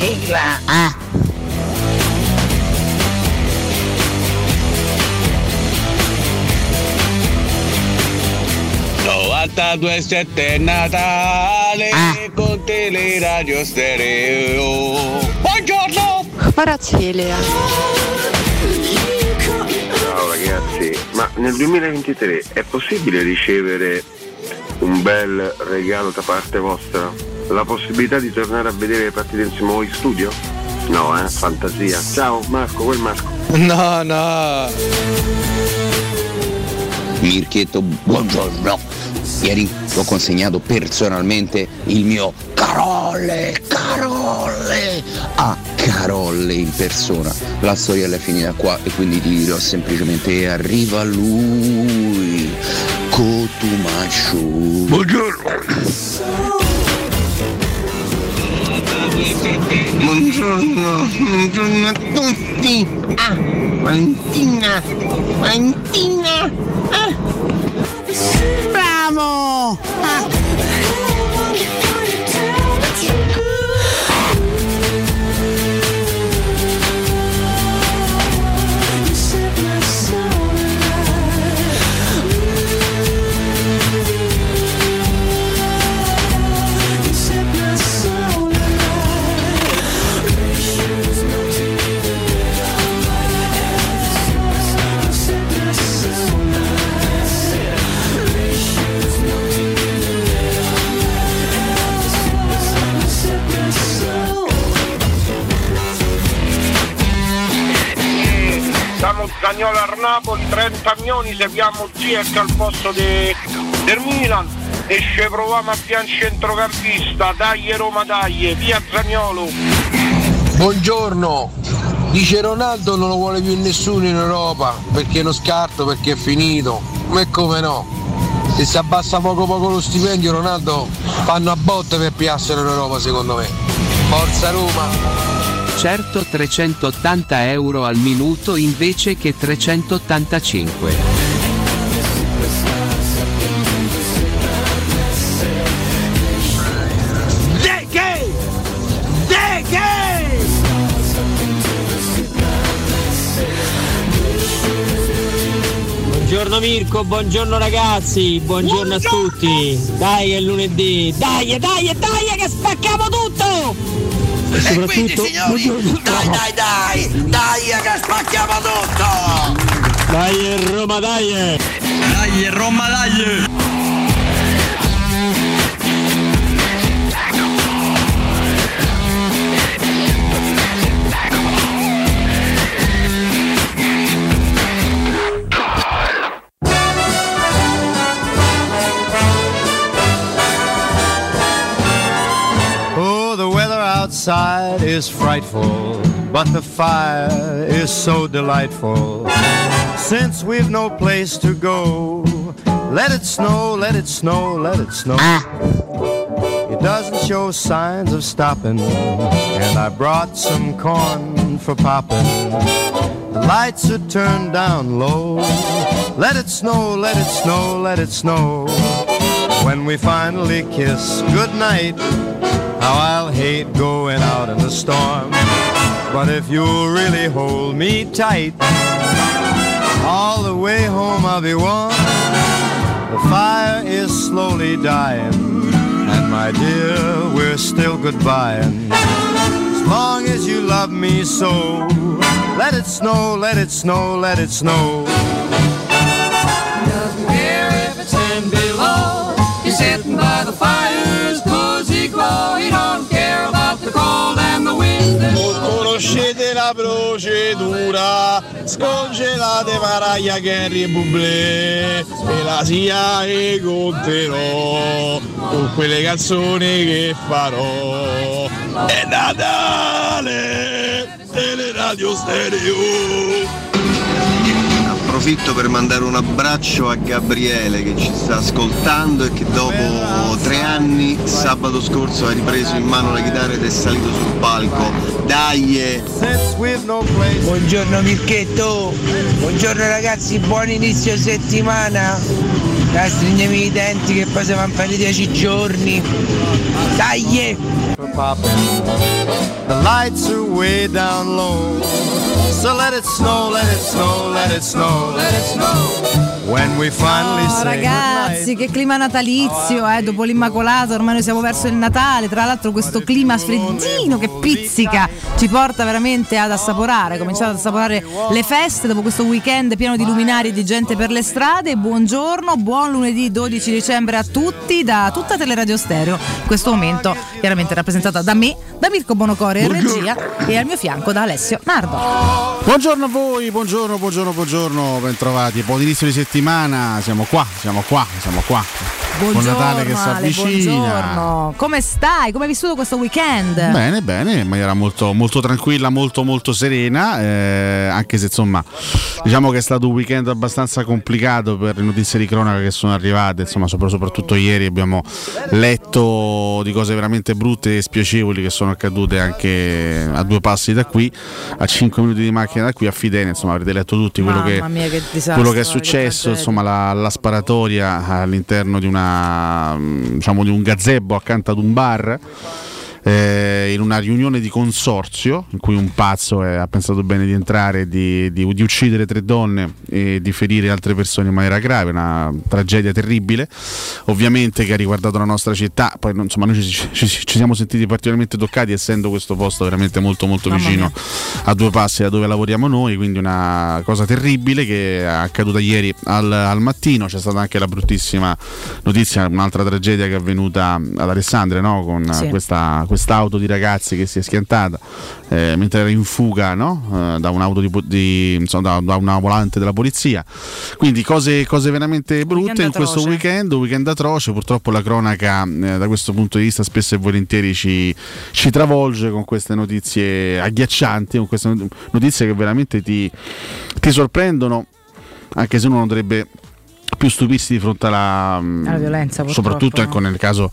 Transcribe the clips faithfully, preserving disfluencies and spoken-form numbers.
sigla. Ah. novantadue sette Natale ah. con Teleradio Stereo. Buongiorno! Paracelia. Ciao ragazzi, ma nel duemilaventitré è possibile ricevere un bel regalo da parte vostra? La possibilità di tornare a vedere le partite insieme a voi in studio? No, eh, fantasia. Ciao Marco, quel Marco. No, no. Mirchetto, buongiorno. Ieri ho consegnato personalmente il mio Carolle, Carolle a Carolle in persona. La storiella è finita qua e quindi ti dirò semplicemente arriva lui, Cotumaccio. Buongiorno. Buongiorno, buongiorno a tutti. Ah, Valentina, Valentina. Ah. Bravo! Ah. Siamo Zaniolo a Napoli, trenta milioni, seguiamo Ziyech al posto de, del Milan e ci proviamo a pian centrocampista, dai Roma dai, via Zaniolo. Buongiorno, dice Ronaldo non lo vuole più nessuno in Europa perché è uno scarto, perché è finito, ma come no? Se si abbassa poco poco lo stipendio Ronaldo fanno a botte per piarselo in Europa secondo me. Forza Roma! Certo, trecentottanta euro al minuto invece che trecentottantacinque. De che? De che? Buongiorno Mirko, buongiorno ragazzi, buongiorno, buongiorno a tutti. Dai è lunedì, dai, dai, dai che spacchiamo tutto! E, e quindi signori, dai dai dai, dai che spacchiamo tutto! Dai è Roma dai! Dai è Roma dai! Outside is frightful, but the fire is so delightful. Since we've no place to go, let it snow, let it snow, let it snow. It doesn't show signs of stopping, and I brought some corn for popping. The lights are turned down low. Let it snow, let it snow, let it snow. When we finally kiss goodnight, how I'll hate going out in the storm. But if you'll really hold me tight, all the way home I'll be warm. The fire is slowly dying, and my dear, we're still goodbying. As long as you love me so, let it snow, let it snow, let it snow. Doesn't care if it's ten below. He's sitting by the fire's cozy glow. He don't care about the cold and the wind. Conoscete la procedura, scongelate Mariah Carey e Bublé e la S I A e conterò con quelle canzoni che farò. È Natale, Teleradio Stereo. Approfitto per mandare un abbraccio a Gabriele che ci sta ascoltando e che dopo tre anni sabato scorso ha ripreso in mano la chitarra ed è salito sul palco. Dai! Buongiorno Mirchetto, buongiorno ragazzi, buon inizio settimana. Dai, stringiami i denti che poi si vanno per i dieci giorni. Dai! The lights are way down low. So let it snow, let it snow, let it snow, let it snow. When we finally oh, say ragazzi, che clima natalizio, eh, dopo l'Immacolato ormai noi siamo verso il Natale. Tra l'altro questo clima freddino che pizzica ci porta veramente ad assaporare, cominciate ad assaporare le feste dopo questo weekend pieno di luminari e di gente per le strade. Buongiorno, buon lunedì dodici dicembre a tutti da tutta Teleradio Stereo, in questo momento chiaramente rappresentata da me, da Mirko Bonocore in regia, e al mio fianco da Alessio Nardo. Buongiorno a voi, buongiorno, buongiorno, buongiorno, bentrovati. Buon inizio di settimana, siamo qua, siamo qua, siamo qua. Buongiorno, Buon Natale che si avvicina. Buongiorno. Come stai? Come hai vissuto questo weekend? Bene, bene, in maniera molto, molto tranquilla, molto, molto serena, eh, anche se insomma diciamo che è stato un weekend abbastanza complicato per le notizie di cronaca che sono arrivate, insomma soprattutto ieri abbiamo letto di cose veramente brutte e spiacevoli che sono accadute anche a due passi da qui, a cinque minuti di macchina da qui, a Fidene, insomma avrete letto tutti quello, che, mia, che, disastro, quello che è successo, che insomma la, la sparatoria all'interno di una diciamo di un gazebo accanto ad un bar, eh, in una riunione di consorzio in cui un pazzo eh, ha pensato bene di entrare, di, di, di uccidere tre donne e di ferire altre persone in maniera grave, una tragedia terribile ovviamente che ha riguardato la nostra città. Poi insomma noi ci, ci, ci siamo sentiti particolarmente toccati, essendo questo posto veramente molto molto Mamma vicino mia. a due passi da dove lavoriamo noi, quindi una cosa terribile che è accaduta ieri al, al mattino. C'è stata anche la bruttissima notizia, un'altra tragedia che è avvenuta ad Alessandria, no? Con Sì. questa quest'auto di ragazzi che si è schiantata eh, mentre era in fuga, no? eh, da un'auto di, di insomma, da, da una volante della polizia. Quindi cose, cose veramente brutte Weekend in questo atroce. weekend, un weekend atroce. Purtroppo la cronaca eh, da questo punto di vista spesso e volentieri ci, ci travolge con queste notizie agghiaccianti, con queste notizie che veramente ti, ti sorprendono, anche se uno non dovrebbe più stupirsi di fronte alla, alla violenza, soprattutto ecco, nel caso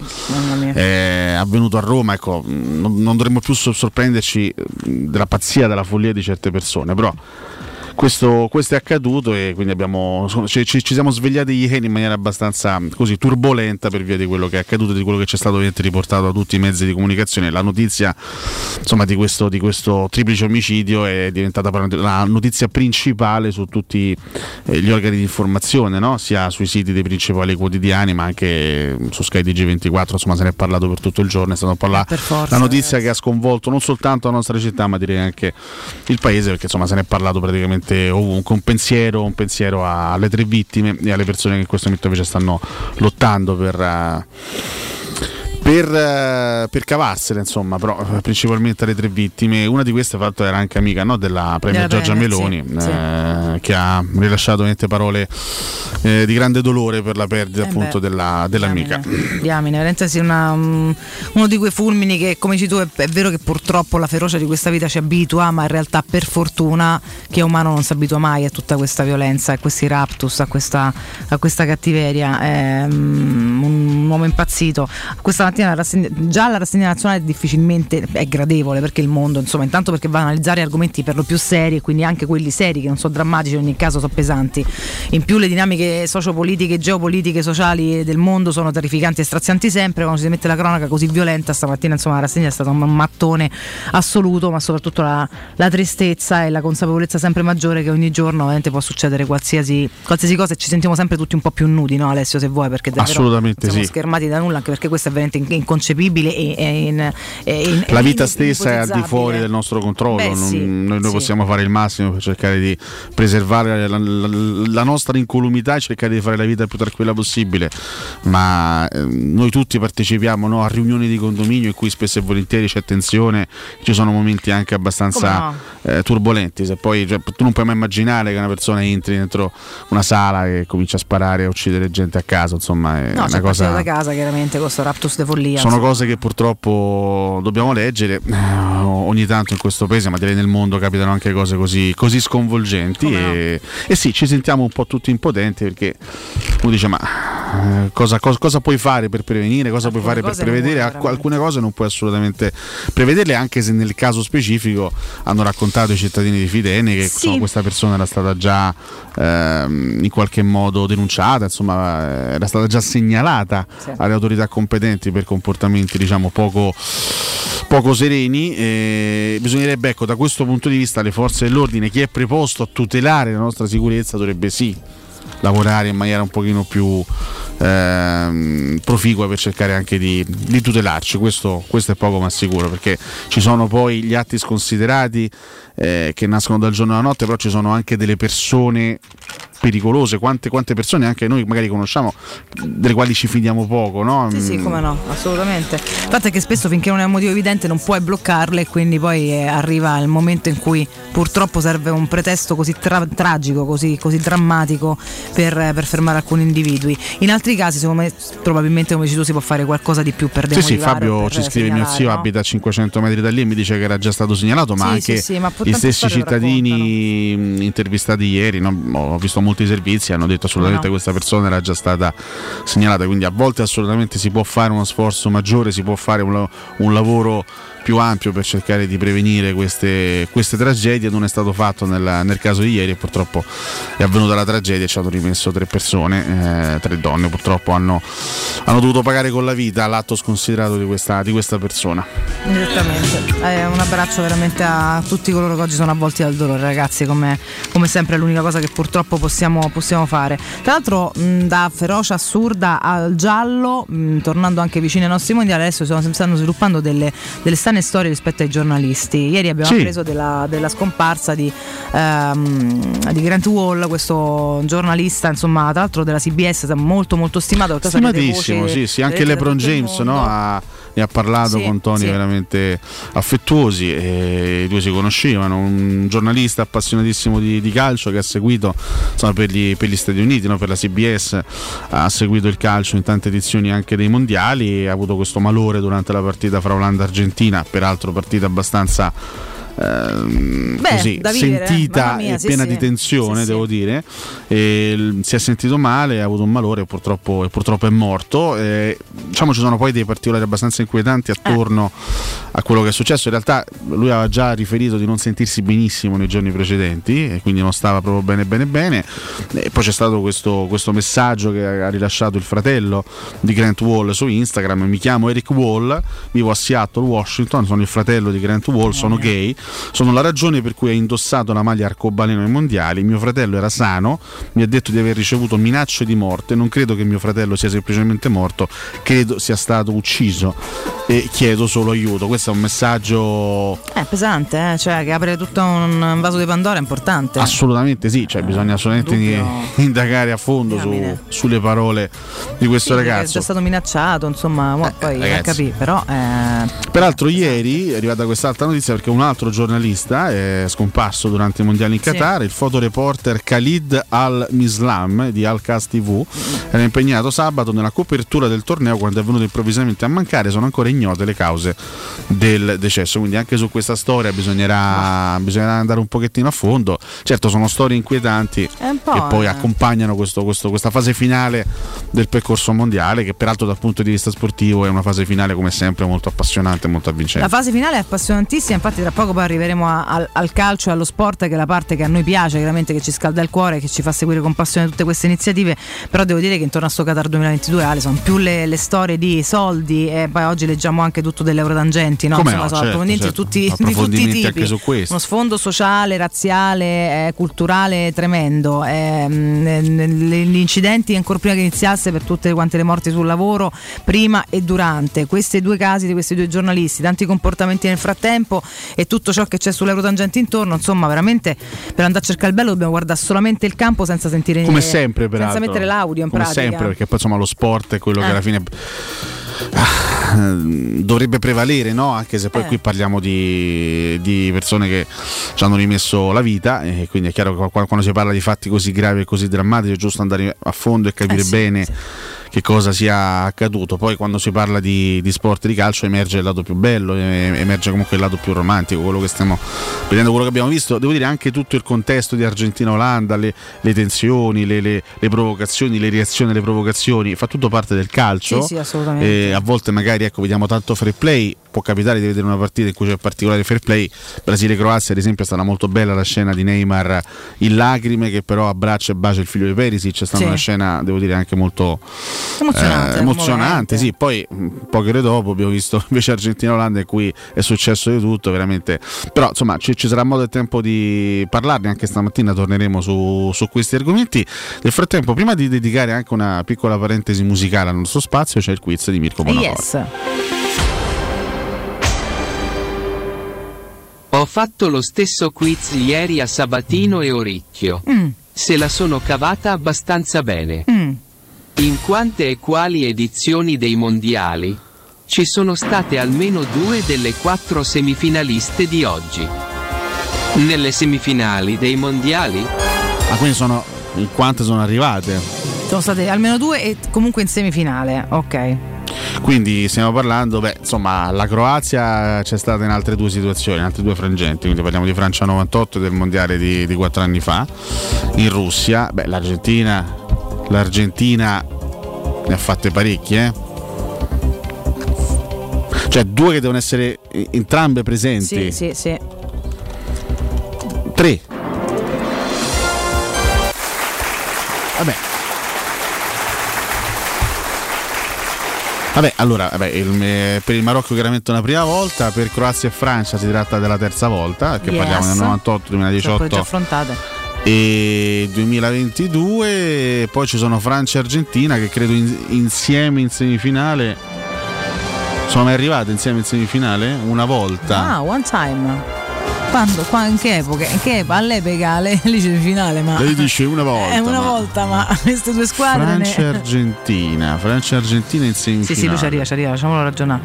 eh, avvenuto a Roma, ecco, non, non dovremmo più sorprenderci della pazzia, della follia di certe persone, però questo, questo è accaduto e quindi abbiamo, ci, ci, ci siamo svegliati ieri in maniera abbastanza così turbolenta per via di quello che è accaduto, di quello che ci è stato ovviamente riportato da tutti i mezzi di comunicazione. La notizia insomma di questo, di questo triplice omicidio è diventata la notizia principale su tutti eh, gli organi di informazione, no? Sia sui siti dei principali quotidiani ma anche su Sky T G ventiquattro, insomma se ne è parlato per tutto il giorno, è stato parlato la notizia ragazzi. Che ha sconvolto non soltanto la nostra città ma direi anche il paese, perché insomma se ne è parlato praticamente ovunque. Un pensiero, un pensiero alle tre vittime e alle persone che in questo momento invece stanno lottando per uh, Per, per cavarsene, insomma, però principalmente le tre vittime. Una di queste, fatto, era anche amica, no, della Premier della Giorgia Premier, Meloni, sì, eh, sì. che ha rilasciato ovviamente parole eh, di grande dolore per la perdita eh appunto beh, della, dell'amica. Diamine, diamine, veramente sì, una, um, uno di quei fulmini che, come dici tu, è, è vero che purtroppo la ferocia di questa vita ci abitua, ma in realtà per fortuna che umano non si abitua mai a tutta questa violenza, a questi raptus, a questa, a questa cattiveria. È um, un uomo impazzito. Questa mattina la rassegna, già la rassegna nazionale difficilmente è gradevole, perché il mondo, insomma, intanto perché va a analizzare argomenti per lo più seri, e quindi anche quelli seri che non sono drammatici, in ogni caso sono pesanti. In più le dinamiche sociopolitiche, geopolitiche, sociali del mondo sono terrificanti e strazianti sempre. Quando si mette la cronaca così violenta, stamattina insomma la rassegna è stata un mattone assoluto, ma soprattutto la, la tristezza e la consapevolezza sempre maggiore che ogni giorno ovviamente può succedere qualsiasi, qualsiasi cosa, e ci sentiamo sempre tutti un po' più nudi, no Alessio, se vuoi, perché davvero assolutamente siamo sì. schermati da nulla, anche perché questo è veramente inconcepibile e, e in, e in, la vita in, stessa è al di fuori del nostro controllo. Beh, non, sì, noi, noi sì. possiamo fare il massimo per cercare di preservare la, la, la nostra incolumità e cercare di fare la vita il più tranquilla possibile, ma eh, noi tutti partecipiamo, no, a riunioni di condominio in cui spesso e volentieri c'è tensione, ci sono momenti anche abbastanza no. eh, turbolenti. Se poi, cioè, tu non puoi mai immaginare che una persona entri dentro una sala e comincia a sparare e a uccidere gente a caso, insomma è no, una cosa da casa, chiaramente, questo raptus de follia. Sono insomma. cose che purtroppo dobbiamo leggere ogni tanto in questo paese, ma direi nel mondo capitano anche cose così, così sconvolgenti e, no. e sì, ci sentiamo un po' tutti impotenti, perché uno dice ma eh, cosa, cosa, cosa puoi fare per prevenire, cosa alcune puoi fare per prevedere, puoi, alcune cose non puoi assolutamente prevederle, anche se nel caso specifico hanno raccontato i cittadini di Fidene che sì. insomma, questa persona era stata già ehm, in qualche modo denunciata, insomma era stata già segnalata sì. alle autorità competenti per comportamenti diciamo poco poco sereni. Eh, bisognerebbe, ecco, da questo punto di vista le forze dell'ordine, chi è preposto a tutelare la nostra sicurezza dovrebbe sì lavorare in maniera un pochino più ehm, proficua per cercare anche di, di tutelarci. Questo, questo è poco ma sicuro, perché ci sono poi gli atti sconsiderati eh, che nascono dal giorno alla notte, però ci sono anche delle persone pericolose, quante, quante persone anche noi magari conosciamo delle quali ci fidiamo poco, no? Sì, sì, come no, assolutamente. Il fatto è che spesso finché non è un motivo evidente non puoi bloccarle, e quindi poi eh, arriva il momento in cui purtroppo serve un pretesto così tra- tragico, così, così drammatico per, per fermare alcuni individui. In altri casi secondo me probabilmente, come dici tu, si può fare qualcosa di più per demotivare. Sì, sì, Fabio ci scrive: mio zio no? abita a cinquecento metri da lì e mi dice che era già stato segnalato, ma sì, anche sì, sì, ma gli stessi cittadini raccontano. intervistati ieri, no? Ho visto molti servizi, hanno detto assolutamente no. questa persona era già stata segnalata, quindi a volte assolutamente si può fare uno sforzo maggiore, si può fare un, un lavoro più ampio per cercare di prevenire queste, queste tragedie. Non è stato fatto nel, nel caso di ieri e purtroppo è avvenuta la tragedia e ci hanno rimesso tre persone, eh, tre donne purtroppo hanno, hanno dovuto pagare con la vita l'atto sconsiderato di questa, di questa persona. Esattamente, eh, un abbraccio veramente a tutti coloro che oggi sono avvolti dal dolore, ragazzi, come, come sempre è l'unica cosa che purtroppo possiamo, possiamo fare. Tra l'altro mh, da ferocia assurda al giallo, mh, tornando anche vicino ai nostri mondiali, adesso si stanno sviluppando delle, delle strane storie rispetto ai giornalisti. Ieri abbiamo sì. appreso della, della scomparsa di, ehm, di Grant Wall, questo giornalista, insomma, tra l'altro della C B S, molto molto stimato, stimatissimo, sì, sì, anche LeBron James, no, ha, ne ha parlato sì, con toni sì. veramente affettuosi, e i due si conoscevano. Un giornalista appassionatissimo di, di calcio che ha seguito, insomma, per gli, per gli Stati Uniti, no, per la C B S, ha seguito il calcio in tante edizioni anche dei mondiali, ha avuto questo malore durante la partita fra Olanda e Argentina, peraltro partita abbastanza Ehm, Beh, così vivere, sentita mia, e sì, piena sì. di tensione, sì, devo sì. dire, e si è sentito male, ha avuto un malore e purtroppo, e purtroppo è morto. E, diciamo, ci sono poi dei particolari abbastanza inquietanti attorno eh. a quello che è successo. In realtà lui aveva già riferito di non sentirsi benissimo nei giorni precedenti e quindi non stava proprio bene bene bene, e poi c'è stato questo, questo messaggio che ha rilasciato il fratello di Grant Wall su Instagram: mi chiamo Eric Wall, vivo a Seattle, Washington, sono il fratello di Grant Wall, sono eh. gay, sono la ragione per cui ha indossato la maglia arcobaleno ai mondiali. Mio fratello era sano, mi ha detto di aver ricevuto minacce di morte, non credo che mio fratello sia semplicemente morto, credo sia stato ucciso e chiedo solo aiuto. Questo è un messaggio è pesante, eh? Cioè, che apre tutto un vaso di Pandora importante. Assolutamente sì, cioè, bisogna assolutamente dubbio. indagare a fondo su, sulle parole di questo sì, ragazzo. È già stato minacciato, insomma, eh, poi ragazzi. a capire, però eh... Peraltro ieri è arrivata quest'altra notizia, perché un altro giornalista è scomparso durante i mondiali in Qatar, sì. il fotoreporter Khalid Al-Mislam di Al-Qas tivù era impegnato sabato nella copertura del torneo quando è venuto improvvisamente a mancare. Sono ancora ignote le cause del decesso, quindi anche su questa storia bisognerà, bisognerà andare un pochettino a fondo. Certo, sono storie inquietanti che poi eh. accompagnano questo, questo, questa fase finale del percorso mondiale, che peraltro dal punto di vista sportivo è una fase finale come sempre molto appassionante e molto avvincente. La fase finale è appassionantissima, infatti tra poco poi arriveremo a, al, al calcio e allo sport, che è la parte che a noi piace, chiaramente, che ci scalda il cuore, che ci fa seguire con passione tutte queste iniziative. Però devo dire che intorno a sto Qatar duemilaventidue, Ale, sono più le, le storie di soldi, e poi oggi leggiamo anche tutto delle eurotangenti, no? Come Insomma, no, sono certo, approfondimenti certo. tutti, di tutti i Approfondimenti tipi, anche su questo. uno sfondo sociale, razziale, eh, culturale tremendo, eh, gli incidenti ancora prima che iniziasse, per tutte quante le morti sul lavoro prima e durante, questi due casi di questi due giornalisti, tanti comportamenti nel frattempo e tutto ciò che c'è sull'eurotangente intorno. Insomma, veramente per andare a cercare il bello dobbiamo guardare solamente il campo senza sentire come sempre, senza peraltro, mettere l'audio in come pratica, sempre, perché poi insomma lo sport è quello eh. che alla fine dovrebbe prevalere, no? Anche se poi eh. qui parliamo di, di persone che ci hanno rimesso la vita, e quindi è chiaro che quando si parla di fatti così gravi e così drammatici è giusto andare a fondo e capire eh sì, bene sì. che cosa sia accaduto. Poi quando si parla di, di sport di calcio emerge il lato più bello, emerge comunque il lato più romantico, quello che stiamo vedendo, quello che abbiamo visto. Devo dire anche tutto il contesto di Argentina-Olanda, le, le tensioni, le, le, le provocazioni, le reazioni alle provocazioni, fa tutto parte del calcio. Sì, sì, assolutamente. E a volte magari ecco vediamo tanto fair play, può capitare di vedere una partita in cui c'è particolare fair play. Brasile-Croazia ad esempio è stata molto bella la scena di Neymar in lacrime che però abbraccia e bacia il figlio di Perisic, è stata Sì. una scena devo dire anche molto Emozionante, eh, emozionante sì. Poi poche ore dopo abbiamo visto invece Argentina-Olanda in cui è successo di tutto veramente, però insomma ci, ci sarà modo e tempo di parlarne, anche stamattina torneremo su, su questi argomenti. Nel frattempo, prima di dedicare anche una piccola parentesi musicale al nostro spazio, c'è il quiz di Mirko Bonacore. Yes. Ho fatto lo stesso quiz ieri a Sabatino e Oricchio. Mm. Se la sono cavata abbastanza bene. Mm. In quante e quali edizioni dei mondiali ci sono state almeno due delle quattro semifinaliste di oggi? Nelle semifinali dei mondiali? Ah, quindi sono in quante sono arrivate? Sono state almeno due e comunque in semifinale, ok. Quindi stiamo parlando, beh, insomma, la Croazia c'è stata in altre due situazioni, in altri due frangenti, quindi parliamo di Francia novantotto e del mondiale di, di quattro anni fa. In Russia, beh, l'Argentina, l'Argentina ne ha fatte parecchie, eh? Cioè due che devono essere entrambe presenti. Sì, sì, sì. Tre. Vabbè. Vabbè, allora, vabbè, il, per il Marocco chiaramente una prima volta, per Croazia e Francia si tratta della terza volta, perché Yes. parliamo del novantotto, duemiladiciotto già affrontate. e duemilaventidue, poi ci sono Francia e Argentina che credo in, insieme in semifinale, sono mai arrivate insieme in semifinale? Una volta. Ah, one time. Quando? Qua, in che epoca? In che epoca? All'epoca le, le semifinale, ma. Lei dice una volta. È una ma... volta, ma queste due squadre. Francia e ne... Argentina. Francia e Argentina in semifinale. Sì, sì, lui ci arriva, ci arriva, lasciamolo ragionare.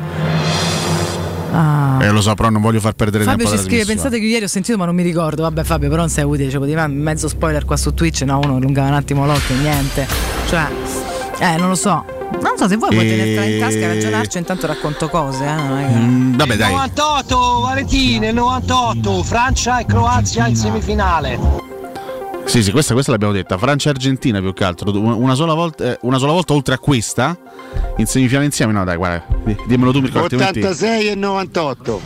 Ah. Eh, lo so, però non voglio far perdere Fabio tempo ci alla scrive: trasmissione. pensate che ieri ho sentito, ma non mi ricordo. Vabbè, Fabio, però non sei utile. Cioè, poteva mezzo spoiler qua su Twitch. No, uno allungava un attimo l'occhio, niente. Cioè, eh, non lo so. Non so se vuoi puoi E- tenertela in tasca e ragionarci, intanto racconto cose. Eh? Non è che- Mm, vabbè, dai. novantotto, Valentina, il novantotto, Francia e Croazia in semifinale. Sì, sì, questa, questa l'abbiamo detta. Francia e Argentina più che altro. Una, una sola volta, eh, una sola volta oltre a questa in semifinale insieme. No, dai, guarda, di- dimmelo tu, Mirko, altrimenti. ottantasei e novantotto.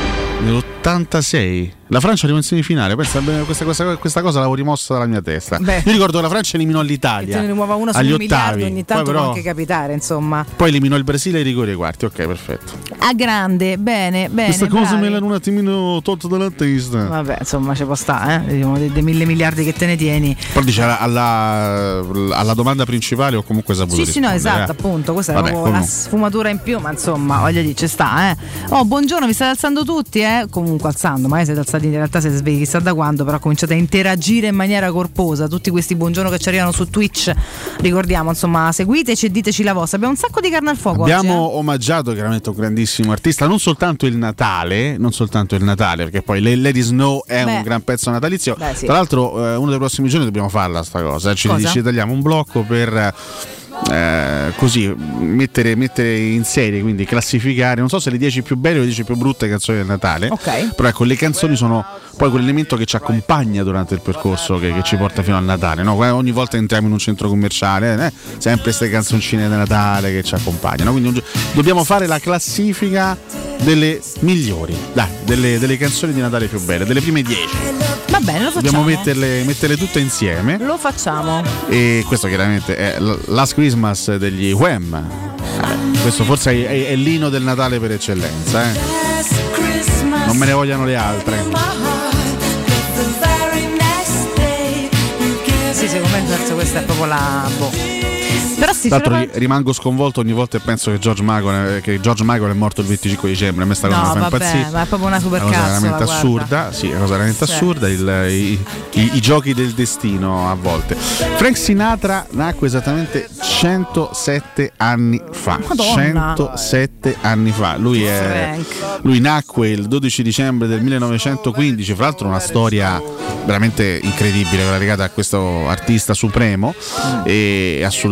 Nell'ottantasei la Francia arrivò in semifinale. Pensa, beh, questa, questa, questa cosa l'avevo rimossa dalla mia testa. Beh. Io ricordo che la Francia eliminò l'Italia Te ne muova una su agli un miliardo, ottavi. ogni tanto poi, può però, anche capitare, insomma. poi eliminò il Brasile ai rigori ai quarti. Ok, perfetto. A grande, bene, bene. Questa cosa bravi. me l'hanno un attimino tolto dalla testa. Vabbè, insomma, ci può stare, eh? Diciamo, dei, dei mille miliardi che te ne tieni. Però dice alla, alla, alla domanda principale ho comunque saputo Sì, sì, no, rispondere, esatto, eh. appunto. Questa Vabbè, è proprio la comunque. sfumatura in più, ma insomma, voglio dire, ci sta, eh. Oh, buongiorno, vi state alzando tutti, eh? Comunque alzando, magari siete alzati in realtà siete svegli chissà da quando, però cominciate a interagire in maniera corposa. Tutti questi buongiorno che ci arrivano su Twitch, ricordiamo, insomma, seguiteci e diteci la vostra. Abbiamo un sacco di carne al fuoco Abbiamo oggi, eh? omaggiato chiaramente un grandissimo artista, non soltanto il Natale, non soltanto il Natale, perché poi Lady Snow è Beh. un gran pezzo natalizio. Beh, sì. Tra l'altro, eh, uno dei prossimi giorni dobbiamo farla sta cosa. eh. Ci, Cosa? ci tagliamo un blocco per eh, così mettere, mettere in serie, quindi classificare, non so se le dieci più belle o le dieci più brutte canzoni del Natale. Ok. Però ecco, le canzoni sono poi quell'elemento che ci accompagna durante il percorso che, che ci porta fino al Natale, no? Ogni volta entriamo in un centro commerciale, eh? sempre queste canzoncine di Natale che ci accompagnano. Quindi un gio- dobbiamo fare la classifica delle migliori, dai, delle, delle canzoni di Natale più belle, delle prime dieci. Va bene, lo facciamo. Dobbiamo metterle, metterle tutte insieme. Lo facciamo. E questo chiaramente è l- Last Christmas degli Wham. Eh, questo forse è, è, è l'inno del Natale per eccellenza, eh. Non me ne vogliano le altre. Sì, secondo me forse questa è proprio la. Boh. Però sì, Tra l'altro c'era- ri- rimango sconvolto ogni volta e penso che George Michael, che George Michael è morto il venticinque dicembre. A me sta cosa No, mi fa vabbè, impazzire. ma è proprio una È super una cosa cazzola, veramente guarda. assurda, sì, è una cosa veramente Sì. assurda. il- i, i- i giochi del destino a volte. Frank Sinatra nacque esattamente centosette anni fa. Madonna. centosette anni fa. Lui, è, Frank. lui nacque il dodici dicembre del millenovecentoquindici. Fra l'altro, una storia veramente incredibile, quella legata a questo artista supremo e assolutamente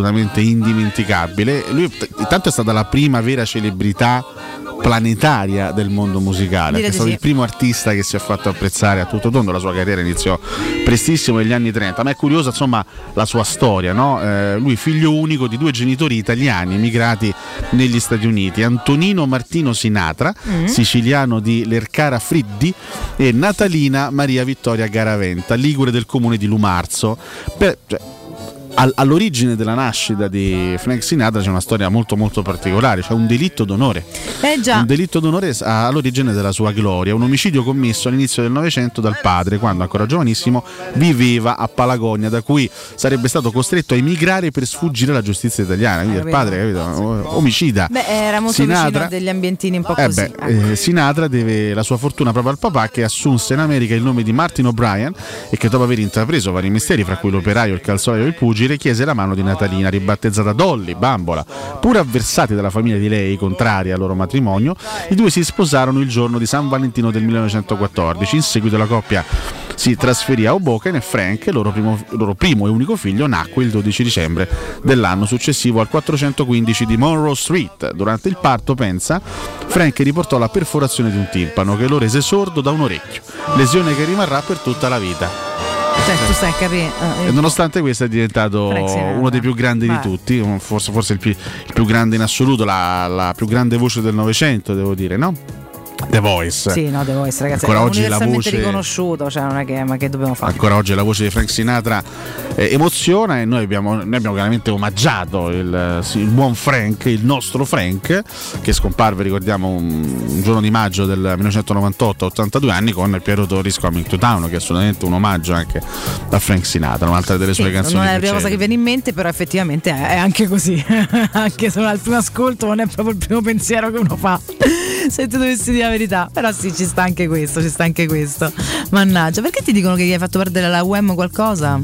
indimenticabile. Lui t- intanto è stata la prima vera celebrità planetaria del mondo musicale, Direi è stato sì. il primo artista che si è fatto apprezzare a tutto tondo. La sua carriera iniziò prestissimo negli anni trenta, ma è curiosa insomma la sua storia, no? Eh, lui figlio unico di due genitori italiani emigrati negli Stati Uniti, Antonino Martino Sinatra, Mm. siciliano di Lercara Friddi, e Natalina Maria Vittoria Garaventa, ligure del comune di Lumarzo. Per, cioè, All- all'origine della nascita di Frank Sinatra c'è una storia molto molto particolare, c'è un delitto d'onore. Eh già. Un delitto d'onore all'origine della sua gloria, un omicidio commesso all'inizio del Novecento dal padre, quando ancora giovanissimo viveva a Palagonia, da cui sarebbe stato costretto a emigrare per sfuggire alla giustizia italiana. Quindi il padre, capito, omicida. Beh, era molto Sinatra, vicino a degli ambientini un po' eh così. beh, eh, Sinatra deve la sua fortuna proprio al papà, che assunse in America il nome di Martin O'Brien e che dopo aver intrapreso vari mestieri, fra cui l'operaio, il calzolaio e il pugile, chiese la mano di Natalina, ribattezzata Dolly, bambola. Pur avversati dalla famiglia di lei, contraria al loro matrimonio, i due si sposarono il giorno di San Valentino del millenovecentoquattordici. In seguito la coppia si trasferì a Hoboken e Frank, loro primo, loro primo e unico figlio, nacque il dodici dicembre dell'anno successivo al quattrocentoquindici di Monroe Street. Durante il parto, pensa, Frank riportò la perforazione di un timpano che lo rese sordo da un orecchio, lesione che rimarrà per tutta la vita. Cioè, tu stai a capire. E nonostante questo è diventato uno dei più grandi Vai. di tutti, forse, forse il, più, il più grande in assoluto, la, la più grande voce del Novecento, devo dire, no? The Voice. Sì, no, devo essere, ragazzi, Ancora è oggi la universalmente voce- riconosciuto, cioè non è che, ma che dobbiamo fare? Ancora oggi la voce di Frank Sinatra eh, emoziona, e noi abbiamo, noi abbiamo chiaramente omaggiato il, sì, il buon Frank, il nostro Frank, che scomparve, ricordiamo, un, un giorno di maggio del millenovecentonovantotto, a ottantadue anni, con il Piero Torres Coming to Town, che è assolutamente un omaggio anche a Frank Sinatra, un'altra delle sue Sì, canzoni. non è la più prima cosa che celebri. viene in mente, però effettivamente è, è anche così. Anche se al primo ascolto non è proprio il primo pensiero che uno fa, se tu dovessi dire la verità. Però sì, ci sta anche questo, ci sta anche questo. Mannaggia, perché ti dicono che gli hai fatto perdere la U E M qualcosa?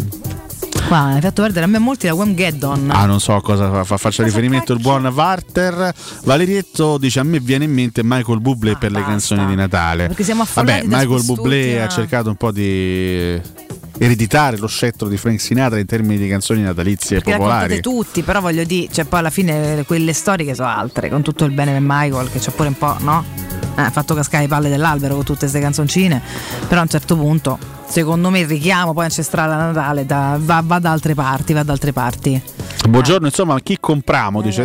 Qua hai fatto perdere a me molti la U E M Geddon. Ah, non so a cosa fa, fa- faccia riferimento il buon Walter. Valerietto dice: a me viene in mente Michael Bublé per le canzoni di Natale. Perché siamo affollati Vabbè, da Michael quest'ultima- Bublé ha cercato un po' di ereditare lo scettro di Frank Sinatra in termini di canzoni natalizie Perché popolari. raccontate tutti, però voglio dire, cioè poi alla fine quelle storiche sono altre, con tutto il bene per Michael, che c'ha pure un po', no? Eh, ha fatto cascare le palle dell'albero con tutte queste canzoncine, però a un certo punto, secondo me il richiamo poi ancestrale a Natale da, va, va da altre parti, va da altre parti. Buongiorno, insomma, chi compramo, dice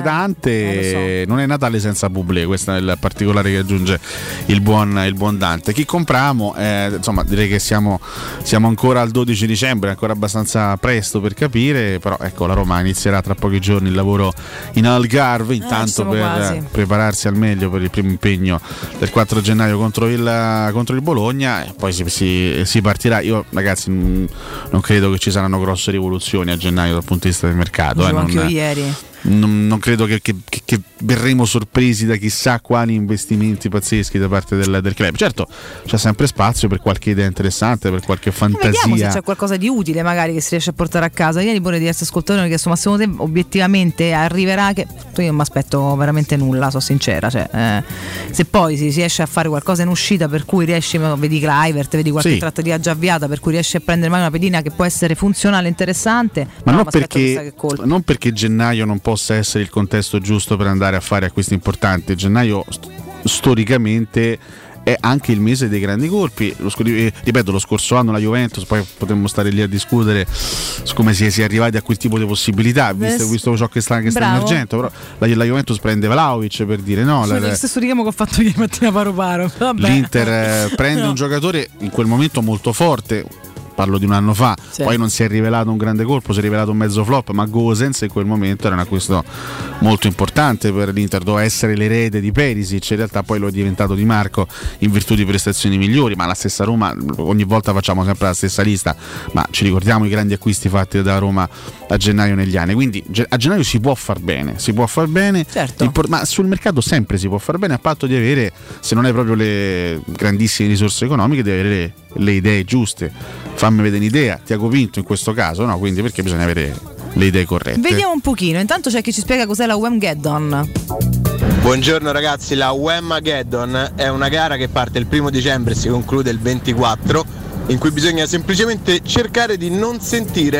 Dante, non è Natale senza Bublé, questo è il particolare che aggiunge il buon, il buon Dante. Chi compramo, eh, insomma, direi che siamo, siamo ancora al dodici dicembre, è ancora abbastanza presto per capire, però ecco, la Roma inizierà tra pochi giorni il lavoro in Algarve, intanto siamo per quasi. prepararsi al meglio per il primo impegno del quattro gennaio contro il, contro il Bologna, e poi si, si, si partirà. Io ragazzi mh, non credo che ci saranno grosse rivoluzioni a gennaio dal punto di vista del mercato. Dicevo eh, anche io non, ieri. non, non credo che, che, che, che verremo sorpresi da chissà quali investimenti pazzeschi da parte del, del club. Certo, c'è sempre spazio per qualche idea interessante, per qualche Vediamo se fantasia. c'è qualcosa di utile magari che si riesce a portare a casa. Ieri pure diversi ascoltatori hanno chiesto: ma secondo te obiettivamente arriverà? Che io non mi aspetto veramente nulla, sono sincera, cioè, eh, se poi si riesce a fare qualcosa in uscita per cui riesci, vedi Kluivert, vedi qualche Sì. trattativa già avviata per cui riesci a prendere mai una pedina che può essere funzionale e interessante, Ma no, non mi aspetto chissà perché, che colpo. non perché gennaio non possa essere il contesto giusto per andare a fare acquisti importanti. Gennaio st- storicamente è anche il mese dei grandi colpi. Lo, sc- eh, ripeto, lo scorso anno la Juventus, poi potremmo stare lì a discutere su come si, si è arrivati a quel tipo di possibilità, visto, Beh, visto ciò che sta, che sta bravo. emergendo. Però la, la Juventus prende Vlahovic, per dire, no? La- Sono la- lo stesso richiamo che ho fatto ieri mattina paro paro. Vabbè. L'Inter eh, prende No. un giocatore in quel momento molto forte, parlo di un anno fa, Sì. poi non si è rivelato un grande colpo, si è rivelato un mezzo flop, ma Gosens in quel momento era un acquisto molto importante per l'Inter, doveva essere l'erede di Perisic, in realtà poi lo è diventato Di Marco in virtù di prestazioni migliori, ma la stessa Roma, ogni volta facciamo sempre la stessa lista, ma ci ricordiamo i grandi acquisti fatti da Roma a gennaio negli anni, quindi ge- a gennaio si può far bene, si può far bene, Certo. Impor- ma sul mercato sempre si può far bene, a patto di avere, se non hai proprio le grandissime risorse economiche, devi avere le, le idee giuste. Fammi vedere un'idea, ti ha convinto in questo caso, no? Quindi perché bisogna avere le idee corrette. Vediamo un pochino, intanto c'è chi ci spiega cos'è la U E M Geddon. Buongiorno ragazzi, la U E M Geddon è una gara che parte il primo dicembre e si conclude il ventiquattro, in cui bisogna semplicemente cercare di non sentire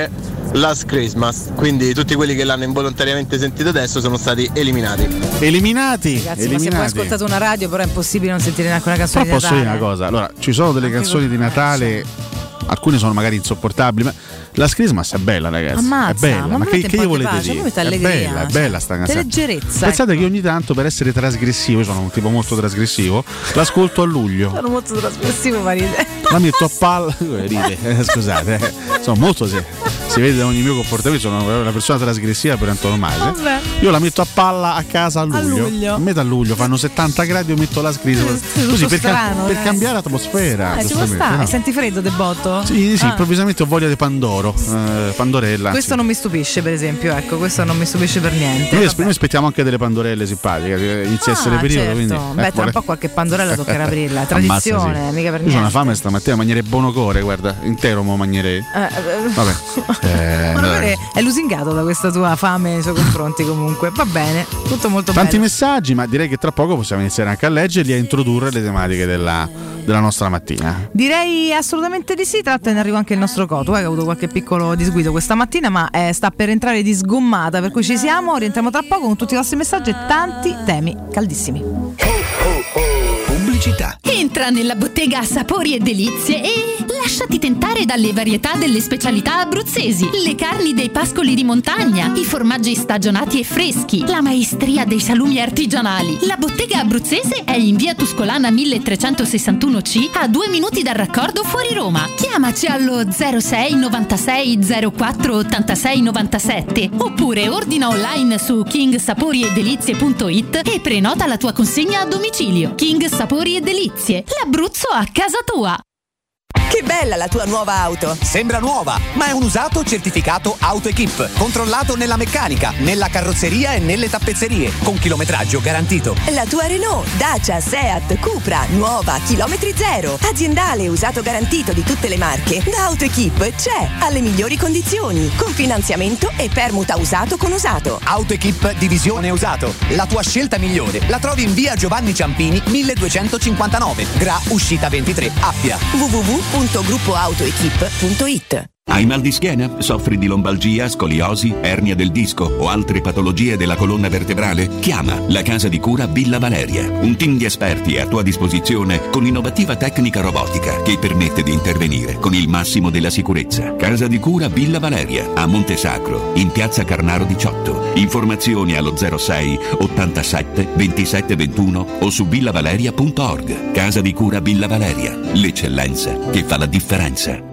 Last Christmas, quindi tutti quelli che l'hanno involontariamente sentito adesso sono stati eliminati. Eliminati? Ragazzi, eliminati. ma se poi ascoltate una radio, però è impossibile non sentire neanche una canzone Però di posso Natale. dire una cosa, allora ci sono delle Anche canzoni così, di Natale, alcune sono magari insopportabili, ma la Christmas è bella, ragazzi. Ammazza, è bella, ma ma mi che, mette che un io po' di volete pace, dire? mi mette È allegria, bella, è cioè, bella sta canzone. leggerezza, Pensate ecco. che ogni tanto per essere trasgressivo, io sono un tipo molto trasgressivo, l'ascolto a luglio. Sono molto trasgressivo, Marite. La metto a palla, ride, eh, scusate, eh, sono molto se, si vede da ogni mio comportamento, sono una persona trasgressiva per antonomasia. Vabbè. Io la metto a palla a casa a luglio, A luglio. a metà luglio fanno settanta gradi, io metto la Christmas È così tutto per, strano, per eh. cambiare l'atmosfera. Eh, ci può giustamente, stare. no? Senti freddo de botto? Sì, sì, Ah. improvvisamente ho voglia di Pandoro, eh, Pandorella. Questo non mi stupisce, per esempio, ecco, questo non mi stupisce per niente. Noi, Vabbè. noi aspettiamo anche delle pandorelle simpatiche, che inizi a essere Ah, periodo. certo. Quindi, Beh, eh, tra un po' qualche pandorella toccherà aprirla. È tradizione, Ammazza, sì. mica per Io ho una niente. fame stamattina, mangerei buonocore, guarda, intero mo mangerei. Eh, eh, Vabbè. Eh, Ma dai. è lusingato da questa tua fame nei suoi confronti comunque. Va bene, tutto molto Tanti bello. messaggi, ma direi che tra poco possiamo iniziare anche a leggerli e a introdurre le tematiche della, della nostra mattina. Direi assolutamente di sì, tra l'altro ne arriva anche il nostro Coto, eh, che ha avuto qualche piccolo disguido questa mattina, ma eh, sta per entrare di sgommata, per cui ci siamo, rientriamo tra poco con tutti i vostri messaggi e tanti temi caldissimi. Pubblicità. Entra nella bottega Sapori e Delizie e lasciati tentare dalle varietà delle specialità abruzzesi, le carni dei pascoli di montagna, i formaggi stagionati e freschi, la maestria dei salumi artigianali. La bottega abruzzese è in via Tuscolana milletrecentosessantuno C, a due minuti dal raccordo fuori Roma. Chiamaci allo zero sei novantasei zero quattro ottantasei novantasette oppure ordina online su king sapori e delizie punto it e prenota la tua consegna a domicilio. King Sapori e Delizie, l'Abruzzo a casa tua. Che bella la tua nuova auto! Sembra nuova, ma è un usato certificato AutoEquip, controllato nella meccanica, nella carrozzeria e nelle tappezzerie, con chilometraggio garantito. La tua Renault, Dacia, Seat, Cupra, nuova, chilometri zero, aziendale usato garantito di tutte le marche, da AutoEquip c'è, alle migliori condizioni, con finanziamento e permuta usato con usato. AutoEquip Divisione Usato, la tua scelta migliore, la trovi in via Giovanni Ciampini milleduecentocinquantanove, Gra Uscita ventitré, Appia. w w w punto gruppo autoequip punto it. Hai mal di schiena? Soffri di lombalgia, scoliosi, ernia del disco o altre patologie della colonna vertebrale? Chiama la Casa di Cura Villa Valeria. Un team di esperti è a tua disposizione con innovativa tecnica robotica che permette di intervenire con il massimo della sicurezza. Casa di Cura Villa Valeria a Montesacro, in piazza Carnaro diciotto. Informazioni allo zero sei ottantasette ventisette ventuno o su villavaleria punto org. Casa di Cura Villa Valeria, l'eccellenza che fa la differenza.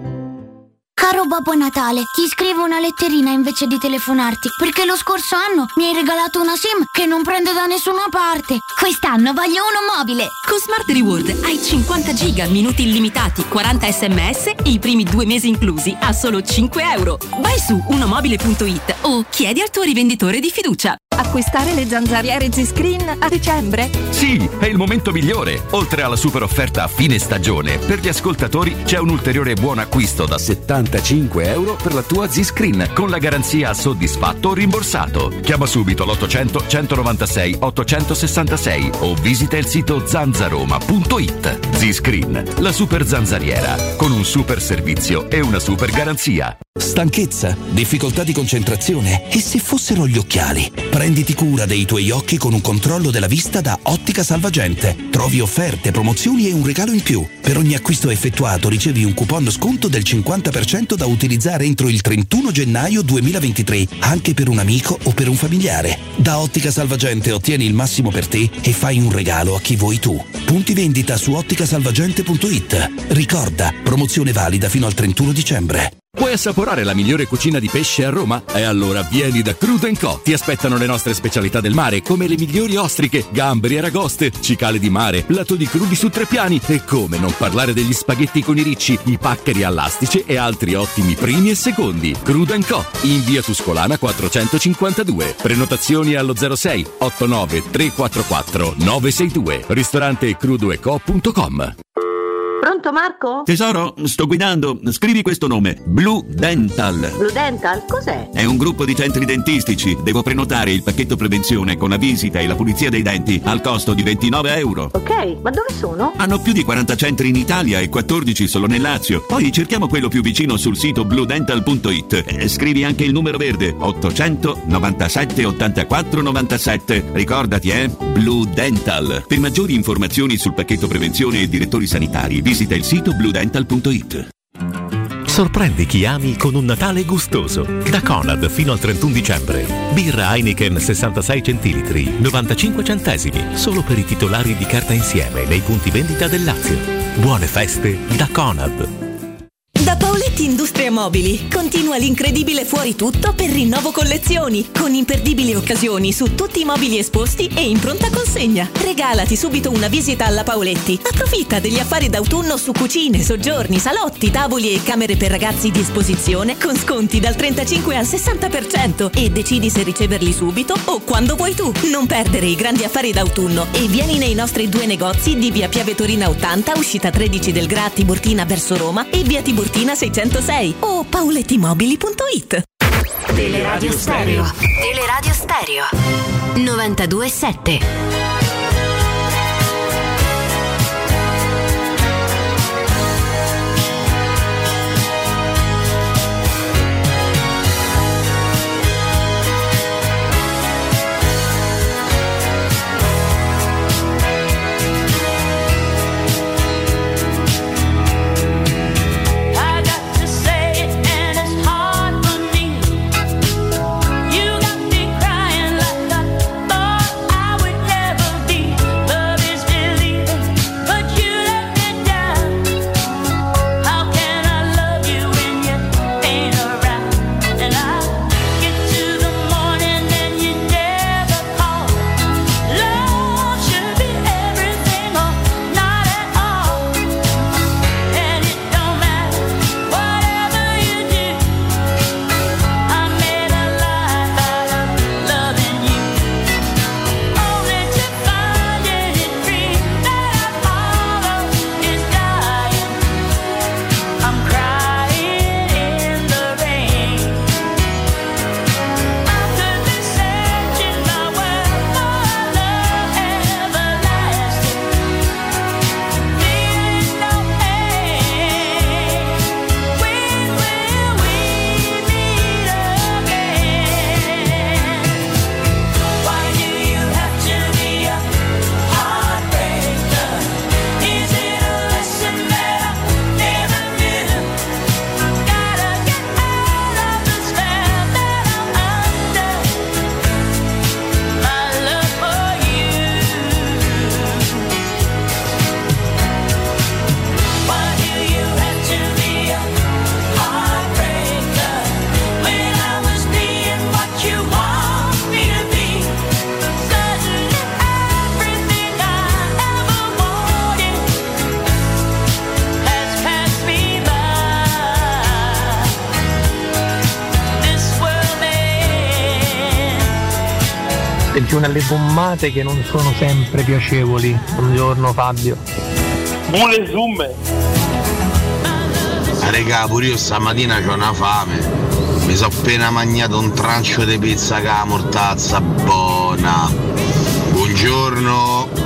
Caro Babbo Natale, ti scrivo una letterina invece di telefonarti, perché lo scorso anno mi hai regalato una SIM che non prende da nessuna parte. Quest'anno voglio uno mobile. Con Smart Reward hai cinquanta giga, minuti illimitati, quaranta sms e i primi due mesi inclusi a solo cinque euro. Vai su unomobile punto it o chiedi al tuo rivenditore di fiducia. Acquistare le zanzariere Z-Screen a dicembre? Sì, è il momento migliore. Oltre alla super offerta a fine stagione, per gli ascoltatori c'è un ulteriore buon acquisto da settantacinque euro per la tua Z-Screen con la garanzia soddisfatto o rimborsato. Chiama subito l'ottocento centonovantasei ottocentosessantasei o visita il sito zanzaroma punto it. Z-Screen, la super zanzariera, con un super servizio e una super garanzia. Stanchezza, difficoltà di concentrazione e se fossero gli occhiali? Prenditi cura dei tuoi occhi con un controllo della vista da Ottica Salvagente. Trovi offerte, promozioni e un regalo in più. Per ogni acquisto effettuato ricevi un coupon sconto del cinquanta per cento da utilizzare entro il trentuno gennaio duemilaventitré, anche per un amico o per un familiare. Da Ottica Salvagente ottieni il massimo per te e fai un regalo a chi vuoi tu. Punti vendita su ottica salvagente punto it. Ricorda, promozione valida fino al trentuno dicembre. Vuoi assaporare la migliore cucina di pesce a Roma? E allora vieni da Crudo and Co. Ti aspettano le nostre specialità del mare, come le migliori ostriche, gamberi e aragoste, cicale di mare, lato di crudi su tre piani e come non parlare degli spaghetti con i ricci, i paccheri all'astice e altri ottimi primi e secondi. Crudo and Co. in via Tuscolana quattrocentocinquantadue. Prenotazioni allo zero sei ottantanove tre quattro quattro nove sei due. Ristorante crudo e co punto com. Pronto Marco? Tesoro, sto guidando. Scrivi questo nome: Blue Dental. Blue Dental? Cos'è? È un gruppo di centri dentistici. Devo prenotare il pacchetto prevenzione con la visita e la pulizia dei denti al costo di ventinove euro. Ok, ma dove sono? Hanno più di quaranta centri in Italia e quattordici solo nel Lazio. Poi cerchiamo quello più vicino sul sito blue dental punto it. E scrivi anche il numero verde: ottocento novantasette ottantaquattro novantasette. Ricordati, eh? Blue Dental. Per maggiori informazioni sul pacchetto prevenzione e direttori sanitari, visita il sito blue dental punto it. Sorprendi chi ami con un Natale gustoso. Da Conad fino al trentuno dicembre. Birra Heineken sessantasei centilitri, novantacinque centesimi, solo per i titolari di carta insieme nei punti vendita del Lazio. Buone feste da Conad. Da Paoletti Industria Mobili continua l'incredibile fuori tutto per rinnovo collezioni, con imperdibili occasioni su tutti i mobili esposti e in pronta consegna. Regalati subito una visita alla Paoletti. Approfitta degli affari d'autunno su cucine, soggiorni, salotti, tavoli e camere per ragazzi di esposizione con sconti dal trentacinque al sessanta per cento e decidi se riceverli subito o quando vuoi tu. Non perdere i grandi affari d'autunno e vieni nei nostri due negozi di via Piave Torina ottanta, uscita tredici del Gra Tiburtina verso Roma e via Tiburtina seicentosei o paolettimobili punto it. Teleradio Stereo. Teleradio Stereo. novantadue sette. Attenzione alle bombate che non sono sempre piacevoli. Buongiorno Fabio. Buone zoom. Ah, regà, pure io stamattina c'ho una fame. Mi sono appena mangiato un trancio di pizza con la mortazza buona. Buongiorno.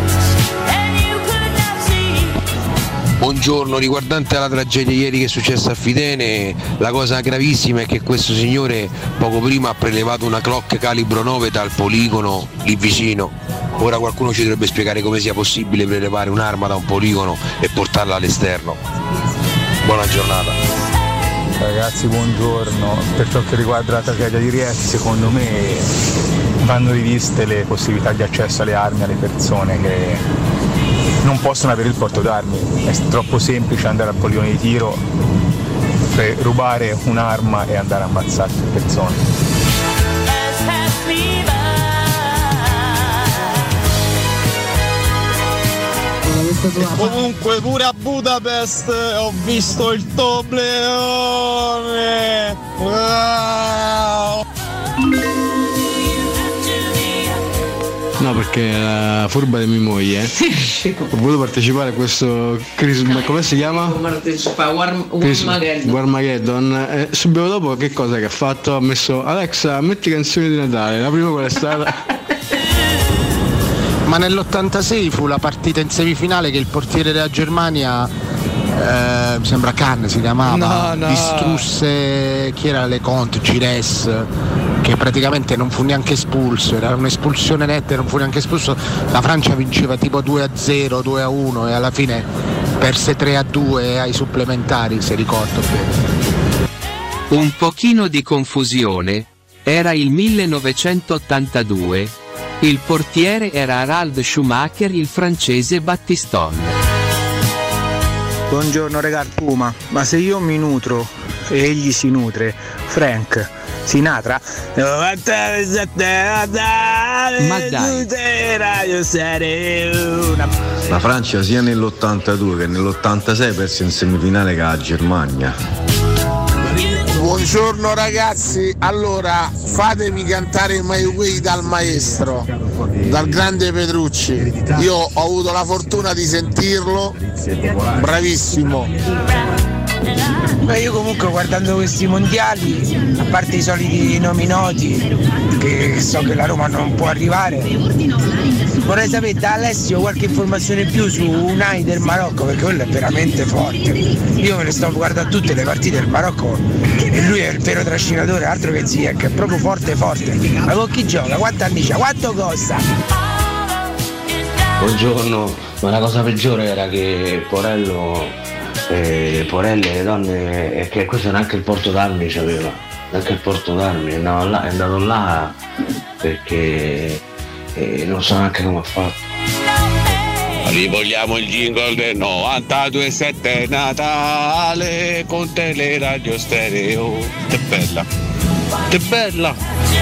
Buongiorno, riguardante alla tragedia ieri che è successa a Fidene, la cosa gravissima è che questo signore poco prima ha prelevato una Glock calibro nove dal poligono lì vicino. Ora qualcuno ci dovrebbe spiegare come sia possibile prelevare un'arma da un poligono e portarla all'esterno. Buona giornata. Ragazzi, buongiorno. Per ciò che riguarda la tragedia di Rieti, secondo me vanno riviste le possibilità di accesso alle armi alle persone che non possono avere il porto d'armi. È troppo semplice andare al poligono di tiro, per rubare un'arma e andare a ammazzare persone. E comunque pure a Budapest ho visto il Toblerone. Wow. No, perché la furba di mia moglie ho voluto partecipare a questo Christmas, come si chiama? Warmageddon. E subito dopo che cosa che ha fatto? Ha messo Alexa, metti canzoni di Natale. La prima qual è stata? Ma nell'ottantasei fu la partita in semifinale che il portiere della Germania, eh, mi sembra Cannes si chiamava, no, no. distrusse chi era Leconte, Gires, che praticamente non fu neanche espulso, era un'espulsione netta e non fu neanche espulso. La Francia vinceva tipo due a zero, due a uno e alla fine perse tre a due ai supplementari, se ricordo bene. Un pochino di confusione, era il millenovecentottantadue, il portiere era Harald Schumacher, il francese Battiston. Buongiorno ragazzi Puma, ma se io mi nutro e egli si nutre, Frank Sinatra Ma dai. La Francia sia nell'ottantadue che nell'ottantasei perse in semifinale con la Germania. Buongiorno ragazzi, allora fatemi cantare My Way dal maestro, dal grande Petrucci. Io ho avuto la fortuna di sentirlo, bravissimo. Beh, io comunque guardando questi mondiali, a parte i soliti nomi noti, che so che la Roma non può arrivare, vorrei sapere da Alessio qualche informazione in più su Unai del Marocco, perché quello è veramente forte. Io me le sto guardando tutte le partite del Marocco e lui è il vero trascinatore, altro che Ziyech, è proprio forte forte. Ma con chi gioca? Quanti anni c'ha? Quanto costa? Buongiorno, ma la cosa peggiore era che Porello Eh, Porelle, le donne, e che questo neanche il Porto d'Armi c'aveva, neanche il Porto d'Armi, è andato là, è andato là perché eh, non so neanche come ha fatto. Rivogliamo il jingle del novantadue sette Natale con Teleradio Stereo. Che bella, che bella.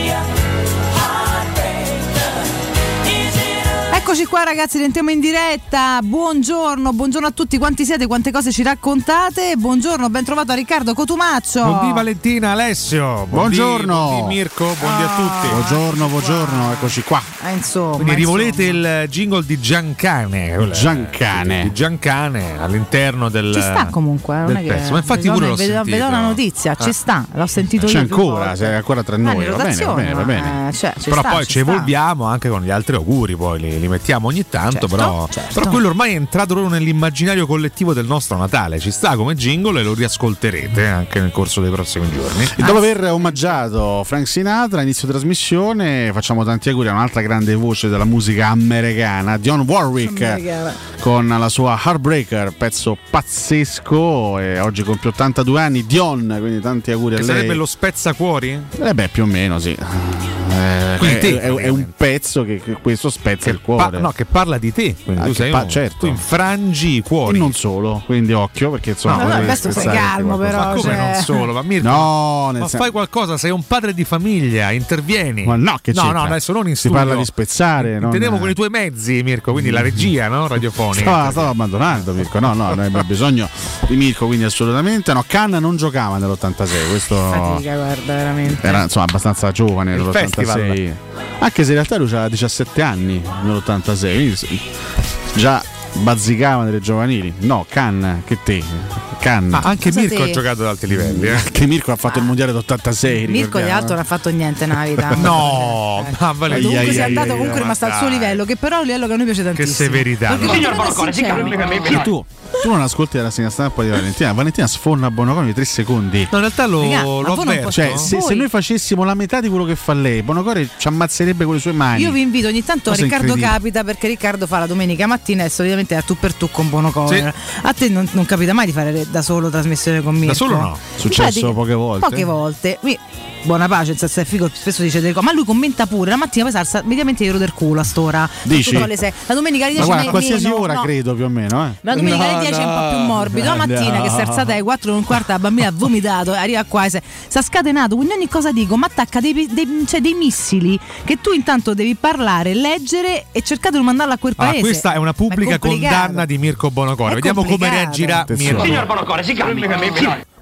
Eccoci qua ragazzi, entriamo in diretta. Buongiorno, buongiorno a tutti, quanti siete, quante cose ci raccontate. Buongiorno, ben trovato a Riccardo Cotumaccio. Buondì Valentina, Alessio. Buongiorno. Buondì Mirko, buondì Ah. a tutti. Buongiorno, buongiorno, eccoci qua. Eh, insomma, Quindi rivolete insomma. il jingle di Giancane. Giancane. Di Giancane all'interno del Ci sta comunque, non del è che pezzo. Ma infatti vedo, pure l'ho vedo, sentito. vedo la notizia, ci Ah. sta, l'ho sentito C'è io. più ancora, volte. sei ancora tra noi, Eh, va bene, va bene, va bene. eh, cioè, ci Però sta, poi ci ci sta. evolviamo anche con gli altri auguri, poi li, li mettiamo ogni tanto, Certo, però, certo. però quello ormai è entrato proprio nell'immaginario collettivo del nostro Natale, ci sta come jingle e lo riascolterete anche nel corso dei prossimi giorni. E dopo aver omaggiato Frank Sinatra a inizio trasmissione, facciamo tanti auguri a un'altra grande voce della musica americana, Dionne Warwick, Americana. con la sua Heartbreaker, pezzo pazzesco, e oggi compie ottantadue anni Dionne, quindi tanti auguri Che a lei. sarebbe lo spezzacuori? Eh beh, più o meno sì. Eh, Quindi è, te, è- è un pezzo che, che questo spezza il Pa- cuore. no, che parla di te, quindi Ah, tu che sei pa- uno- certo. tu infrangi i cuori. E non solo, quindi occhio perché insomma. No, no, potrei questo stai spezzare calmo, qualcosa. però, Ma come cioè- non solo? Ma Mirko, No, nel ma sen- fai qualcosa, sei un padre di famiglia, intervieni. Ma no, che no, c'entra? no, adesso non in Si studio. parla di spezzare. non- Intendevo con i tuoi mezzi, Mirko, quindi la regia, no? Radiofonica. Stava, stava abbandonando Mirko, no, no, noi abbiamo bisogno di Mirko, quindi assolutamente no. Canna non giocava nell'ottantasei, questo Fatica, guarda, veramente. era insomma abbastanza giovane Il nell'ottantasei. festival. Anche se in realtà lui aveva diciassette anni nell'ottantasei, quindi s- già bazzicava nelle giovanili. No, Canna, che te? Canna. Ah, anche Cosa Mirko te? ha giocato ad alti livelli, eh? Anche Mirko ha fatto il mondiale d'ottantasei. Mirko di ricordiamo, altro eh. non ha fatto niente nella vita. No, Eh. ma Valeria, Dovunque ai, sia ai, andato, ai, comunque è ma rimasto al suo dai. livello, che però è un livello che a noi piace Che tantissimo. severità. Perché no? signor Bonocore, si Che tu, tu non ascolti la rassegna stampa di Valentina. Valentina sfonda Bonocore di tre secondi. No, in realtà lo, Raga, ma lo voi non avverto. potete- Cioè, se, Voi- se noi facessimo la metà di quello che fa lei, Bonocore ci ammazzerebbe con le sue mani. Io vi invito ogni tanto a Cosa Riccardo incredibile. Capita, perché Riccardo fa la domenica mattina e solitamente è a tu per tu con Bonocore. Sì. A te non, non capita mai di fare da solo trasmissione con Mirko? solo no. Successo In pratica- poche volte. Poche volte. Mi- buona pace, nel senso è figo, spesso dice delle cose, ma lui commenta pure. La mattina poi salsa mediamente io del culo a st'ora. Dici? Soprattutto alle sei. La domenica alle Ma dieci guarda, a me- qualsiasi meno, ora no. credo più o meno, eh. La domenica alle No, dieci è un po' più no. morbido. La mattina No. che si è alzata alle quattro e un quarto, la bambina ha vomitato, arriva qua e si si è scatenato. Quindi ogni cosa dico, ma attacca dei, dei, cioè dei missili che tu intanto devi parlare, leggere e cercare di mandarlo a quel Ah, paese. questa è una pubblica Ma è complicato. condanna di Mirko Bonocore. È Vediamo come complicato. reagirà Attenzione. Mirko. Signor Bonocore, si calmi.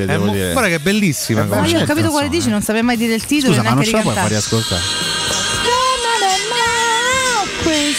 incredibile, devo mo- dire. guarda che è bellissima. Ma io ho capito quale dici, non sapevo mai dire il titolo. Scusa, ma non neanche ce la puoi far ricantare. riascoltare?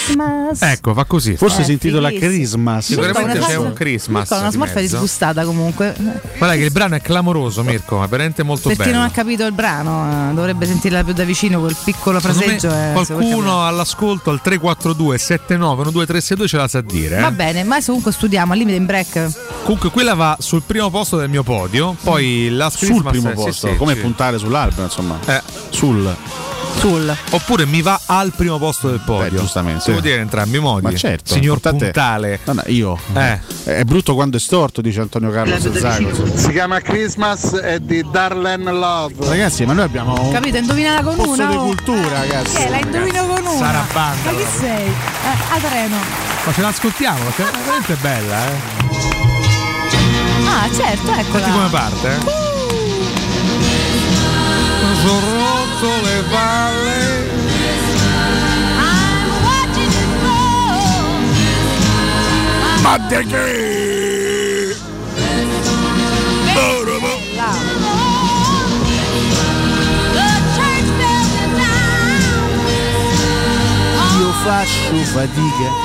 Christmas. Ecco, fa così. Forse Eh, si intitola fighissimo. Christmas. Sicuramente Mirko, c'è una un Christmas. Mirko ha una di smorfia mezzo. disgustata comunque. Guarda che il brano è clamoroso, Mirko, è veramente molto Per chi bello. non ha capito il brano, eh, dovrebbe sentirla più da vicino, quel piccolo Secondo me fraseggio. eh, se vuoi qualcuno all'ascolto al tre quattro due sette nove uno due tre sei due ce la sa dire. capire. eh. Va bene, ma adesso comunque studiamo al limite in break. Comunque quella va sul primo posto del mio podio, poi la Sul primo sì, posto, sì, come sì. puntare sull'albero, insomma. Eh. Sul. Sul. Oppure mi va al primo posto del podio. Beh, giustamente. Si può dire in entrambi i modi. Ma certo, signor importante- Puntale. No, no, io. Eh. È brutto quando è storto, dice Antonio Carlo Zazzago. Si chiama Christmas e di Darlene Love. Ragazzi, ma noi abbiamo un Capito? Indovinala con pozzo una. di oh. cultura, ragazzi. Che la indovino con una. Sarà banda, Ma chi proprio. sei? Eh, a treno. Ma ce l'ascoltiamo perché è veramente bella, eh. Ah, certo, eccola. Senti come parte, eh. Sono rotto le palle. Ma de che? Io faccio fatica.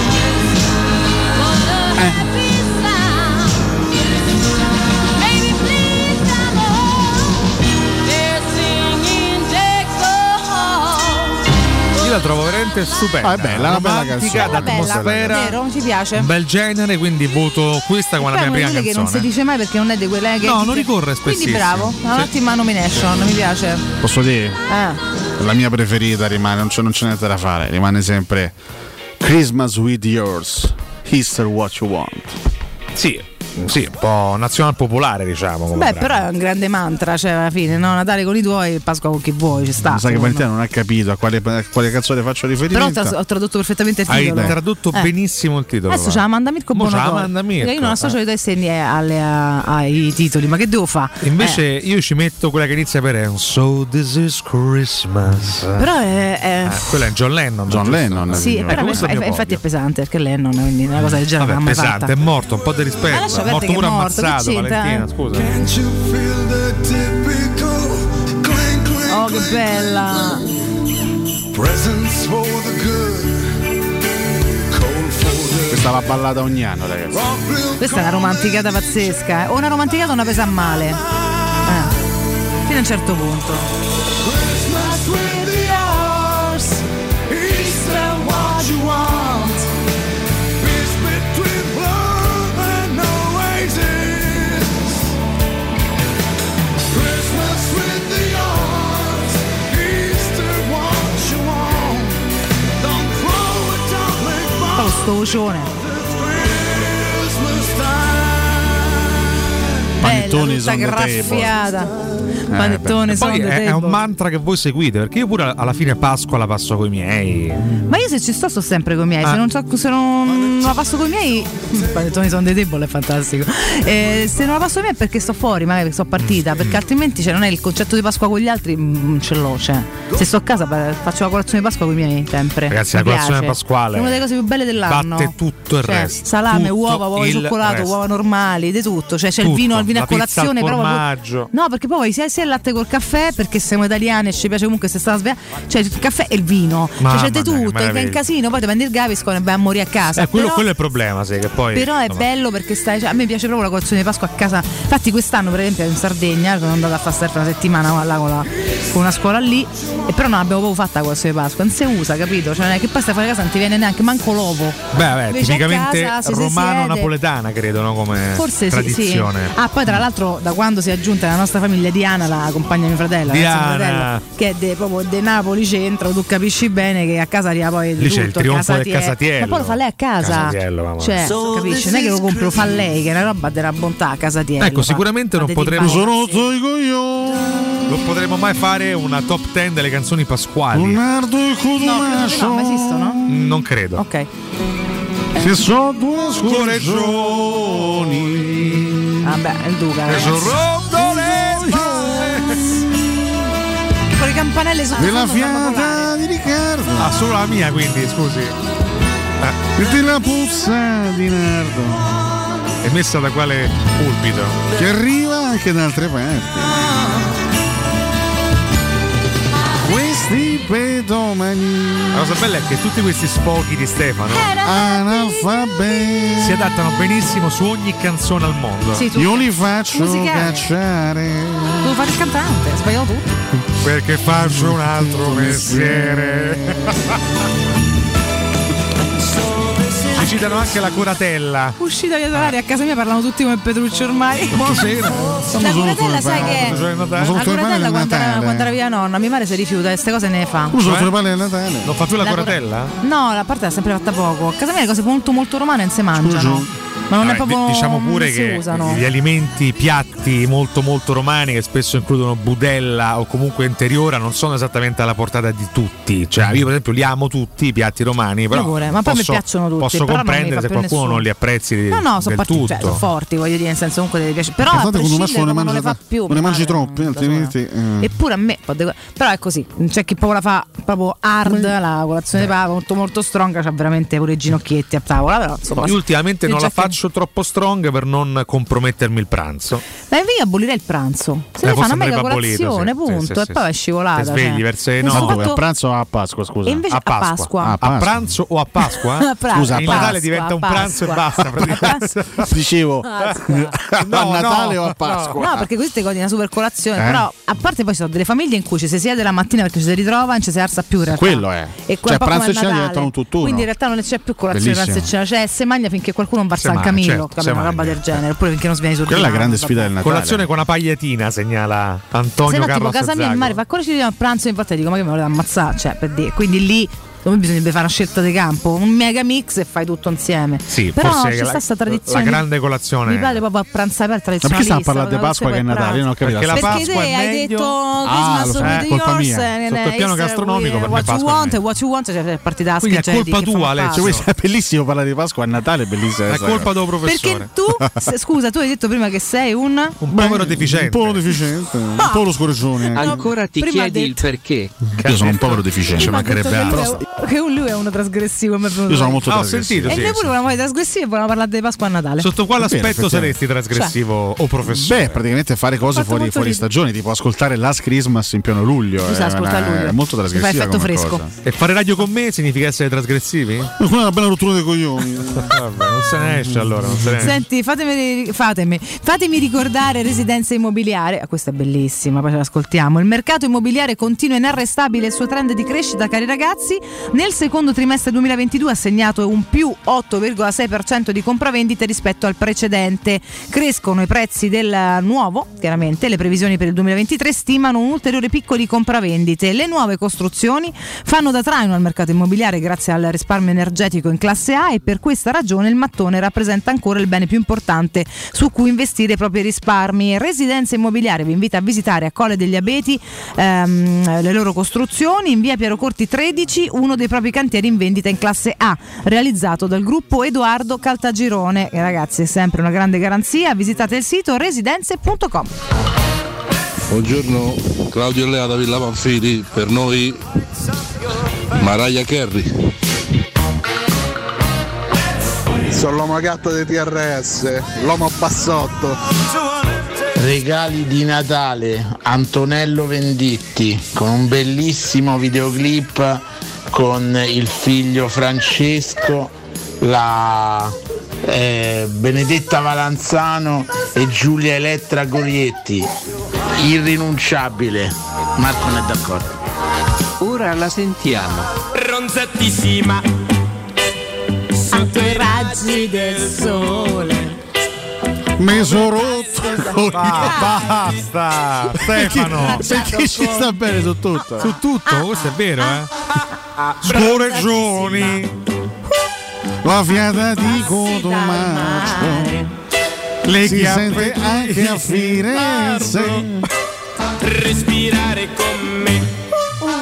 Io la trovo veramente stupenda. Ah, è bella, una bella romantica, canzone. d'atmosfera, Vero, ci piace. un bel genere, quindi voto questa come la Poi mia è una prima di quelle che non si canzone. dice mai perché non è di quelle che No, non dice- ricorre Quindi spessissimo. bravo, è un'ottima nomination, mi piace. Posso dire? Eh. La mia preferita rimane, non c'è, non c'è niente da fare, rimane sempre Christmas with yours, Easter what you want. Sì, sì, un po' nazional popolare, diciamo. come Beh, brano. però è un grande mantra, cioè alla fine, no? Natale con i tuoi, Pasqua con chi vuoi, ci sta. Mi sa che secondo Valentina non ha capito a quale, a quale canzone faccio me. Però riferimento. ho tras- ho tradotto perfettamente il Hai titolo. tradotto Eh. benissimo il titolo. Adesso va. ce la manda Mirko Mo ce la Bonocore. manda Mirko, Io non associo eh. i tuoi segni alle- a- ai titoli, ma che devo fare? Invece io ci metto quella che inizia per And So This Is Christmas. Però è. è- Eh, quella è John Lennon. John giusto? Lennon. sì, Ecco, però questo è il mio infatti è podio. pesante perché lei non è quindi una cosa del genere Vabbè, non l'ha mai pesante, fatta. è morto, un po' di rispetto. Ma lascia È perdere morto che è pure morto, che ammazzato, c'entra? Valentina, scusa. Oh, che bella! Questa va ballata ogni anno, ragazzi. Questa è una romanticata pazzesca, eh. O una romanticata o una pesa a male. Eh. Fino a un certo punto. Poi sto vocione. Panettoni Bella, tutta on the table. graffiata. Eh, Panettone beh. sono Poi the è, è un table. mantra che voi seguite, perché io pure alla fine Pasqua la passo coi miei. Ma io se ci sto sto sempre con i miei, Ah. se non, so- se non la passo con i miei, panettoni sono dei deboli, è fantastico. Eh, se non la passo con i miei è perché sto fuori, magari perché sto partita, perché altrimenti cioè, non è il concetto di Pasqua con gli altri, mm, non ce l'ho. Cioè. Se sto a casa beh, faccio la colazione di Pasqua con i miei sempre. Ragazzi, Mi la colazione piace. pasquale è una delle cose più belle dell'anno. batte tutto il Cioè, resto. salame, Tutto uova, uova di il cioccolato, resto. uova normali, di tutto. Cioè c'è il Tutto. vino, il vino a La pizza al colazione, però proprio- formaggio. no, perché poi sia, sia il latte col caffè, perché siamo italiani e ci piace comunque se sta a svegliare. Cioè il caffè e il vino. Mamma Cioè c'è di mia, tutto, è meraviglia. un casino, poi ti prendi il Gaviscon e vai a morire a casa. Eh, quello, però, quello è il problema, sì, che poi. però è insomma, bello perché stai. Cioè, a me piace proprio la colazione di Pasqua a casa. Infatti quest'anno, per esempio, in Sardegna, sono andata a fare surf una settimana là con, la, con una scuola lì. E però non abbiamo proprio fatta la colazione di Pasqua. Non si usa, capito? Cioè, che poi stai fuori casa non ti viene neanche manco l'ovo. Beh, vabbè, Invece a tipicamente casa, se si romano-napoletana, credo, no? Come Forse sì, sì. tradizione. Ah, poi tra l'altro da quando si è aggiunta la nostra famiglia Diana, la compagna di mio fratello, la ragazza di mio Diana. fratello, che è de, proprio de Napoli centro, tu capisci bene che a casa arriva poi di Lì c'è il tutto, trionfo del Casatiello. Casatiello. Ma poi lo fa lei a casa. Casatiello, mamma. Cioè, capisci? Non è che lo compro, lo fa lei, che è una roba della bontà a Casatiello. Ecco, fa- sicuramente fa non dei potremo. timpani. Non potremo mai fare una top dieci delle canzoni pasquali. Leonardo e No, credo di no, ma esistono? Non credo. Ok. Che so due scorreggioni. Vabbè, è il Duca. E sono ragazzi. rotto le palle. Con le campanelle sotto Della fondo fanno volare. fiata di Riccardo. Ah, solo la mia, quindi, scusi. E della puzza di Nardo. È messa da quale pulpito? Che arriva anche da altre parti. questi pedomani. La cosa bella è che tutti questi sfoghi di Stefano analfabeti si adattano benissimo su ogni canzone al mondo. Sì, tu- io li faccio musicale. cacciare. Devo fare il cantante, sbagliato tutto. Perché faccio un altro mestiere. Ci citano anche la curatella. Uscita via Solari, a casa mia parlano tutti come Petrucci ormai. Buonasera. La curatella, sai che la curatella quando era, quando era via nonna, mia madre si rifiuta, queste cose ne fa. Uso le palle del Natale. Non fa più la, La curatella? No, la parte l'ha sempre fatta poco. A casa mia le cose molto molto romane non si mangiano. Ma non Vabbè, è proprio. diciamo pure non si che usano. gli alimenti, i piatti molto molto romani che spesso includono budella o comunque interiora non sono esattamente alla portata di tutti. Cioè io per esempio li amo tutti i piatti romani, però pure, ma poi posso, mi piacciono tutti, posso però non mi comprendere fa se più qualcuno nessuno. non li apprezzi di, No, no, sono del parti, tutto. cioè, sono forti, voglio dire, nel senso comunque ti piace. Però a Pensate che uno prescindere ne non le mangia, fa più. non ne mangi mia madre, troppi, altrimenti. eh. Eppure a me, però è così, c'è chi proprio la fa proprio hard, la colazione di papa molto molto strong, c'ha veramente pure i ginocchietti a tavola, però insomma. Io ultimamente io non già la che- faccio troppo strong per non compromettermi il pranzo. Dai, io abolirei il pranzo. Se Eh, ne fa forse una mega andrebbe abolito, colazione, sì, punto. sì, sì, e sì, poi va sì. scivolata. Ti svegli cioè. verso le Non nove. so No, fatto- a pranzo o a Pasqua, scusa. E invece a Pasqua. a Pasqua. Ah, A Pasqua. pranzo o a Pasqua? A pranzo, Scusa, a il Pasqua. Natale diventa un pranzo e basta praticamente. Dicevo Pasqua. a No, Natale no, o a Pasqua? No, perché questi ti godi una super colazione. Eh? Però, a parte poi ci sono delle famiglie in cui ci si siede la mattina perché ci si ritrova, non ci si alza più in realtà. Quello è. E Cioè, un po' come pranzo e a cena Natale. diventano un tutt'uno. Quindi in realtà non c'è più colazione, Bellissimo. pranzo e cena. Cioè, se mangia finché qualcuno non barsa Se il mangia, Camillo, certo, capito? se Una roba mangia. del genere. Oppure finché non si viene sul Quella è la divano, grande sfida del Natale. Colazione con una pagliatina, segnala Antonio Se no, tipo Carlo casa mia il Sazzago. mare fa ancora ci vediamo a pranzo, infatti dico ma che mi volete ammazzare, cioè per dire. Quindi lì come bisognerebbe fare una scelta di campo, un mega mix e fai tutto insieme. Sì, però forse c'è la, sta sta tradizione. la grande colazione. Mi pare proprio a pranzare per Ma perché tradizionalista. stiamo a parlare di Pasqua che è Natale? Io non ho capito. Perché la Perché Pasqua te è hai meglio. detto Ah, lo so, Christmas è with colpa yours mia. and Sotto il piano Easter gastronomico with per me what you Pasqua è want, meglio. what you want, cioè è partita la Quindi è scheggia di colpa chi fa tua, un Alessio. pasto. Cioè, questo è bellissimo parlare di Pasqua a Natale, è bellissimo. È colpa del professore. Perché tu, se- scusa, tu hai detto prima che sei un Un povero deficiente. Un povero deficiente, un povero scorreggione. Ancora ti prima ha chiedi il detto- perché? Io sono un povero deficiente, ci Prima ha detto mancherebbe che altro. lui è- che lui è uno trasgressivo. mi è venuto Io sono da- molto Ah, ho trasgressivo. sentito, E sì, noi pure sì. volevamo fare trasgressivi e volevamo parlare di Pasqua a Natale. Sotto quale Va bene, aspetto effettivamente. saresti trasgressivo o professore? Beh, praticamente fare cose Fatto fuori, molto fuori ridere. stagione, tipo ascoltare Last Christmas in pieno luglio. Tu sai È, ascoltare una- luglio. è molto Mi fa trasgressiva effetto come fresco. cosa. E fare radio con me significa essere trasgressivi? È una bella rottura dei coglioni. Vabbè, non se ne esce allora, non se ne esce. Senti, fatemi, fatemi, fatemi ricordare Residenza Immobiliare. Ah, questa è bellissima, poi ce l'ascoltiamo. Il mercato immobiliare continua inarrestabile il suo trend di crescita, cari ragazzi. Nel secondo trimestre duemilaventidue ha segnato un più otto virgola sei per cento di compravendite rispetto al precedente. Crescono i prezzi del nuovo, chiaramente. Le previsioni per il duemilaventitré stimano un ulteriore picco di compravendite. Le nuove costruzioni fanno da traino al mercato immobiliare grazie al risparmio energetico in classe A e per questa ragione il mattone rappresenta ancora il bene più importante su cui investire i propri risparmi. Residenza Immobiliare vi invita a visitare a Colle degli Abeti ehm, le loro costruzioni in via Piero Corti tredici, uno dei propri cantieri in vendita in classe A, realizzato dal gruppo Edoardo Caltagirone. E ragazzi, è sempre una grande garanzia. Visitate il sito residenze punto com. Buongiorno, Claudio Lea da Villa Panfili, per noi Mariah Carey. Sono l'uomo gatto dei T R S, l'uomo bassotto. Regali di Natale, Antonello Venditti, con un bellissimo videoclip con il figlio Francesco, la eh, Benedetta Valanzano e Giulia Elettra Gorietti. Irrinunciabile. Marco non è d'accordo. Ora la sentiamo. Ronzettissima Sotto i raggi del sole. Mi sono rotto. Basta, Stefano. Perché ci sta bene su tutto? Su tutto, questo è vero, eh? Scorreggioni. La fiata di Cotomaccio Le si chiappe sente anche a Firenze. respirare con me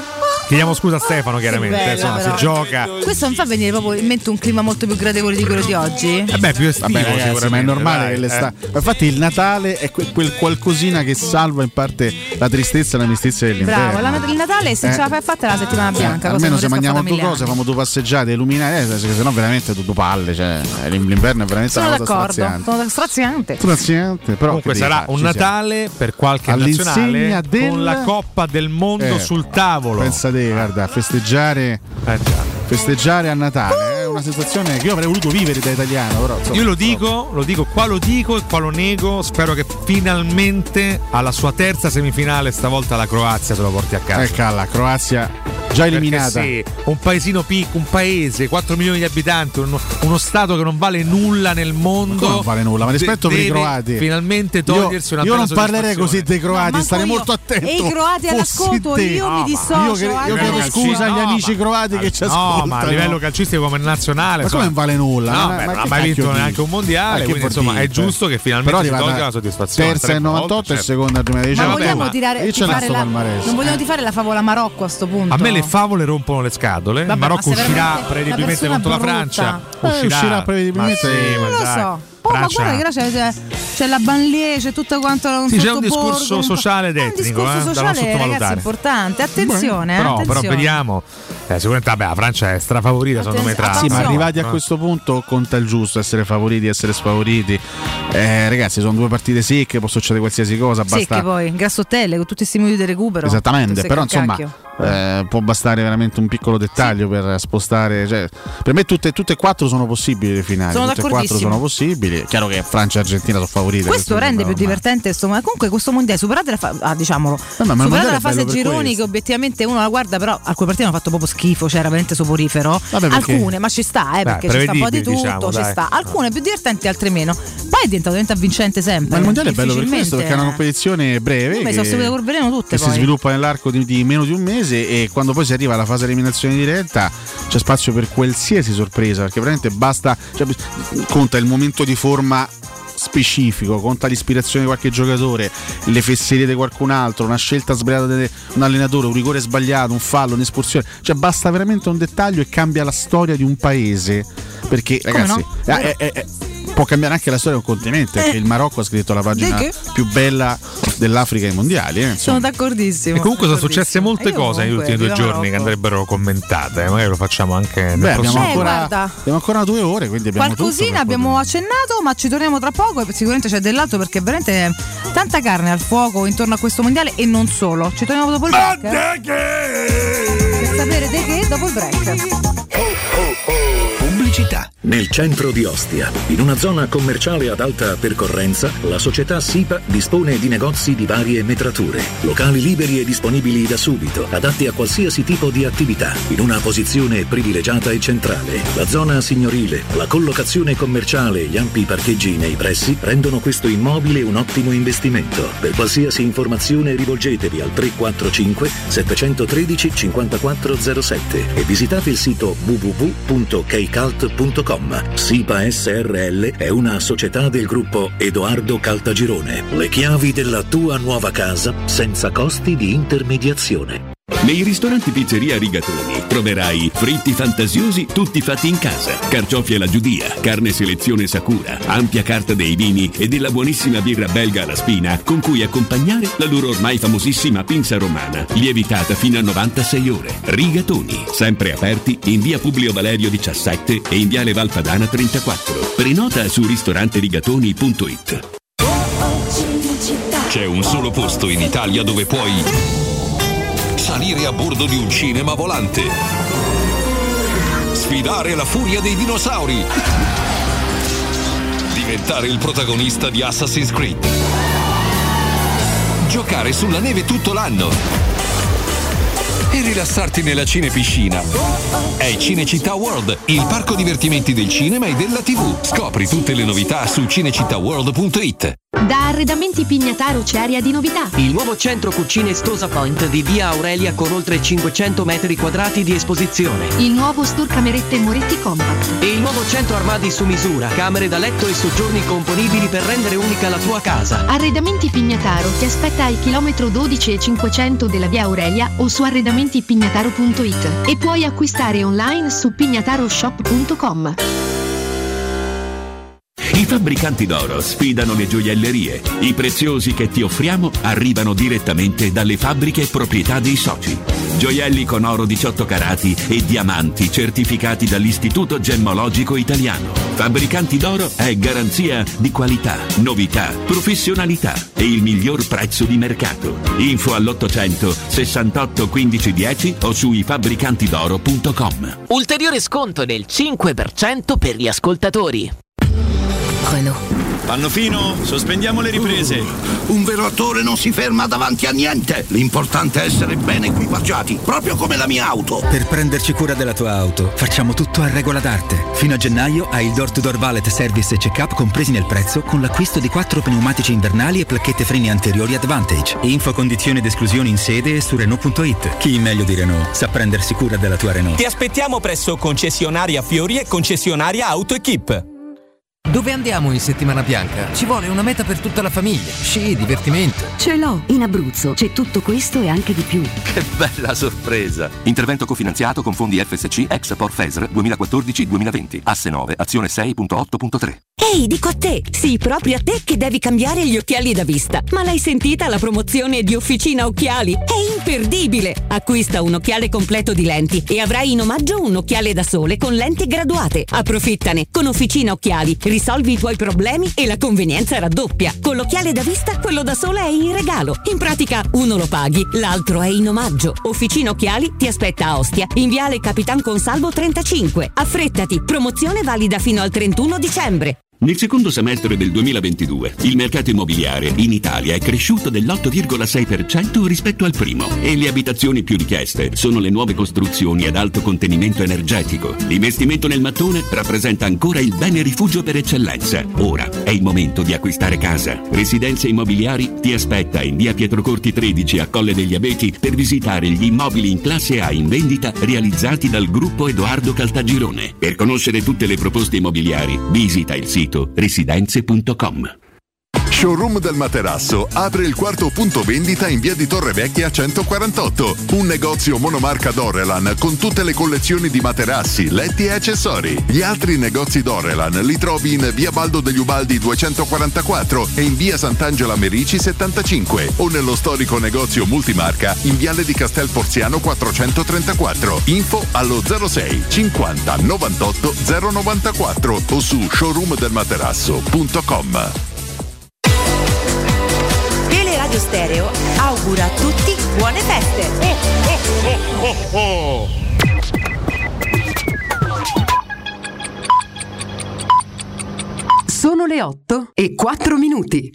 chiediamo scusa a Stefano chiaramente, bello, insomma, però. si gioca. Questo non fa venire proprio in mente un clima molto più gradevole di quello di oggi? Eh beh, più estivo. Vabbè, ragazzi, sicuramente, ma è normale dai, che l'estate. eh. Ma infatti il Natale è que- quel qualcosina che salva in parte la tristezza e la mistizia dell'inverno. Bravo, la- il Natale se Eh. ce la fai fatta è la settimana bianca. cosa Almeno non se riesco a mangiamo fare da due mille cose, anni. famo due passeggiate illuminate, eh, se no veramente due palle. Cioè, l'inverno è veramente Sono una cosa d'accordo, straziante. sono straziante. Straziante, però Comunque che sarà devi un fare, ci Natale per qualche All'insegna nazionale del- con la Coppa del Mondo Eh, sul tavolo. Pensa te, guarda, festeggiare, Eh, già. festeggiare a Natale è una sensazione che io avrei voluto vivere da italiano. Però, insomma, Io lo dico, lo dico, qua lo dico e qua lo nego. Spero che finalmente alla sua terza semifinale stavolta la Croazia se lo porti a casa. Ecco la Croazia già eliminata. Perché sì, un paesino piccolo, un paese, quattro milioni di abitanti, uno, uno stato che non vale nulla nel mondo. Come non vale nulla, ma rispetto per i deve croati. Finalmente togliersi io, una io bella non parlerei così dei croati, No, starei manco molto io. attento. E i croati Fossi all'ascolto, te. io mi No, dissocio. ma io, che- io anche- chiedo calcistico, scusa agli no, amici ma- croati che ci ascoltano. No, ma a livello calcistico come nazionale. Ma insomma, come non vale nulla? No, Ma- beh, ma non ha che mai vinto cacchio neanche dici? un mondiale, Eh, che quindi vuol insomma dire, è giusto che finalmente però si arrivata tolga la soddisfazione. terza nel Tre novantotto e volte, seconda nel duemiladiciotto. Ma vogliamo ma- tirare, io ce l'ho tifare sto la, palmarès. non vogliamo tifare la favola Marocco a sto punto? A me le favole rompono le scatole. Vabbè, Il Marocco ma sei uscirà veramente prevedibilmente una contro la persona Francia. brutta. Eh, uscirà prevedibilmente. Ma sì, Non ma lo dai. so. Oh, ma Francia- guarda che là c'è, c'è, c'è la banlieue, c'è tutto quanto un Sì, c'è un sottoborgo, discorso un- sociale ed è un etnico, discorso eh, da non sociale, ragazzi, sottovalutare. importante. Attenzione, eh, Però, però attenzione. vediamo. Eh, sicuramente vabbè, la Francia è strafavorita secondo me tra. Sì, ma Attenzione. arrivati a questo punto conta il giusto, essere favoriti, essere sfavoriti. Eh, ragazzi, sono due partite secche, può succedere qualsiasi cosa, Sì, basta. che poi Grassottelle con tutti questi minuti di recupero. Esattamente, Tu però sei insomma cacchio. eh, può bastare veramente un piccolo dettaglio per spostare. Cioè, per me tutte, tutte e quattro sono possibili le finali. Sono tutte e quattro d'accordissimo. sono possibili. È chiaro che Francia e Argentina sono favorite. Questo rende più divertente sto, ma comunque questo mondiale superate la, fa- ah, diciamolo, ma il superata mondiale la è fase bello per gironi questo. che obiettivamente uno la guarda, però alcune partite hanno fatto proprio schifo, cioè era veramente soporifero. Vabbè, perché- Alcune, ma ci sta, eh, Dai, perché ci sta un po' di tutto, prevedibili, diciamo, ci dai. sta. Alcune più divertenti, altre meno. Poi è diventato, diventa vincente sempre. Ma il mondiale è bello per questo, perché è una difficilmente- competizione breve Io mi che, sono seguita col veleno tutte che si poi. sviluppa nell'arco di, di meno di un mese, e quando poi si arriva alla fase eliminazione diretta c'è spazio per qualsiasi sorpresa, perché veramente basta, cioè, conta il momento di forma specifico, conta l'ispirazione di qualche giocatore, le fesserie di qualcun altro, una scelta sbagliata di un allenatore, un rigore sbagliato, un fallo, un'espulsione, cioè basta veramente un dettaglio e cambia la storia di un paese, perché Come ragazzi no? eh, eh, eh, può cambiare anche la storia di un continente, perché il Marocco ha scritto la pagina Di che? più bella dell'Africa ai mondiali, eh, Sono insomma. d'accordissimo. E comunque sono d'accordissimo. successe molte E io cose negli comunque, ultimi due viva giorni Marocco. che andrebbero commentate. eh, Magari lo facciamo anche nel Beh, abbiamo prossimo. Eh, ancora, guarda. abbiamo ancora due ore, quindi abbiamo tutto Qualcosina per abbiamo poter- accennato, ma ci torniamo tra poco e sicuramente c'è dell'altro, perché veramente tanta carne al fuoco intorno a questo mondiale e non solo. Ci torniamo dopo il break. eh? Per sapere di che dopo il break. Pubblicità. Nel centro di Ostia, in una zona commerciale ad alta percorrenza, la società SIPA dispone di negozi di varie metrature, locali liberi e disponibili da subito, adatti a qualsiasi tipo di attività, in una posizione privilegiata e centrale. La zona signorile, la collocazione commerciale e gli ampi parcheggi nei pressi rendono questo immobile un ottimo investimento. Per qualsiasi informazione rivolgetevi al tre quattro cinque sette uno tre cinque zero sette e visitate il sito w w w punto keycult punto com. SIPA S R L è una società del gruppo Edoardo Caltagirone. Le chiavi della tua nuova casa senza costi di intermediazione. Nei ristoranti Pizzeria Rigatoni troverai fritti fantasiosi tutti fatti in casa, carciofi alla giudia, carne selezione Sakura, ampia carta dei vini e della buonissima birra belga alla spina con cui accompagnare la loro ormai famosissima pinza romana, lievitata fino a novantasei ore. Rigatoni, sempre aperti in via Publio Valerio diciassette e in viale Valpadana trentaquattro. Prenota su ristoranterigatoni punto it. C'è un solo posto in Italia dove puoi salire a bordo di un cinema volante, sfidare la furia dei dinosauri, diventare il protagonista di Assassin's Creed, giocare sulla neve tutto l'anno e rilassarti nella cinepiscina. È Cinecittà World, il parco divertimenti del cinema e della tivù. Scopri tutte le novità su cinecittà world punto it. Da Arredamenti Pignataro c'è aria di novità. Il nuovo centro cucine Stosa Point di via Aurelia con oltre cinquecento metri quadrati di esposizione. Il nuovo store camerette Moretti Compact. E il nuovo centro armadi su misura, camere da letto e soggiorni componibili per rendere unica la tua casa. Arredamenti Pignataro ti aspetta al chilometro dodici e cinquecento della via Aurelia o su arredamenti pignataro punto it e puoi acquistare online su pignataroshop punto com. I fabbricanti d'oro sfidano le gioiellerie. I preziosi che ti offriamo arrivano direttamente dalle fabbriche e proprietà dei soci. Gioielli con oro diciotto carati e diamanti certificati dall'Istituto Gemmologico Italiano. Fabbricanti d'oro è garanzia di qualità, novità, professionalità e il miglior prezzo di mercato. Info all'ottocento sessantotto quindici dieci o su i fabbricanti d'oro punto com. Ulteriore sconto del cinque per cento per gli ascoltatori. Renault. Panno fino, sospendiamo le riprese. Uh, un vero attore non si ferma davanti a niente. L'importante è essere ben equipaggiati, proprio come la mia auto. Per prenderci cura della tua auto, facciamo tutto a regola d'arte. Fino a gennaio hai il door-to-door valet service e check-up compresi nel prezzo con l'acquisto di quattro pneumatici invernali e placchette freni anteriori Advantage. Info, condizioni ed esclusioni in sede e su Renault punto it. Chi meglio di Renault sa prendersi cura della tua Renault. Ti aspettiamo presso concessionaria Fiori e concessionaria Auto Equip. Dove andiamo in settimana bianca? Ci vuole una meta per tutta la famiglia. Sci, divertimento. Ce l'ho, in Abruzzo c'è tutto questo e anche di più. Che bella sorpresa! Intervento cofinanziato con fondi F S C ex Porfeser duemilaquattordici duemilaventi. Asse nove, azione sei punto otto punto tre. Ehi, dico a te, sì, proprio a te che devi cambiare gli occhiali da vista. Ma l'hai sentita la promozione di Officina Occhiali? È imperdibile! Acquista un occhiale completo di lenti e avrai in omaggio un occhiale da sole con lenti graduate. Approfittane! Con Officina Occhiali risolvi i tuoi problemi e la convenienza raddoppia. Con l'occhiale da vista, quello da sole è in regalo. In pratica, uno lo paghi, l'altro è in omaggio. Officina Occhiali ti aspetta a Ostia, in viale Capitan Consalvo trentacinque. Affrettati, promozione valida fino al trentuno dicembre. Nel secondo semestre del duemilaventidue il mercato immobiliare in Italia è cresciuto dell'otto virgola sei per cento rispetto al primo e le abitazioni più richieste sono le nuove costruzioni ad alto contenimento energetico. L'investimento nel mattone rappresenta ancora il bene rifugio per eccellenza. Ora è il momento di acquistare casa. Residenze Immobiliari ti aspetta in via Pietrocorti tredici a Colle degli Abeti per visitare gli immobili in classe A in vendita realizzati dal gruppo Edoardo Caltagirone. Per conoscere tutte le proposte immobiliari visita il sito residenze punto com. Showroom del Materasso apre il quarto punto vendita in via di Torrevecchia centoquarantotto. Un negozio monomarca Dorelan con tutte le collezioni di materassi, letti e accessori. Gli altri negozi Dorelan li trovi in via Baldo degli Ubaldi duecentoquarantaquattro e in via Sant'Angela Merici settantacinque o nello storico negozio multimarca in viale di Castel Porziano quattrocentotrentaquattro. Info allo zero sei cinquanta novantotto zero novantaquattro o su showroom del materasso punto com. Radio Stereo augura a tutti buone feste. Oh, oh, oh, oh. Sono le otto e quattro minuti.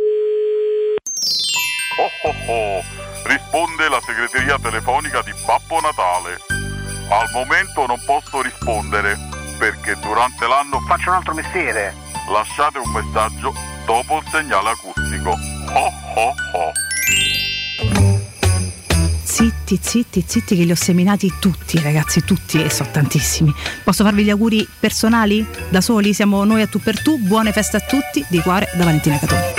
Oh, oh, oh. Risponde la segreteria telefonica di Babbo Natale. Al momento non posso rispondere perché durante l'anno faccio un altro mestiere. Lasciate un messaggio dopo il segnale acustico. Oh, oh, oh. Zitti, zitti, zitti che li ho seminati tutti, ragazzi, tutti, e so tantissimi. Posso farvi gli auguri personali? Da soli? Siamo noi a tu per tu. Buone feste a tutti, di cuore, da Valentina Catoni.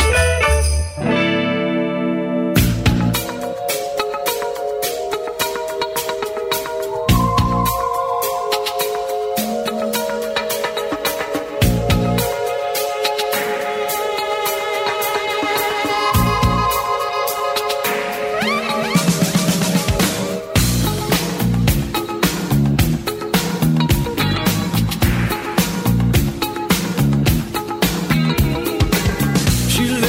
She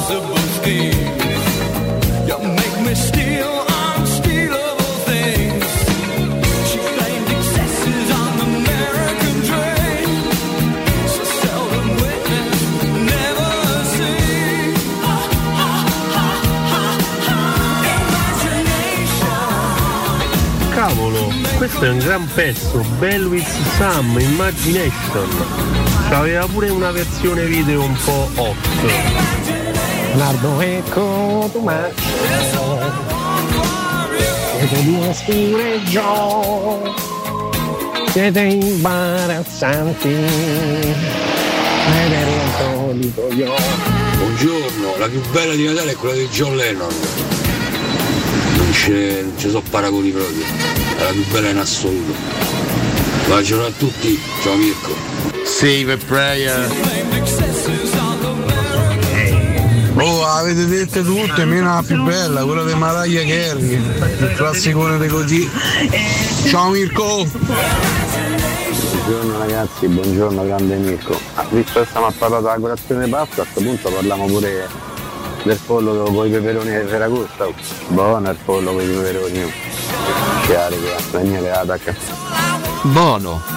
impossible scheme. You make me steal unstealable things. She blamed excesses on the American dream. So seldom witnessed, never seen. Ah, ah, ah, ah, ah. Imagination. Cavolo, questo è un gran pezzo, Bell with Sam, Imagination. C'aveva pure una versione video un po' hot. Nardo ecco tu ma siete due scureggio, siete imbarazzanti, vederlo dico io. Buongiorno, la più bella di Natale è quella di John Lennon. Non c'è, non ci sono paragoni proprio, è la più bella in assoluto. Buongiorno a tutti, ciao Mirko. Save a prayer. Oh, avete dette tutte, meno la più bella, quella di Mariah Carey, il classicone di così. Ciao Mirko! Buongiorno ragazzi, buongiorno grande Mirko. Ah, visto che stiamo a parlare della colazione di Pasqua, a questo punto parliamo pure del pollo con i peperoni di Ferragosta. Buono il pollo con i peperoni. Chiaro che la mia le attacca. Buono.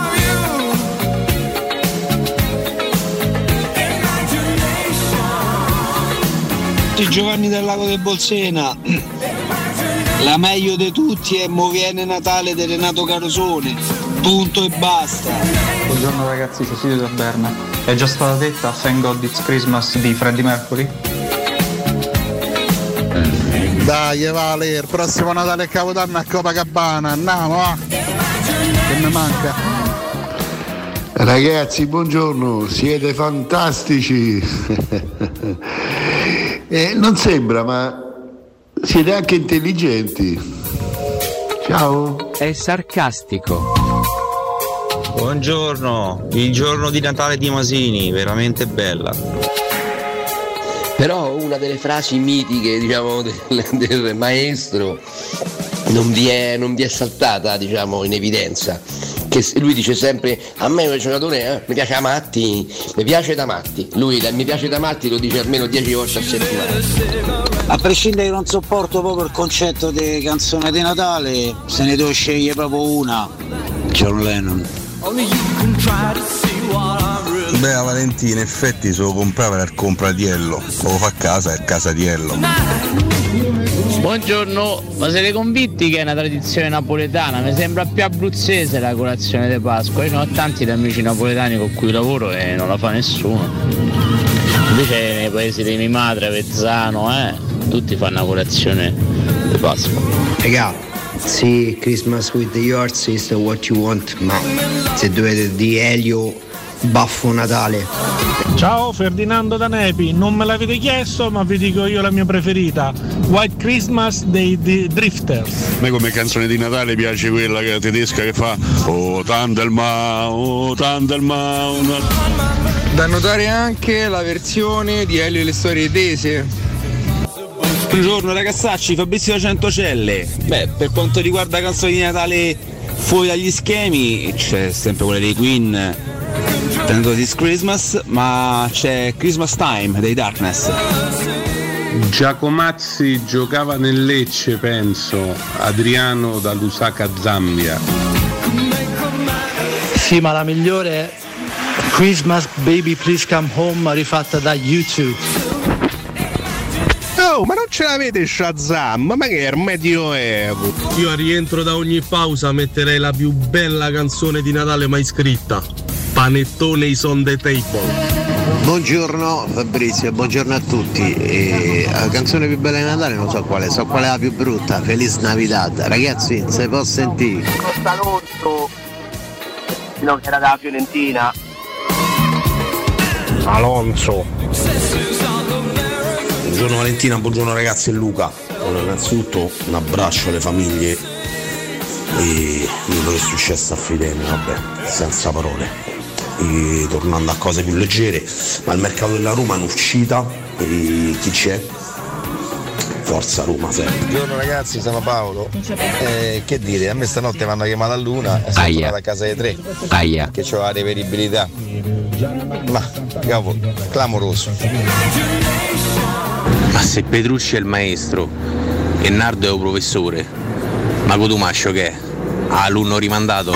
Giovanni del Lago del Bolsena, la meglio di tutti è Mo viene Natale di Renato Carosone, punto e basta. Buongiorno ragazzi, Cecilia da Berna. È già stata detta Thank God It's Christmas di Freddie Mercury? Dai Vale, il prossimo Natale e Capodanno a Copacabana, andiamo va! Che mi manca? Ragazzi, buongiorno, siete fantastici. Eh, non sembra, ma siete anche intelligenti. Ciao. È sarcastico. Buongiorno, il giorno di Natale di Masini, veramente bella. Però una delle frasi mitiche, diciamo, del, del maestro non vi è, non vi è saltata, diciamo, in evidenza. Che lui dice sempre: a me un giocatore eh, mi piace da matti, mi piace da matti. Lui mi piace da matti lo dice almeno dieci volte a settimana. A prescindere che non sopporto proprio il concetto di canzone di Natale, se ne devo scegliere proprio una. John Lennon. Beh, a Valentina, in effetti se lo comprava era il compratiello, se lo fa a casa è il casatiello. Buongiorno, ma siete convinti che è una tradizione napoletana? Mi sembra più abruzzese la colazione di Pasqua. Io ho tanti amici napoletani con cui lavoro e non la fa nessuno. Invece nei paesi di mia madre, Vezzano, eh, tutti fanno la colazione di Pasqua. Raga, sì, Christmas with the Yours is what you want, ma se dovete di Elio, baffo Natale. Ciao Ferdinando da Nepi, non me l'avete chiesto ma vi dico io la mia preferita, White Christmas dei The Drifters. A me come canzone di Natale piace quella che tedesca che fa Oh Tandelma, oh Tandelma. Da notare anche la versione di Elio e le storie tese. Buongiorno ragazzacci, Fabrizio da Centocelle. Beh, per quanto riguarda canzoni di Natale fuori dagli schemi, c'è sempre quella dei Queen, Thank God It's Christmas, ma c'è Christmas Time dei Darkness. Giacomazzi giocava nel Lecce, penso. Adriano da Lusaka, Zambia. Sì, ma la migliore è Christmas Baby Please Come Home, rifatta da YouTube. Oh, ma non ce l'avete Shazam? Ma che è il medioevo? Io a rientro da ogni pausa metterei la più bella canzone di Natale mai scritta, Panettone is on the table. Buongiorno Fabrizio, buongiorno a tutti. E la canzone più bella di Natale non so quale, so qual è la più brutta, Feliz Navidad. Ragazzi, se posso sentire. Costa Alonso, no, che era della Fiorentina. Alonso. Buongiorno Valentina, buongiorno ragazzi, è Luca. Allora, innanzitutto un abbraccio alle famiglie e quello che è successo a Fidene, vabbè, senza parole. E tornando a cose più leggere, ma il mercato della Roma è un'uscita, e chi c'è? Forza Roma sempre. Buongiorno ragazzi, sono Paolo. Eh, che dire, a me stanotte mi hanno chiamato a Luna e sono Aia. tornato a casa dei tre. Aia. Che c'ho la reperibilità. Ma, cavolo, clamoroso. Ma se Petrucci è il maestro e Nardo è un professore, ma Cotumascio che è? Alunno rimandato?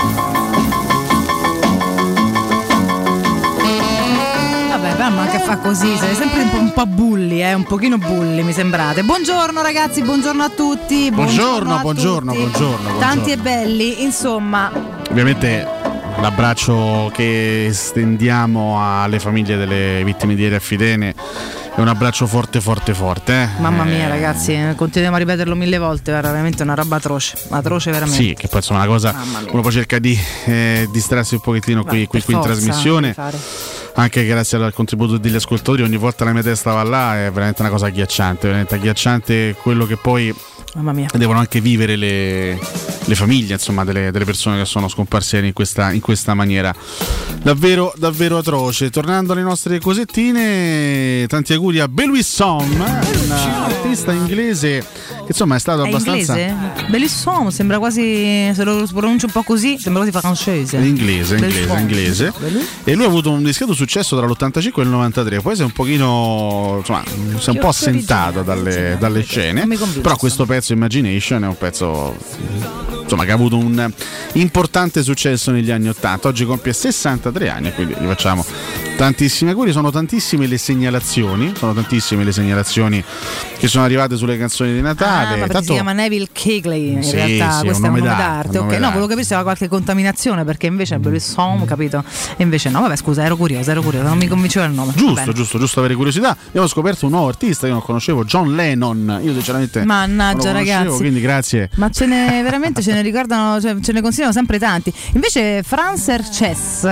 Vabbè, però anche a fa così, siete sempre un po', un po' bulli, eh, un pochino bulli mi sembrate. Buongiorno ragazzi, buongiorno a tutti. Buongiorno, a buongiorno, tutti. buongiorno, buongiorno. Tanti e belli, insomma. Ovviamente l'abbraccio che stendiamo alle famiglie delle vittime di ieri a Fidene è un abbraccio forte forte forte eh? Mamma mia eh, ragazzi, continuiamo a ripeterlo mille volte, era veramente una roba atroce, atroce veramente. Sì, che poi insomma una cosa, uno poi cerca di eh, distrarsi un pochettino qui, Beh, qui, qui in forza, trasmissione, anche grazie al contributo degli ascoltatori. Ogni volta la mia testa va là, è veramente una cosa agghiacciante, veramente agghiacciante quello che poi Mamma mia. devono anche vivere le, le famiglie, insomma, delle, delle persone che sono scomparse in questa, in questa maniera davvero davvero atroce. Tornando alle nostre cosettine, tanti auguri a Beluisson, un artista inglese che insomma è stato È abbastanza inglese? Bellissimo, sembra quasi, se lo pronuncio un po' così, sembra quasi francese. È inglese, inglese, Bellissimo. inglese. E lui ha avuto un discreto successo tra l'ottantacinque e il novantatré, poi si è un pochino, insomma, si è un po' assentato dalle, dalle scene, però questo pezzo Imagination è un pezzo insomma che ha avuto un importante successo negli anni ottanta. Oggi compie sessantatré anni e quindi gli facciamo tantissimi auguri. Sono tantissime le segnalazioni, sono tantissime le segnalazioni che sono arrivate sulle canzoni di Natale. Ah, ma perché Tanto si chiama Neville Kegley in Sì, realtà, sì, questo è è un un nome nome d'arte, d'arte. un nome Ok, no, d'arte. volevo capire se aveva qualche contaminazione perché invece è Bellissimo, capito? E invece no, vabbè scusa, ero curiosa, ero curiosa, non mi convinceva il nome. Giusto, Bene. giusto, giusto avere curiosità. Abbiamo scoperto un nuovo artista, io non conoscevo, John Lennon. Io sinceramente Mannaggia, non lo conoscevo, ragazzi. quindi grazie. Ma ce ne veramente ce ne ricordano, cioè, ce ne consigliano sempre tanti. Invece Francer Chess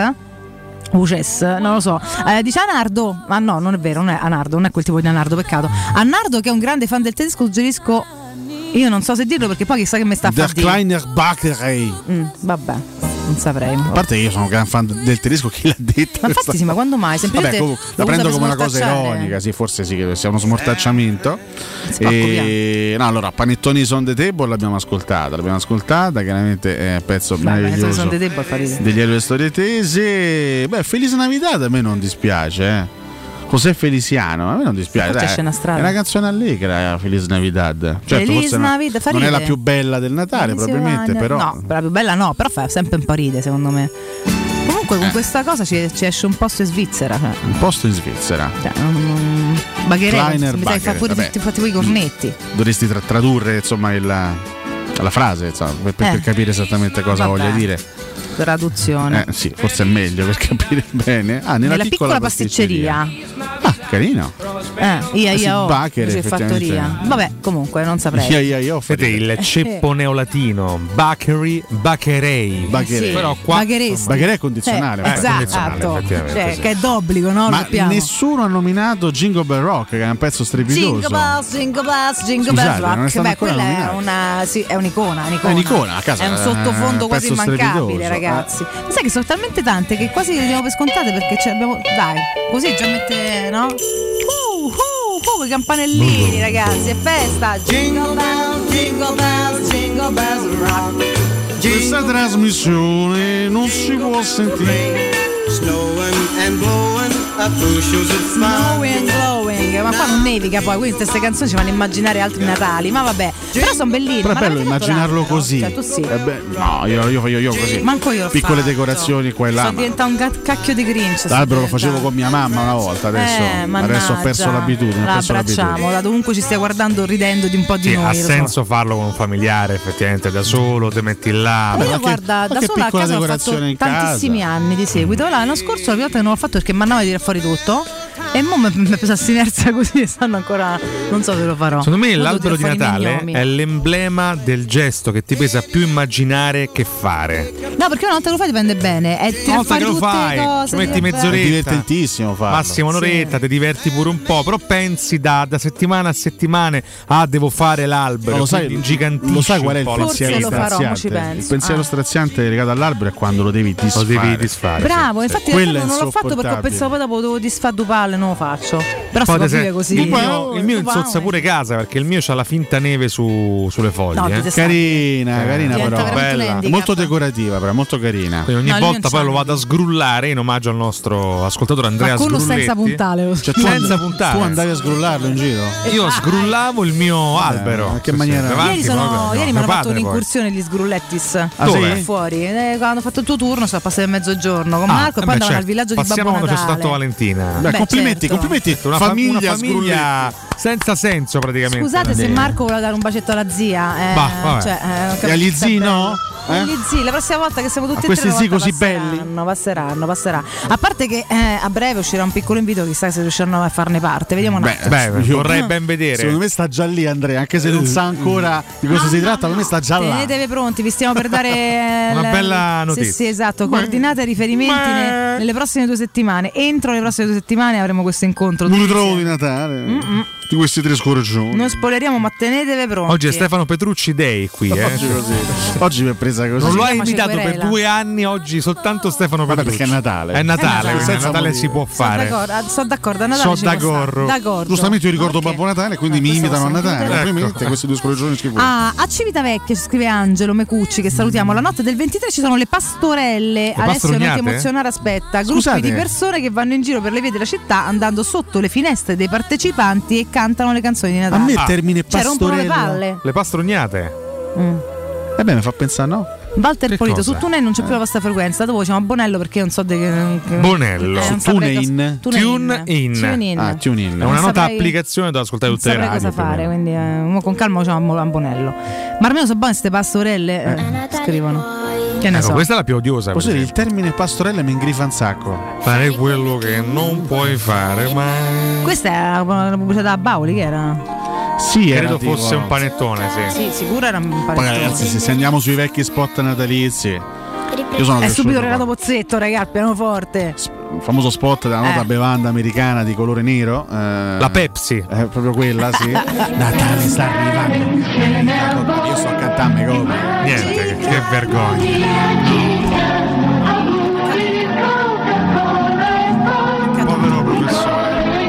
Uces, non lo so, eh, dice Anardo, ma no, non è vero, non è Anardo, non è quel tipo di Anardo, peccato. Anardo che è un grande fan del tedesco, suggerisco, io non so se dirlo perché poi chissà che mi sta a Der far dire. Kleiner Backerei. Mm, vabbè, non saprei. A parte che io sono un gran fan del tedesco, chi l'ha detto? Ma infatti sì, ma quando mai? Vabbè, comunque, la prendo come una cosa ironica, sì, forse sì, che sia uno smortacciamento. E, no, allora, Panettoni on the Table l'abbiamo ascoltata, l'abbiamo ascoltata, chiaramente è un pezzo meraviglioso sono dei deboli a fare ridere. degli Elio e Storie Tese. Beh, Felice Navidad a me non dispiace, eh. José Feliciano, a me non dispiace, Forse dai, esce una strada. è una canzone allegra, Felice Navidad. Certo, Feliz forse non- Navidad, fa non è la ridere. più bella del Natale, Felice probabilmente, Navidad. però No, la più bella no, però fa sempre un po' ride secondo me. Comunque con Eh. questa cosa ci, ci esce un posto in Svizzera, cioè. un posto in Svizzera. Cioè, non, non... Bagherei, Kleiner mi sa che fa Bagher, pure vabbè. tutti fatti voi i cornetti. Dovresti tra- tradurre insomma il, la frase insomma, per, per- Eh. per capire esattamente cosa Vabbè. voglia dire. Traduzione. Eh, sì, forse è meglio per capire bene. Ah, nella, Nella piccola, pasticceria. Ah, carino. Eh, ia Eh sì, ia oh, Bacher, dice effettivamente. fattoria. Vabbè, comunque non saprei. Ia, ia, ia, Vedete il ceppo neolatino, Bakery, Bacherei. Bacherei. Sì, Però qua Bagheresti. Bagherei è condizionale. Eh, Eh, esatto, condizionale, effettivamente, cioè, sì. che è d'obbligo, no? Lo Ma sappiamo. nessuno ha nominato Jingle Bell Rock, che è un pezzo strepitoso. Jingle bells, jingle bells, jingle Scusate, bells non è rock. stato Beh, ancora quella è nominato. una, sì, è un'icona, un'icona. È un'icona, a casa, È un eh, sottofondo quasi pezzo immancabile, strepitoso, ragazzi. Ma sai che sono talmente tante che quasi le diamo per scontate perché ci abbiamo. Dai, così già mette, no? Uh, uh, uh, i campanellini, ragazzi, è festa. Jingle bells, jingle bells, jingle bells rock. Questa trasmissione non si può sentire. Snowing and blowing up bushels of fun. Glowing, glowing, ma qua non nevica poi, quindi queste canzoni ci fanno immaginare altri Natali, ma vabbè, però sono bellini. Però è ma bello l'avete fatto immaginarlo l'altro? così. Cioè, tu sì. Eh beh, no, io, io, io, io così. Manco io l'ho Piccole fatto. decorazioni qua e là. Sto ma- diventando un ga- cacchio di Grinch. sto L'albero lo diventando. facevo con mia mamma una volta, adesso, Eh, adesso ho perso mannaggia. l'abitudine. Ho La perso l'abitudine. abbracciamo, da dovunque ci stia guardando ridendo di un po' di Sì, noi. ha lo so. senso farlo con un familiare, effettivamente, da solo, te metti là. Ma io guarda, da che sola a piccola casa ho fatto decorazione in tantissimi anni di seguito. L'anno scorso la prima volta che non l'ho fatto perché mi andava di tirare fuori tutto. E mo mi mi è presa questa così e stanno ancora. Non so se lo farò. Secondo me Mo devo l'albero di tirare fuori i Natale mignomi. è l'emblema del gesto che ti pesa più immaginare che fare. No, perché una volta che lo fai dipende bene. È Una tirare volta fuori che lo tutte fai, le cose. ci metti tirare- mezz'oretta. È divertentissimo farlo. Massimo un'oretta, ti diverti pure un po', però pensi da, da settimana a settimane, ah, devo fare l'albero, Ma lo sai, quindi ingigantisci lo sai qual è un il po' la- Forse pensiero lo farò, mo ci straziante? penso. Il pensiero Ah. straziante legato all'albero è quando lo devi Lo disfare. devi disfare. Bravo, infatti in Quello realtà è non l'ho fatto perché ho insopportabile. pensato poi dopo dovevo disfare due palle, non lo faccio. Però Poi, si può se- vivere così. il mio, il mio Wow. insozza pure casa perché il mio c'ha la finta neve su, sulle foglie. No, eh. detestabile. Carina, Eh, carina diventa però. veramente un Bella. handicap. Molto decorativa, però molto carina. Quindi ogni No, il mio volta non poi c'ha lo vado a sgrullare in omaggio al nostro ascoltatore Andrea Ma quello Sgrulletti. senza puntale. lo Cioè, tu, Senza and- puntare. tu andavi a sgrullarlo in giro? Io sgrullavo il mio albero. ma che Sì, maniera- sì, davanti Ieri, sono, proprio, no, ieri mi mio hanno fatto padre poi. un'incursione gli sgrullettis. Ah, Dove? sì? Fuori. Eh, quando hanno fatto il tuo turno sono passati a mezzogiorno con Ah, Marco e eh poi beh, andavano certo. al villaggio di Passiamo Babbo quando c'è Natale. stato Valentina. Beh, Beh, complimenti, certo. complimenti. Una, fa- famiglia, una famiglia senza senso praticamente. Scusate se Eh. Marco voleva dare un bacetto alla zia. Eh, Bah, vabbè. cioè, eh, non E capisco agli se è zii bello. no? E Eh? agli zii, la prossima volta che siamo tutti A e questi tre zii una volta così belli? passeranno, passeranno, passerà. A parte che eh, a breve uscirà un piccolo invito, chissà se riusciranno a farne parte. Vediamo un Beh, attimo. Beh, Io- vorrei ben vedere. Secondo me sta già lì Andrea, anche se non sa ancora di cosa si tratta, per me sta già là. Tenetevi pronti, vi stiamo per dare eh, Una la- bella notizia. Sì, sì, esatto. Coordinate e riferimenti ne- nelle prossime due settimane. Entro le prossime due settimane avremo questo incontro. Non li tutti trovo di insieme. Natale. Mm-mm. Di questi tre scorreggioni. Non spoileriamo, ma tenetevi pronti. Oggi è Stefano Petrucci Day qui, eh. Oggi così. Oggi mi è presa così. Non lo hai Chiamaci invitato per querela. due anni, oggi soltanto Stefano Vabbè, Petrucci. perché è Natale. È Natale, È Natale. quindi a Senza Natale morire. si può Sono fare. d'accordo, ah, sono d'accordo, a Natale So ci può stare. d'accordo. D'accordo. Giustamente io ricordo Ok. Babbo Natale, quindi Ah, mi questo imitano a possiamo Natale. chiudere? Complimenti Ecco. a questi due scorreggioni schifosi. Ah, a Civitavecchia ci scrive Angelo Mecucci, che salutiamo. La notte del ventitré ci sono le pastorelle. Alessio, non ti pastognate? emozionare, aspetta. Gruppi Scusate. di persone che vanno in giro per le vie della città andando sotto le finestre dei partecipanti e cantano le canzoni di A Natale. me il Ah. termine Cioè, rompono le pastorella. palle. Le pastrognate. Mm. Eh beh, mi fa pensare, no? Walter Che Polito, cosa? su TuneIn non c'è più la vostra frequenza. Dopo facciamo a Bonello perché non so di che. che- Bonello. eh, non Su saprei TuneIn? cosa- Tune in. TuneIn. Ah, tune in. È Non una nota saprei- applicazione da ascoltare Non tutte le saprei radio. cosa più o fare, meno. quindi eh, mo con calma facciamo a Bonello. Ma almeno so buone ste pastorelle, eh, scrivono. Che ne Ecco, so. questa è la più odiosa. Posso per dire, il esempio. termine pastorella mi ingrifa un sacco. Fare quello che non puoi fare mai. Questa è una pubblicità a Bauli, che era? Sì, era Credo tipo- fosse un panettone, sì. Sì, sicuro era un Poi panettone. ragazzi, se, se andiamo sui vecchi spot natalizi, io sono È cresciuto subito qua. Renato Pozzetto, raga, al pianoforte. Il famoso spot della nota Eh. bevanda americana di colore nero. eh, La Pepsi. È proprio quella, sì. Natale sta arrivando. Io sto a cantarmi come. Niente, che, che vergogna. Povero professore.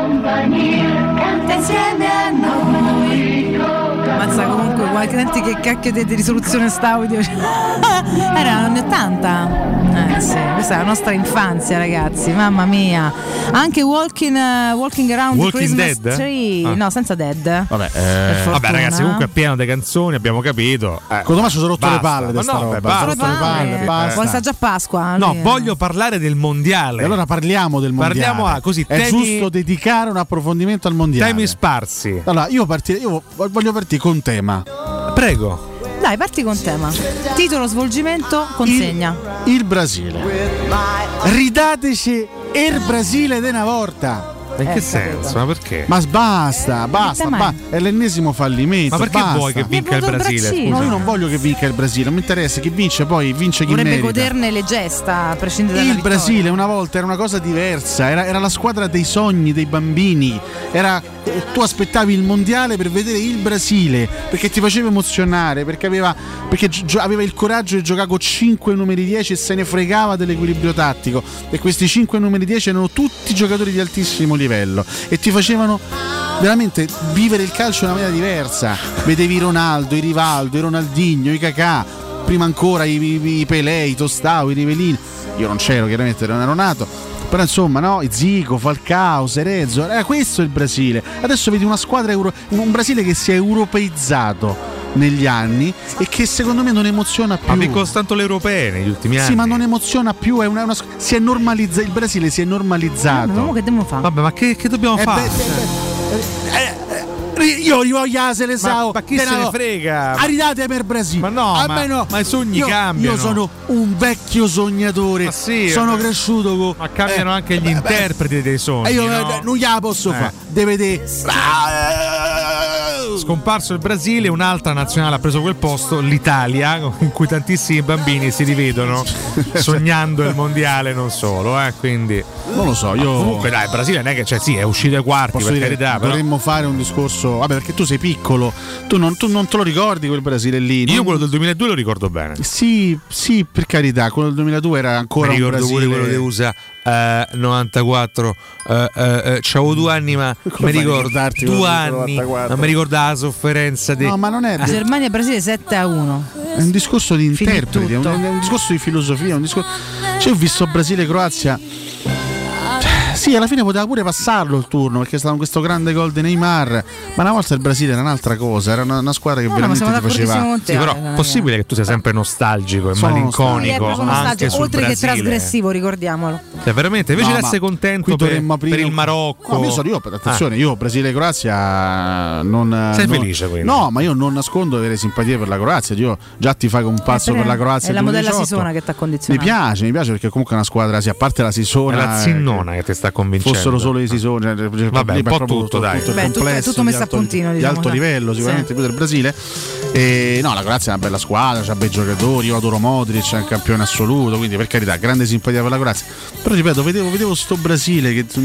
Insieme a noi. Mazza, comunque, guarda, senti che cacchio di, di risoluzione sta audio. Era negli anni ottanta. Eh sì, questa è la nostra infanzia, ragazzi. Mamma mia. Anche Walking, uh, walking Around Walking the Christmas Dead? Tree. Ah. No, senza Dead. Vabbè, Per eh, fortuna. Vabbè, ragazzi, comunque è pieno di canzoni, abbiamo capito. Eh, con Tommaso si è rotto le basta. palle di Ma sta no, roba. beh, Si è basta. rotto le palle, Eh, basta. Vuole sta già Pasqua. No, lui. voglio parlare del mondiale. E allora parliamo del mondiale. Parliamo a così È temi- giusto dedicare un approfondimento al mondiale. Temi sparsi. Allora, io, partire, io voglio partire con un tema. Prego. Dai, parti con tema. Titolo, svolgimento, consegna. Il Brasile. Ridateci il Brasile di una volta. In che Eh, senso? capito. Ma perché? Ma basta, basta, tema è? ba- è l'ennesimo fallimento. Ma perché basta. vuoi che vinca il voto il Brasile? Brasile. No, scusa? io non voglio che vinca il Brasile, non mi interessa chi vince, poi vince chi Vorrebbe merita. goderne le gesta, a prescindere dalla Il vittoria. Brasile una volta era una cosa diversa, era, era la squadra dei sogni dei bambini. Era, eh, tu aspettavi il mondiale per vedere il Brasile perché ti faceva emozionare, perché aveva, perché gio- aveva il coraggio di giocare con cinque numeri dieci e se ne fregava dell'equilibrio tattico. E questi cinque numeri dieci erano tutti giocatori di altissimo livello e ti facevano veramente vivere il calcio in una maniera diversa. Vedevi Ronaldo, i Rivaldo, i Ronaldinho, i Kakà, prima ancora i, i, i Pelé, i Tostao, i Rivellini. Io non c'ero, chiaramente non ero nato, però insomma, no, i Zico, Falcao, Cerezo, era questo il Brasile. Adesso vedi una squadra euro, un Brasile che si è europeizzato negli anni e che secondo me non emoziona più. Ma piccola tanto le europee negli ultimi anni. Sì, ma non emoziona più, è una, una si è normalizzato, il Brasile si è normalizzato. Ma che dobbiamo fare? Vabbè, ma che, che dobbiamo Eh, fare? beh, beh, eh, eh, io li voglio la Seleção. Ma- ma chi se ne frega? Aridate per Brasile. Ma no, A ma- me no. ma i sogni io, cambiano. Io sono un vecchio sognatore. Ma sì, sono eh, cresciuto con. Ma cambiano eh, anche gli eh, interpreti dei sogni. E io no? eh, non gliela posso Eh. fare. Deve vedere. Scomparso il Brasile, un'altra nazionale ha preso quel posto, l'Italia, in cui tantissimi bambini si rivedono sognando il mondiale, non solo, eh, quindi Non lo so, io. comunque dai, il Brasile non è che, cioè sì, è uscito ai quarti, Posso per dire, carità, però dovremmo fare un discorso. Vabbè, perché tu sei piccolo, tu non, tu non te lo ricordi quel Brasile lì. io non- quello del duemiladue lo ricordo bene. Sì, sì, per carità, quello del duemiladue era ancora Mi un ricordo Brasile. pure quello di U S A. eh, novantaquattro eh, eh, c'avevo due anni, ma mi ricordo due anni, ma mi ricordo la sofferenza di no, ma non è Germania e Brasile sette a uno. È un discorso di interpreti, è un, è un discorso di filosofia, un discorso... Cioè, ho visto Brasile-Croazia. Sì, alla fine poteva pure passarlo il turno perché è stato questo grande gol di Neymar, ma una volta il Brasile era un'altra cosa, era una, una squadra che no, veramente ti faceva. Sì, però è possibile che tu sia sempre nostalgico e sono malinconico nostalgico. Anche sul oltre Brasile. Che trasgressivo, ricordiamolo. Cioè, veramente, invece no, di essere contento per, per il Marocco. No, io sono io, attenzione, ah. io Brasile e Croazia non sei non, felice quindi? No, ma io non nascondo avere simpatia per la Croazia, io già ti fai un passo eh, per la Croazia. È la modella Sisona che ti ha condizionato. Mi piace, mi piace perché comunque è una squadra, sì, a parte la Sisona, è la Zinnona che, che ti sta convincendo. Fossero solo i Sisona, vabbè, un po' tutto, dai. Tutto, Beh, tutto, tutto messo a puntino, di diciamo, alto livello, sicuramente sì. Più del Brasile. E no, la Croazia è una bella squadra, c'ha bei giocatori, io adoro Modric, è un campione assoluto, quindi per carità, grande simpatia per la Croazia. Però ripeto, vedevo, vedevo sto Brasile che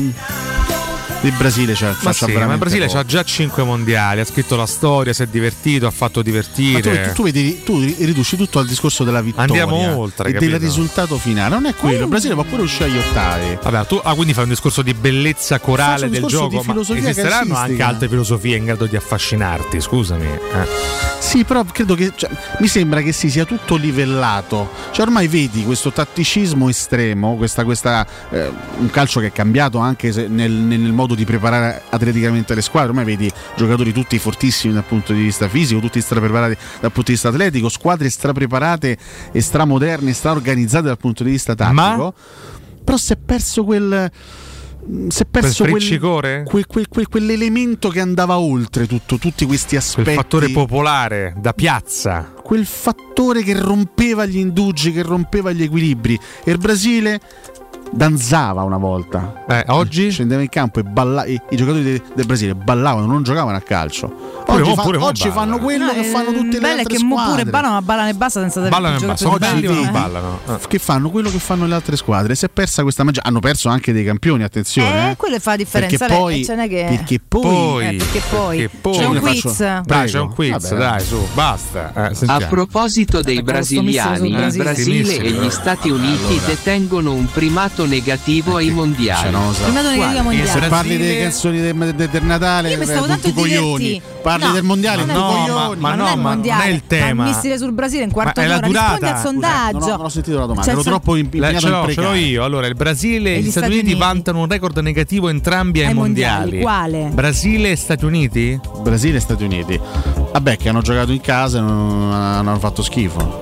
il Brasile c'ha, ma, c'ha sì, ma il Brasile ha già cinque mondiali, ha scritto la storia, si è divertito, ha fatto divertire. Ma tu, tu, vedi, tu riduci tutto al discorso della vittoria. Andiamo oltre, e capito? del risultato finale. Non è quello, il Brasile va pure uscire agli ottavi. Vabbè, tu ah, quindi fai un discorso di bellezza corale del gioco, ma esisteranno anche altre filosofie in grado di affascinarti, scusami. Eh. Sì, però credo che cioè, mi sembra che si sia tutto livellato. Cioè ormai vedi questo tatticismo estremo, questa, questa eh, un calcio che è cambiato anche se nel, nel modo di preparare atleticamente le squadre. Ormai vedi giocatori tutti fortissimi dal punto di vista fisico, tutti strapreparati dal punto di vista atletico, squadre strapreparate e stramoderne, straorganizzate dal punto di vista tattico. Ma? Però si è perso quel si è perso quel, quel, quel, quel, quell'elemento che andava oltre tutto, tutti questi aspetti, quel fattore popolare da piazza, quel fattore che rompeva gli indugi, che rompeva gli equilibri. E il Brasile danzava una volta, eh, oggi scendeva in campo e balla- i, i giocatori de- del Brasile ballavano, non giocavano a calcio. Pure oggi mo, fa- pure oggi fanno quello no, che fanno tutte le altre che squadre. Pure ballano, ma ballano e basta senza ballano e basta. Oggi non eh. ballano. Eh. Che fanno quello che fanno le altre squadre. Si è persa questa magia. Hanno perso anche dei campioni, attenzione. Eh, quello fa la differenza. Perché Beh, poi, ce n'è che... perché poi, poi, eh, perché poi, perché poi c'è un quiz. Faccio... Dai, c'è un quiz, Vabbè, dai, su, basta. Eh, a proposito dei brasiliani, il Brasile e gli Stati Uniti allora. detengono un primato negativo ai mondiali. Primato negativo mondiale. Se parli delle canzoni del, del, del Natale, io mi stavo tanto coglioni. Parli no, del mondiale, no, no, ma, ma non no, è il mondiale, non è il tema. Ma missile sul Brasile in quarto d'ora. Rispondi al sondaggio. No, no, non ho sentito la domanda, cioè, ero troppo impegnato ce l'ho, in ce l'ho io. Allora, il Brasile e gli, gli Stati, Stati Uniti, Uniti vantano un record negativo entrambi ai, ai mondiali. mondiali. Quale? Brasile e Stati Uniti? Brasile e Stati Uniti. Vabbè, che hanno giocato in casa e non hanno fatto schifo.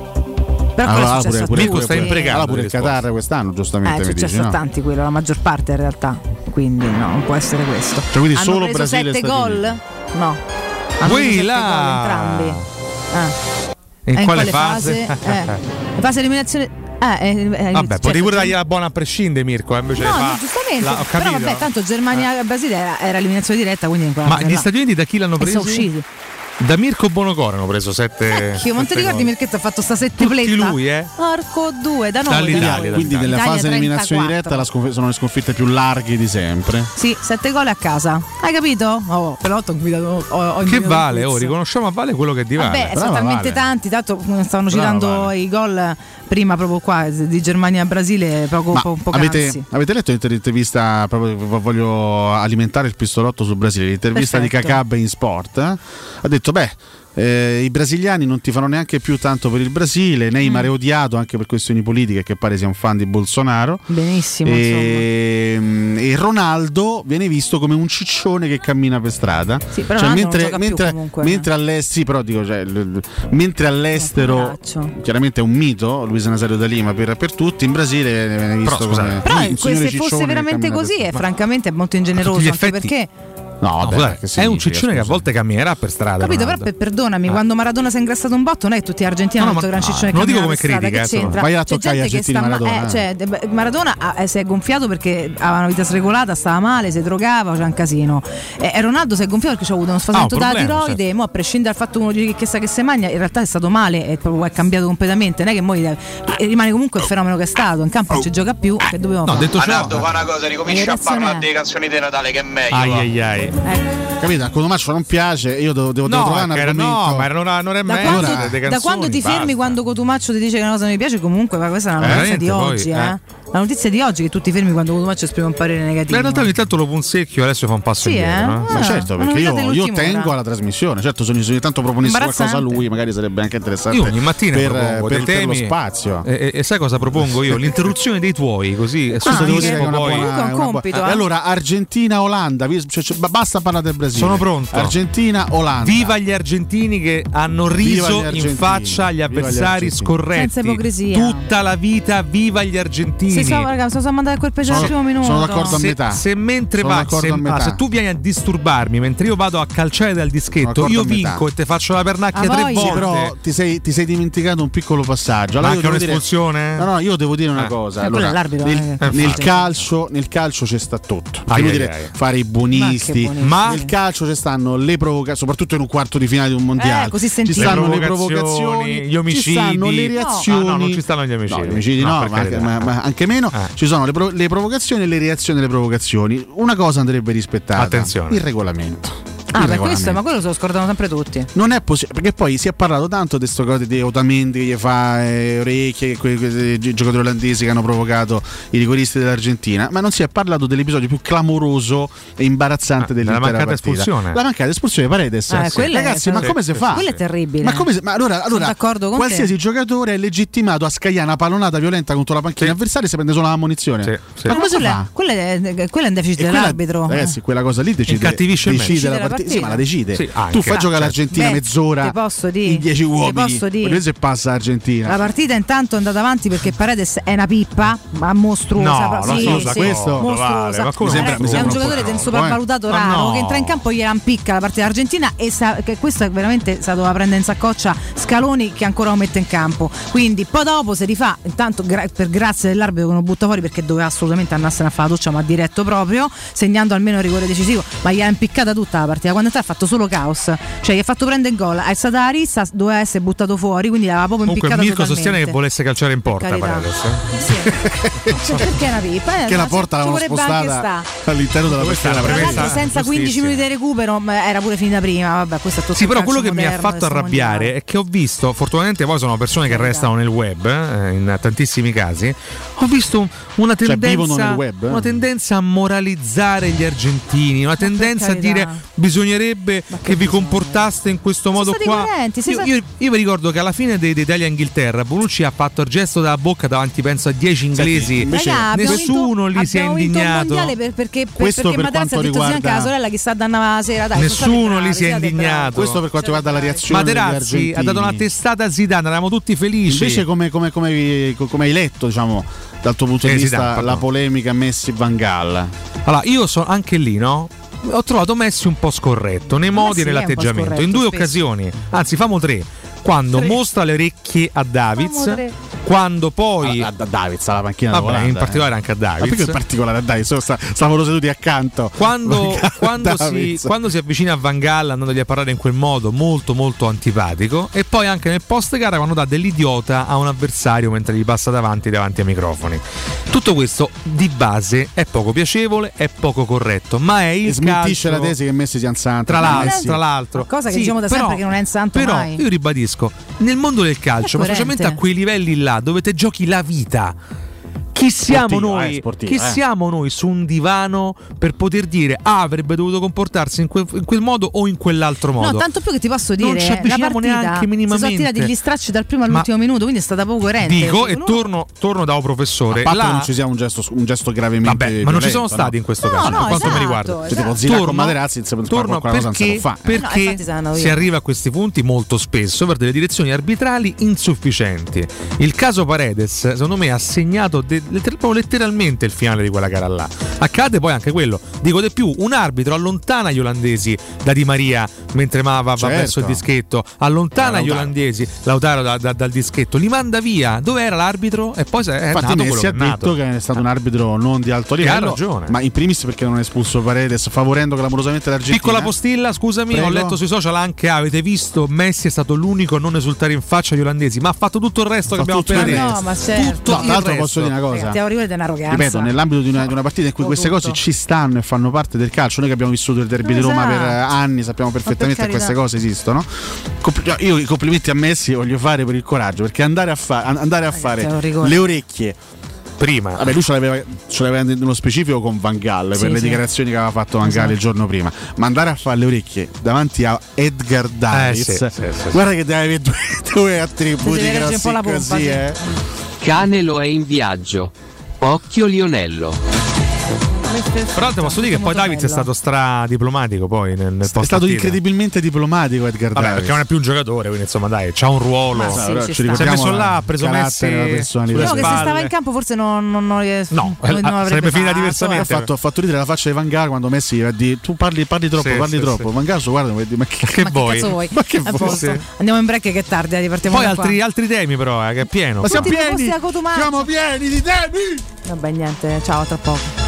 Però allora, pure, pure, Mirko sta imprecando. Allora pure il Qatar quest'anno, giustamente. Eh, è successo dici, a no? tanti quello, la maggior parte in realtà. Quindi no, non può essere questo. Cioè, quindi hanno solo preso Brasile sette e Stati gol? Uniti. No. Hanno Poi preso là. sette gol entrambi. Ah. In eh, quale in fase? fase? eh. Fase eliminazione. Eh, eh, vabbè, certo, potevi pure cioè, dargli la buona a prescindere, Mirko. Eh, invece no, fa... no, giustamente. La, però vabbè, tanto Germania-Brasile era, era eliminazione diretta, quindi in quella ma gli là. Stati Uniti da chi l'hanno preso? E sono usciti. Da Mirko Bonocoro hanno preso sette. Ecco, non ti ricordi Mirchetto ha fatto sta settipletta? Tutti lui, eh? Porco due, da noi. Dall'Italia, quindi dall'Italia. nella fase trentaquattro eliminazione diretta la sconf- sono le sconfitte più larghe di sempre. Sì, sette gol a casa. Hai capito? Oh, però ho guidato. Ho, ho che vale? Oh, riconosciamo a Vale quello che di vale. Vabbè, sono talmente vale. tanti. Tanto stavano citando vale. i gol prima proprio qua di Germania-Brasile. Poco, Ma po', po avete, avete letto l'intervista? Proprio voglio alimentare il pistolotto sul Brasile. L'intervista Perfetto. di Kakab in Sport. Eh? Ha detto, beh. Eh, i brasiliani non ti fanno neanche più tanto per il Brasile. Neymar mm. è odiato anche per questioni politiche, che pare sia un fan di Bolsonaro. Benissimo. E, e Ronaldo viene visto come un ciccione che cammina per strada. Sì, però cioè, mentre, non mentre, comunque, mentre all'estero, sì, però dico, cioè, l, l, mentre all'estero chiaramente è un mito Luis Nazario da Lima per, per tutti, in Brasile viene visto però, come però un se fosse veramente così, è francamente molto ingeneroso, anche perché No, no, vabbè, è un ciccione che a volte camminerà per strada. Capito, però per, perdonami, ah. quando Maradona si è ingrassato un botto, non è tutti argentini hanno no, detto gran ciccione no, che lo dico come strada, critica, che c'entra? Vai a C'è toccare gente che sta Maradona. Eh, cioè, Maradona eh, si è gonfiato perché aveva una vita sregolata, stava male, si drogava, c'era un casino. E, e Ronaldo si è gonfiato perché c'ha avuto uno sfasamento ah, dalla tiroide, certo. Mo a prescindere dal fatto che uno dice che sa che se magna, in realtà è stato male e proprio è cambiato completamente, non è che mo rimane comunque il fenomeno che è stato, in campo non ci gioca più, che dobbiamo no, fare? Detto Ronaldo fa una cosa, ricomincia a parlare delle canzoni di Natale che è meglio. Ai ai ai. Ecco. Capito? A Cotumaccio non piace, io devo, devo, devo no, trovare un argomento. No, ma non, non è da meglio. Quando, da quando ti fermi basta. Quando Cotumaccio ti dice che una cosa non mi piace, comunque, ma questa è una notizia eh, di oggi, poi, eh. la notizia di oggi che tutti fermi quando Cotumaccio esprime un parere negativo. Ma in realtà ogni tanto lo punzecchio, adesso fa un passo sì, indietro. Eh? Eh? Ma Ah, certo, perché io, io tengo alla trasmissione. Certo, se ogni tanto proponesse qualcosa a lui, magari sarebbe anche interessante. Io ogni mattina per, propongo per, dei per temi lo spazio. E, e, e sai cosa propongo io? L'interruzione dei tuoi, così Questo ah, devo dire che è una poi... buona, un una compito, buona. eh? Allora, Argentina-Olanda, cioè, cioè, basta parlare del Brasile. Sono pronto. Argentina-Olanda. Viva gli argentini che hanno riso in faccia agli avversari scorretti. Senza ipocrisia. Tutta la vita, viva gli argentini. Sì, so, raga, sono mandare a quel pezzo al primo minuto. Sono d'accordo a se, metà. Se mentre sono va, se, ah, se tu vieni a disturbarmi mentre io vado a calciare dal dischetto, io vinco e te faccio la pernacchia ah, tre voglia. volte. Sì, però ti sei, ti sei dimenticato un piccolo passaggio. Allora, Manca un'espulsione? Dire, no, no, io devo dire una eh. cosa. Eh, allora, nel, eh, nel calcio, nel calcio c'è sta tutto. Ai, Devo ai, dire, ai. fare i buonisti. Ma nel calcio ci stanno le provocazioni, soprattutto in un quarto di finale di un mondiale. Eh, così ci stanno le provocazioni, gli omicidi, ci stanno le reazioni. No, ah, no, non ci stanno gli omicidi. No, gli omicidi no, no ma, anche, ma, ma anche meno. Eh. Ci sono le, pro- le provocazioni e le reazioni alle provocazioni. Una cosa andrebbe rispettata: attenzione, il regolamento. Ah, per questo, ma quello se lo scordano sempre tutti. Non è possibile, perché poi si è parlato tanto di queste cose di Otamendi che gli fa eh, orecchie, quei, quei giocatori olandesi che hanno provocato i rigoristi dell'Argentina, ma non si è parlato dell'episodio più clamoroso e imbarazzante ah, dell'intera mancata partita. Espulsione. La mancata espulsione di Paredes. Ah, sì. Ragazzi, è, ma sì, come si sì, fa? Quello è terribile. Ma come se, ma allora, allora d'accordo con qualsiasi te. giocatore è legittimato a scagliare una pallonata violenta contro la panchina sì. avversaria se prende solo la munizione. Sì, sì. Ma come si fa? Quello è, quello è un deficit quella, dell'arbitro. Ragazzi, quella cosa lì decide, Incattivisce il decide la partita. partita. Sì, ma la decide. Sì, tu fai giocare l'Argentina Beh, mezz'ora ti posso dire, in dieci uomini. Posso dire. Vedete se passa l'Argentina. La partita intanto è andata avanti perché Paredes è una pippa, ma mostruosa. No, sì, no, sì, questo mostruosa. vale, mi sembra, è, mi sembra è un un giocatore po' del troppo, sopravvalutato eh. raro no. che entra in campo gliela impicca la partita d'Argentina e sa, che questo è veramente stato da prendere in saccoccia Scaloni che ancora lo mette in campo. Quindi poi dopo si rifà, intanto gra- per grazia dell'arbitro che non butta fuori perché doveva assolutamente andarsene a fare la doccia, ma diretto proprio, segnando almeno il rigore decisivo, ma gli ha impiccata tutta la partita. Quando ha fatto solo caos, cioè gli ha fatto prendere il gol, è stata la rissa, doveva essere buttato fuori, quindi l'aveva proprio Comunque impiccata Mirko totalmente. sostiene che volesse calciare in porta Paredes, eh? Sì. Perché è una pippa? Che la porta l'avevano spostata all'interno della questa partita. è la Tra l'altro senza quindici minuti di recupero era pure finita prima. Vabbè, questo è tutto. Sì, però quello che moderno, mi ha fatto arrabbiare mondiale. è che ho visto, fortunatamente poi sono persone che restano nel web, eh, in tantissimi casi, ho visto una tendenza, cioè, nel web, eh? una tendenza a moralizzare gli argentini, una tendenza a dire bisognerebbe che vi comportaste in questo modo qua. Coerenti, io, io, io vi ricordo che alla fine d'Italia-Inghilterra Bonucci ha fatto il gesto dalla bocca davanti, penso, a dieci inglesi. Invece Raga, nessuno vinto, lì si è indignato. Per, perché per, Questo perché per Materazzi ha detto riguarda... anche alla sorella che sta dando la sera. Dai, nessuno lì si è indignato. Questo per quanto riguarda la reazione Materazzi ha dato una testata a Zidane, eravamo tutti felici. Invece come, come, come, come hai letto, diciamo, dal tuo punto eh, di vista, Zidane, la polemica Messi-Van Gaal? Allora, io sono anche lì, no? Ho trovato Messi un po' scorretto nei modi e nell'atteggiamento, in due spesso. occasioni, anzi famo tre. Quando tre. mostra le orecchie a Davids, quando poi a, a Davids alla panchina vabbè, d'Olanda, in particolare eh. anche a Davids. Ma perché in particolare a Davids? Stavano seduti accanto. Quando, quando, si, quando si avvicina a Van Gaal andandogli a parlare in quel modo molto molto antipatico, e poi anche nel post gara quando dà dell'idiota a un avversario mentre gli passa davanti davanti ai microfoni. Tutto questo di base è poco piacevole, è poco corretto, ma è il e smentisce calcio. la tesi che Messi sia un santo. Tra l'altro, Messi. tra l'altro. Cosa che sì, diciamo da però, sempre che non è un santo però mai. io ribadisco, nel mondo del calcio, ma specialmente a quei livelli là dove te giochi la vita, chi siamo Sportivo, noi? eh, sportivo, chi eh. siamo noi su un divano per poter dire ah, avrebbe dovuto comportarsi in quel, in quel modo o in quell'altro modo? No, tanto più che ti posso dire, non ci la avviciniamo partita neanche si minimamente. sono tirati gli stracci dal primo all'ultimo Ma minuto, quindi è stata poco coerente. Dico e Lui... torno, torno da un professore. A patto là... che non ci sia un gesto, un gesto gravemente Vabbè, ma violento, non ci sono stati no? in questo No, caso, no, per quanto esatto, mi riguarda. esatto. Cioè, tipo Zidane con Materazzi, torno quella cosa non si perché, può fare. perché no, infatti si arriva a questi punti molto spesso per delle direzioni arbitrali insufficienti. Il caso Paredes, secondo me, ha segnato de- proprio letteralmente il finale di quella gara là. Accade poi anche quello, dico di più, un arbitro allontana gli olandesi da Di Maria mentre va, va certo. verso il dischetto, allontana no, gli olandesi, Lautaro da, da, dal dischetto, li manda via. Dove era l'arbitro? E poi è Infatti nato Messi ha quello che è detto nato. che è stato un arbitro non di alto livello, ha ragione. ma in primis perché non ha espulso Paredes, favorendo clamorosamente l'Argentina. Piccola postilla, scusami, Prego. ho letto sui social anche, avete visto, Messi è stato l'unico a non esultare in faccia agli olandesi, ma ha fatto tutto il resto Fa che abbiamo tutto appena il detto. No, ma certo. Tutto No, il tra l'altro resto. posso dire una cosa. Ti arrivare un'arroganza. Ripeto, nell'ambito di una, di una partita in cui Oh, queste tutto. cose ci stanno e fanno parte del calcio, noi che abbiamo vissuto il derby di Roma per Esatto. anni sappiamo perfettamente che carità. queste cose esistono. Compl- io i complimenti a Messi voglio fare per il coraggio, perché andare a, fa- andare a fare è un rigore. le orecchie prima. Vabbè, lui ce l'aveva, ce l'aveva nello specifico con Van Gaal sì, per le sì. dichiarazioni che aveva fatto Van Gaal esatto. il giorno prima. Ma andare a fare le orecchie davanti a Edgar Davids, eh, sì, sì, sì, guarda sì. che deve avere due, due attributi grossi così, pompa, eh. Canelo è in viaggio. Occhio Lionello. Tra l'altro posso dire che poi Davids è stato stradiplomatico poi nel, nel è stato incredibilmente diplomatico Edgar Davids. Perché non è più un giocatore, quindi insomma dai, c'ha un ruolo. Sì, no, si è messo là, ha preso Messi no, che se stava in campo forse non, non, non, no, non, non sarebbe finita diversamente. Ha fatto, ha fatto ridere la faccia di Van Gaal quando Messi va a dire tu parli, parli troppo, sì, parli sì, troppo. Sì. Van Gaal guarda, ma che, che ma vuoi? Che vuoi? Ma che vuoi? Sì. Andiamo in break che è tardi, ripartiamo. Poi altri, altri temi però, eh, che è pieno. Ma siamo pieni, siamo pieni di temi. Vabbè niente, ciao, tra poco.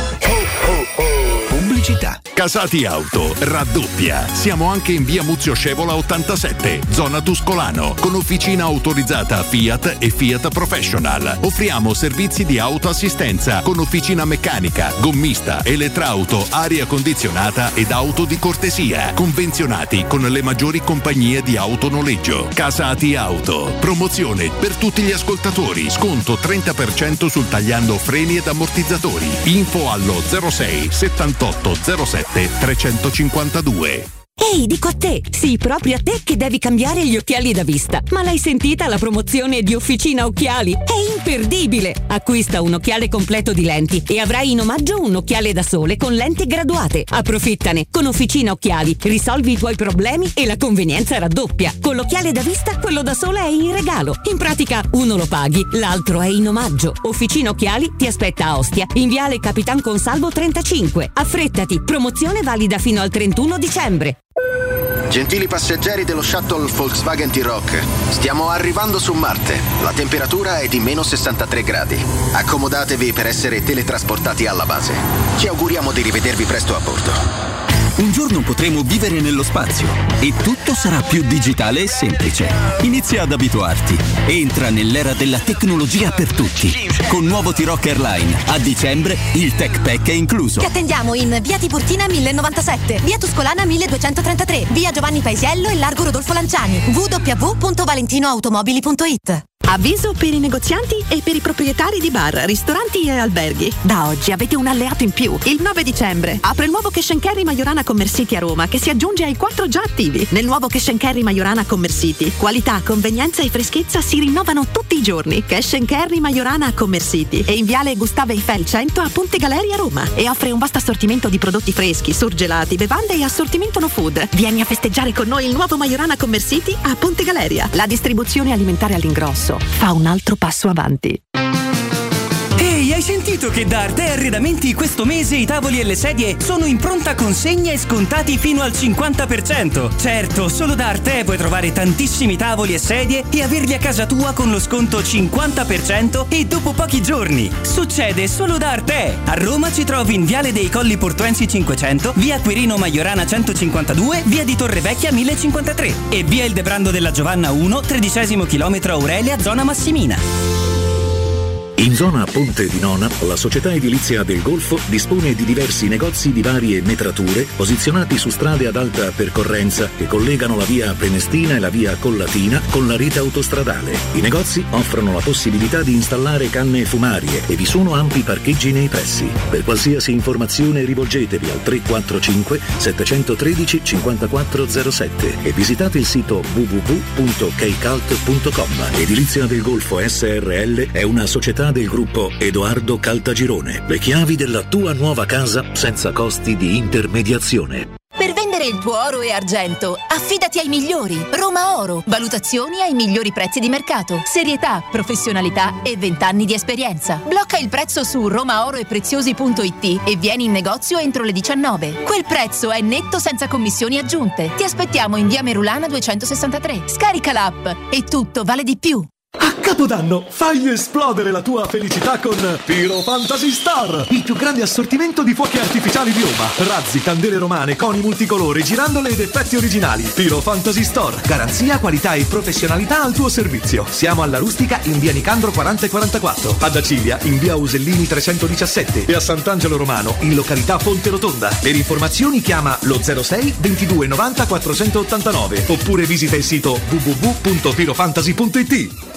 Pubblicità. Casati Auto raddoppia. Siamo anche in via Muzio Scevola ottantasette, zona Tuscolano, con officina autorizzata Fiat e Fiat Professional. Offriamo servizi di autoassistenza con officina meccanica, gommista, elettrauto, aria condizionata ed auto di cortesia, convenzionati con le maggiori compagnie di autonoleggio. Casati Auto. Promozione per tutti gli ascoltatori. Sconto trenta per cento sul tagliando freni ed ammortizzatori. Info allo zero sei settantotto zero sette trecentocinquantadue. Ehi, dico a te, sì, proprio a te che devi cambiare gli occhiali da vista. Ma l'hai sentita la promozione di Officina Occhiali? È imperdibile! Acquista un occhiale completo di lenti e avrai in omaggio un occhiale da sole con lenti graduate. Approfittane! Con Officina Occhiali risolvi i tuoi problemi e la convenienza raddoppia. Con l'occhiale da vista, quello da sole è in regalo. In pratica, uno lo paghi, l'altro è in omaggio. Officina Occhiali ti aspetta a Ostia, in viale Capitan Consalvo trentacinque. Affrettati, promozione valida fino al trentuno dicembre. Gentili passeggeri dello shuttle Volkswagen T-Roc, stiamo arrivando su Marte. La temperatura è di meno sessantatré gradi. Accomodatevi per essere teletrasportati alla base. Ci auguriamo di rivedervi presto a bordo. Un giorno potremo vivere nello spazio e tutto sarà più digitale e semplice. Inizia ad abituarti. Entra nell'era della tecnologia per tutti. Con nuovo T-Roc Airline, a dicembre il Tech Pack è incluso. Ti attendiamo in via Tiburtina mille novantasette, via Tuscolana milleduecentotrentatré, via Giovanni Paisiello e largo Rodolfo Lanciani. w w w punto valentinoautomobili punto i t. Avviso per i negozianti e per i proprietari di bar, ristoranti e alberghi. Da oggi avete un alleato in più. Il nove dicembre apre il nuovo Cash and Carry Majorana Commercity a Roma, che si aggiunge ai quattro già attivi. Nel nuovo Cash and Carry Majorana Commercity, qualità, convenienza e freschezza si rinnovano tutti i giorni. Cash and Carry Majorana Commercity è in viale Gustavo Eiffel cento a Ponte Galeria, Roma, e offre un vasto assortimento di prodotti freschi, surgelati, bevande e assortimento no food. Vieni a festeggiare con noi il nuovo Majorana Commercity a Ponte Galeria. La distribuzione alimentare all'ingrosso fa un altro passo avanti. Ehi, hai sentito che da Arte Arredamenti questo mese i tavoli e le sedie sono in pronta consegna e scontati fino al cinquanta per cento? Certo, solo da Arte puoi trovare tantissimi tavoli e sedie e averli a casa tua con lo sconto cinquanta per cento e dopo pochi giorni. Succede solo da Arte. A Roma ci trovi in Viale dei Colli Portuensi cinquecento, via Quirino Majorana centocinquantadue, via di Torrevecchia millecinquantatré e via Il Debrando della Giovanna uno, tredicesimo chilometro Aurelia, zona Massimina. In zona Ponte di Nona, la società edilizia del Golfo dispone di diversi negozi di varie metrature posizionati su strade ad alta percorrenza che collegano la via Prenestina e la via Collatina con la rete autostradale. I negozi offrono la possibilità di installare canne fumarie e vi sono ampi parcheggi nei pressi. Per qualsiasi informazione rivolgetevi al tre quattro cinque sette uno tre cinque zero sette e visitate il sito w w w punto keicalt punto com. Edilizia del Golfo S R L è una società del gruppo Edoardo Caltagirone. Le chiavi della tua nuova casa senza costi di intermediazione. Per vendere il tuo oro e argento, affidati ai migliori. Roma Oro. Valutazioni ai migliori prezzi di mercato. Serietà, professionalità e vent'anni di esperienza. Blocca il prezzo su romaoroepreziosi punto i t e vieni in negozio entro le diciannove. Quel prezzo è netto senza commissioni aggiunte. Ti aspettiamo in via Merulana duecentosessantatré. Scarica l'app e tutto vale di più. A Capodanno fai esplodere la tua felicità con Piro Fantasy Star, il più grande assortimento di fuochi artificiali di Roma. Razzi, candele romane, coni multicolori, girandole ed effetti originali. Piro Fantasy Store, garanzia, qualità e professionalità al tuo servizio. Siamo alla Rustica in via Nicandro quaranta e quarantaquattro, ad Acilia in via Usellini trecentodiciassette e a Sant'Angelo Romano in località Fonte Rotonda. Per informazioni chiama lo zero sei ventidue novanta quattrocentottantanove oppure visita il sito w w w punto pirofantasy punto i t.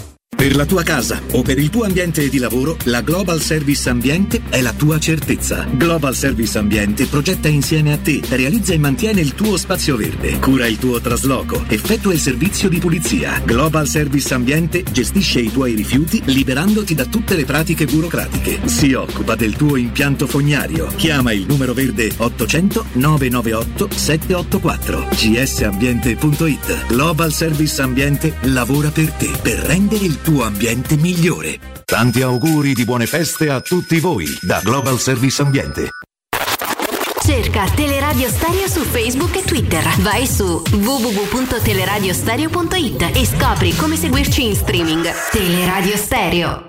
Per la tua casa o per il tuo ambiente di lavoro, la Global Service Ambiente è la tua certezza. Global Service Ambiente progetta insieme a te, realizza e mantiene il tuo spazio verde, cura il tuo trasloco, effettua il servizio di pulizia. Global Service Ambiente gestisce i tuoi rifiuti liberandoti da tutte le pratiche burocratiche. Si occupa del tuo impianto fognario. Chiama il numero verde ottocento nove nove otto sette otto quattro g s ambiente punto i t. Global Service Ambiente lavora per te, per rendere il tuo ambiente migliore. Tanti auguri di buone feste a tutti voi da Global Service Ambiente. Cerca Teleradio Stereo su Facebook e Twitter. Vai su w w w punto teleradiostereo punto i t e scopri come seguirci in streaming. Teleradio Stereo.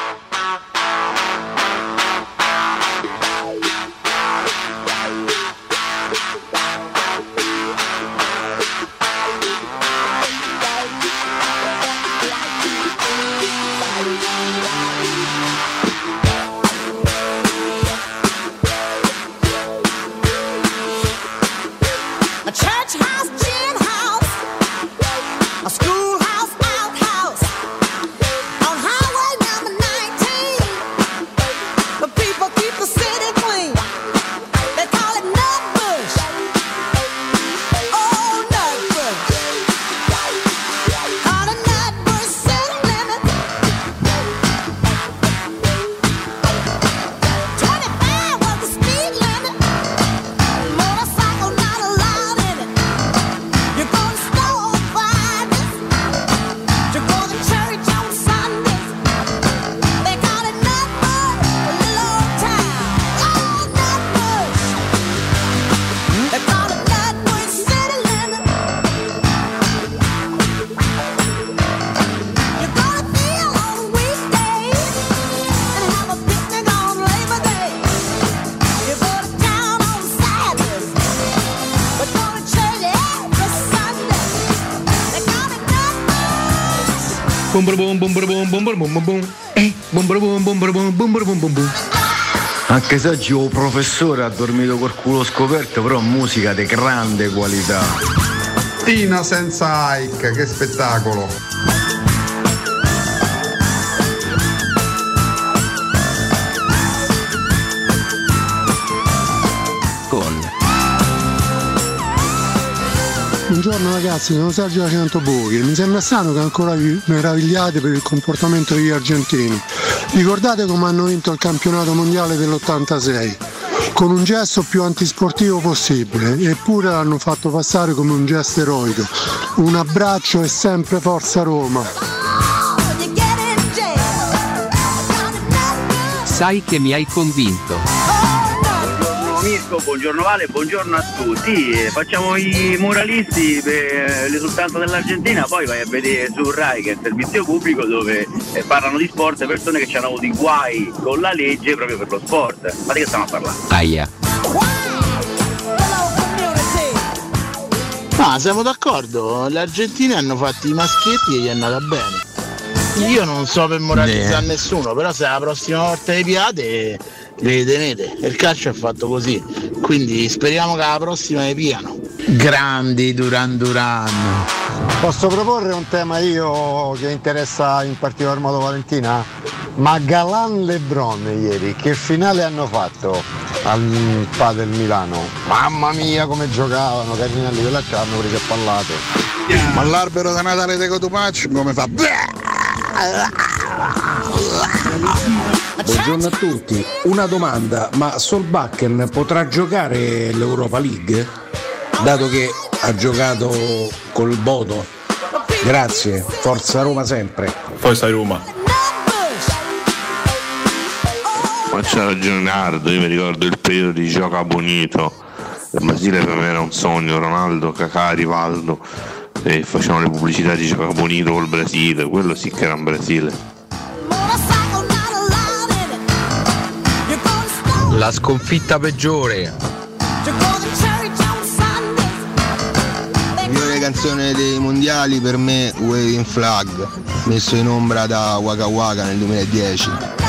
Anche se oggi il professore ha dormito col culo scoperto, però musica di grande qualità. Tina senza Ike, che spettacolo! Con Buongiorno ragazzi, sono Sergio da Centobochi. Mi sembra strano che ancora vi meravigliate per il comportamento degli argentini. Ricordate come hanno vinto il campionato mondiale dell'ottantasei? Con un gesto più antisportivo possibile, eppure l'hanno fatto passare come un gesto eroico. Un abbraccio e sempre forza Roma. Sai che mi hai convinto. Mirko, buongiorno Vale, buongiorno a tutti. Facciamo i moralisti per l'esultanza dell'Argentina, poi vai a vedere su Rai, che è il servizio pubblico, dove parlano di sport persone che ci hanno avuto i guai con la legge proprio per lo sport. Ma di che stiamo a parlare? Aia. Ah, siamo d'accordo, gli argentini hanno fatto i maschietti e gli è andata bene. Io non so per moralizzare Nee. nessuno, però se la prossima volta vi piate le tenete. Il calcio è fatto così, quindi speriamo che la prossima le piano. Grandi Duran Duran. Posso proporre un tema io che interessa in particolar modo Valentina? Ma Galan Lebron ieri, che finale hanno fatto al Padel Milano? Mamma mia come giocavano, Carinelli, quella ci hanno preso a pallate. Ma l'albero da Natale di Cotumaccio come fa? Buongiorno a tutti, una domanda, ma Solbakken potrà giocare l'Europa League? Dato che ha giocato col Bodo. Grazie, forza Roma sempre. Poi sai Roma. Ma c'ha ragione Nardo, io mi ricordo il periodo di Gioca Bonito, il Brasile per me era un sogno, Ronaldo, Kakà, Rivaldo, e facevano le pubblicità di Gioca Bonito col Brasile, quello sì che era un Brasile. La sconfitta peggiore. La migliore canzone dei mondiali per me Waving Flag, messo in ombra da Waka Waka nel duemiladieci.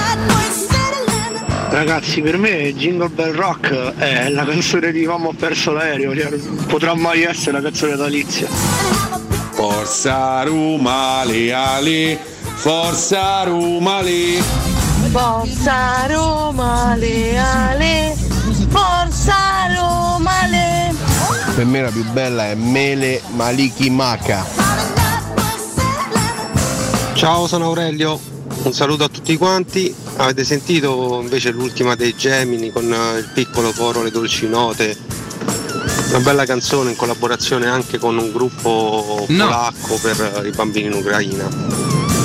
Ragazzi, per me Jingle Bell Rock è la canzone di Mamma ho perso l'aereo, potrà mai essere la canzone natalizia. Forza Roma, leali, Forza Roma le. Forza Roma Leale, Forza Roma Le. Per me la più bella è Mele Maliki Maka. Ciao, sono Aurelio, un saluto a tutti quanti. Avete sentito invece l'ultima dei Gemini con il piccolo coro Le Dolci Note? Una bella canzone in collaborazione anche con un gruppo No. polacco per i bambini in Ucraina.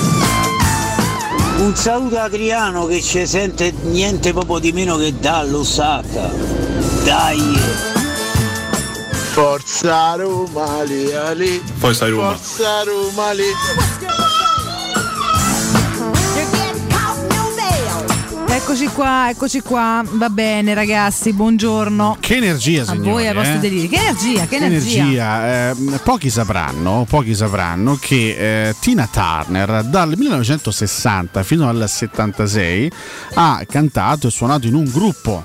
Un saluto a Adriano che ci sente niente proprio di meno che dall'Osaka. Dai! Forza Roma Leale. Forza Roma. Forza Roma Le. Eccoci qua, eccoci qua. Va bene, ragazzi, buongiorno. Che energia, signori. A voi, ai vostri eh? deliri. Che energia, che, Che energia. energia. Eh, pochi sapranno, pochi sapranno che eh, Tina Turner dal millenovecentosessanta fino al settantasei ha cantato e suonato in un gruppo,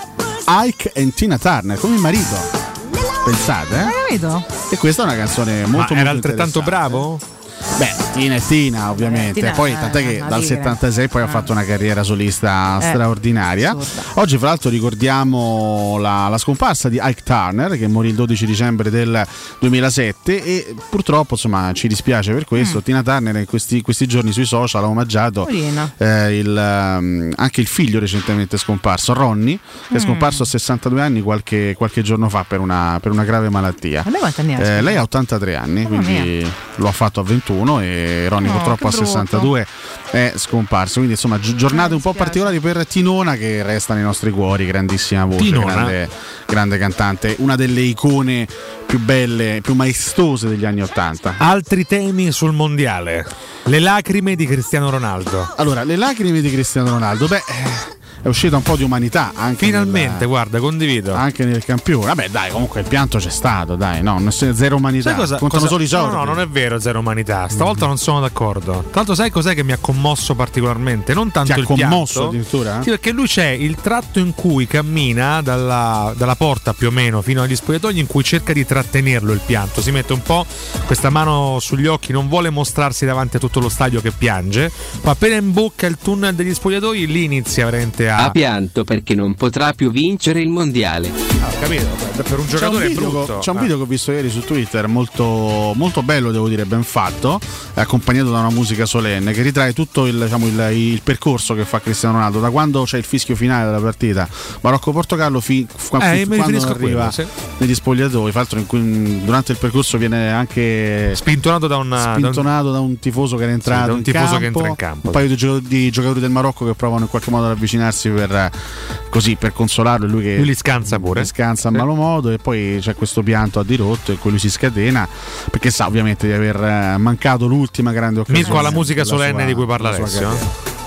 Ike e Tina Turner, come il marito. Pensate, eh? Hai capito? E questa è una canzone molto Ma molto era altrettanto interessante. bravo? Beh, Tina e Tina ovviamente. Tina, Poi eh, tant'è che una dal tigre. settantasei poi ha fatto una carriera solista Eh, straordinaria. assurda. Oggi fra l'altro ricordiamo la, la scomparsa di Ike Turner, che morì il dodici dicembre del duemilasette, e purtroppo insomma ci dispiace per questo. Mm. Tina Turner in questi, questi giorni sui social ha omaggiato Poverina. eh, il, um, anche il figlio recentemente scomparso, Ronnie, che è Mm. scomparso a sessantadue anni qualche, qualche giorno fa per una, per una grave malattia. Ma lei quanti anni ha? Eh, lei ha ottantatré anni, Mamma quindi lo ha fatto a ventuno, e Ronnie No, purtroppo a che brutto. sessantadue è scomparso. Quindi insomma gi- giornate un po' particolari per Tinona, che resta nei nostri cuori, grandissima voce, Tinona. grande, grande cantante, una delle icone più belle, più maestose degli anni Ottanta. Altri temi sul mondiale. Le lacrime di Cristiano Ronaldo. Allora, le lacrime di Cristiano Ronaldo, beh, è uscita un po' di umanità anche Finalmente, nel, guarda, condivido. anche nel campione. Vabbè, dai, comunque il pianto c'è stato, dai, no, non c'è zero umanità. Sai cosa, Contano cosa- solo i soldi. No, no, non è vero, zero umanità. Stavolta non sono d'accordo. Tra l'altro, sai cos'è che mi ha commosso particolarmente? Non tanto Ti ha il commosso pianto. addirittura? Sì, perché lui c'è il tratto in cui cammina dalla, dalla porta più o meno fino agli spogliatoi, in cui cerca di trattenerlo il pianto. Si mette un po' questa mano sugli occhi, non vuole mostrarsi davanti a tutto lo stadio che piange. Ma appena in bocca il tunnel degli spogliatoi, lì inizia veramente a. Ha pianto perché non potrà più vincere il mondiale. Ah, ho capito, per un C'è un, giocatore è video, brutto. c'è un Ah. video che ho visto ieri su Twitter molto, molto bello, devo dire, ben fatto, accompagnato da una musica solenne che ritrae tutto il, diciamo, il, il percorso che fa Cristiano Ronaldo da quando c'è il fischio finale della partita Marocco-Portogallo fi, fi, Eh, fi, mi quando riferisco a arriva quello, sì. negli spogliatoi. Fra l'altro in cui, durante il percorso viene anche spintonato da, una, spintonato da un, da un tifoso che era entrato Sì, da un in tifoso campo, che entra in campo. un paio di, gio- di giocatori del Marocco che provano in qualche modo ad avvicinarsi per, così, per consolarlo, e lui che Lui li scansa pure. li scansa a Sì. malo modo, e poi c'è questo pianto a dirotto in cui lui si scatena perché sa ovviamente di aver eh, mancato l'ultima grande occasione. Mirko ha la musica della solenne sua- di cui parla della sua Alessio. carriera.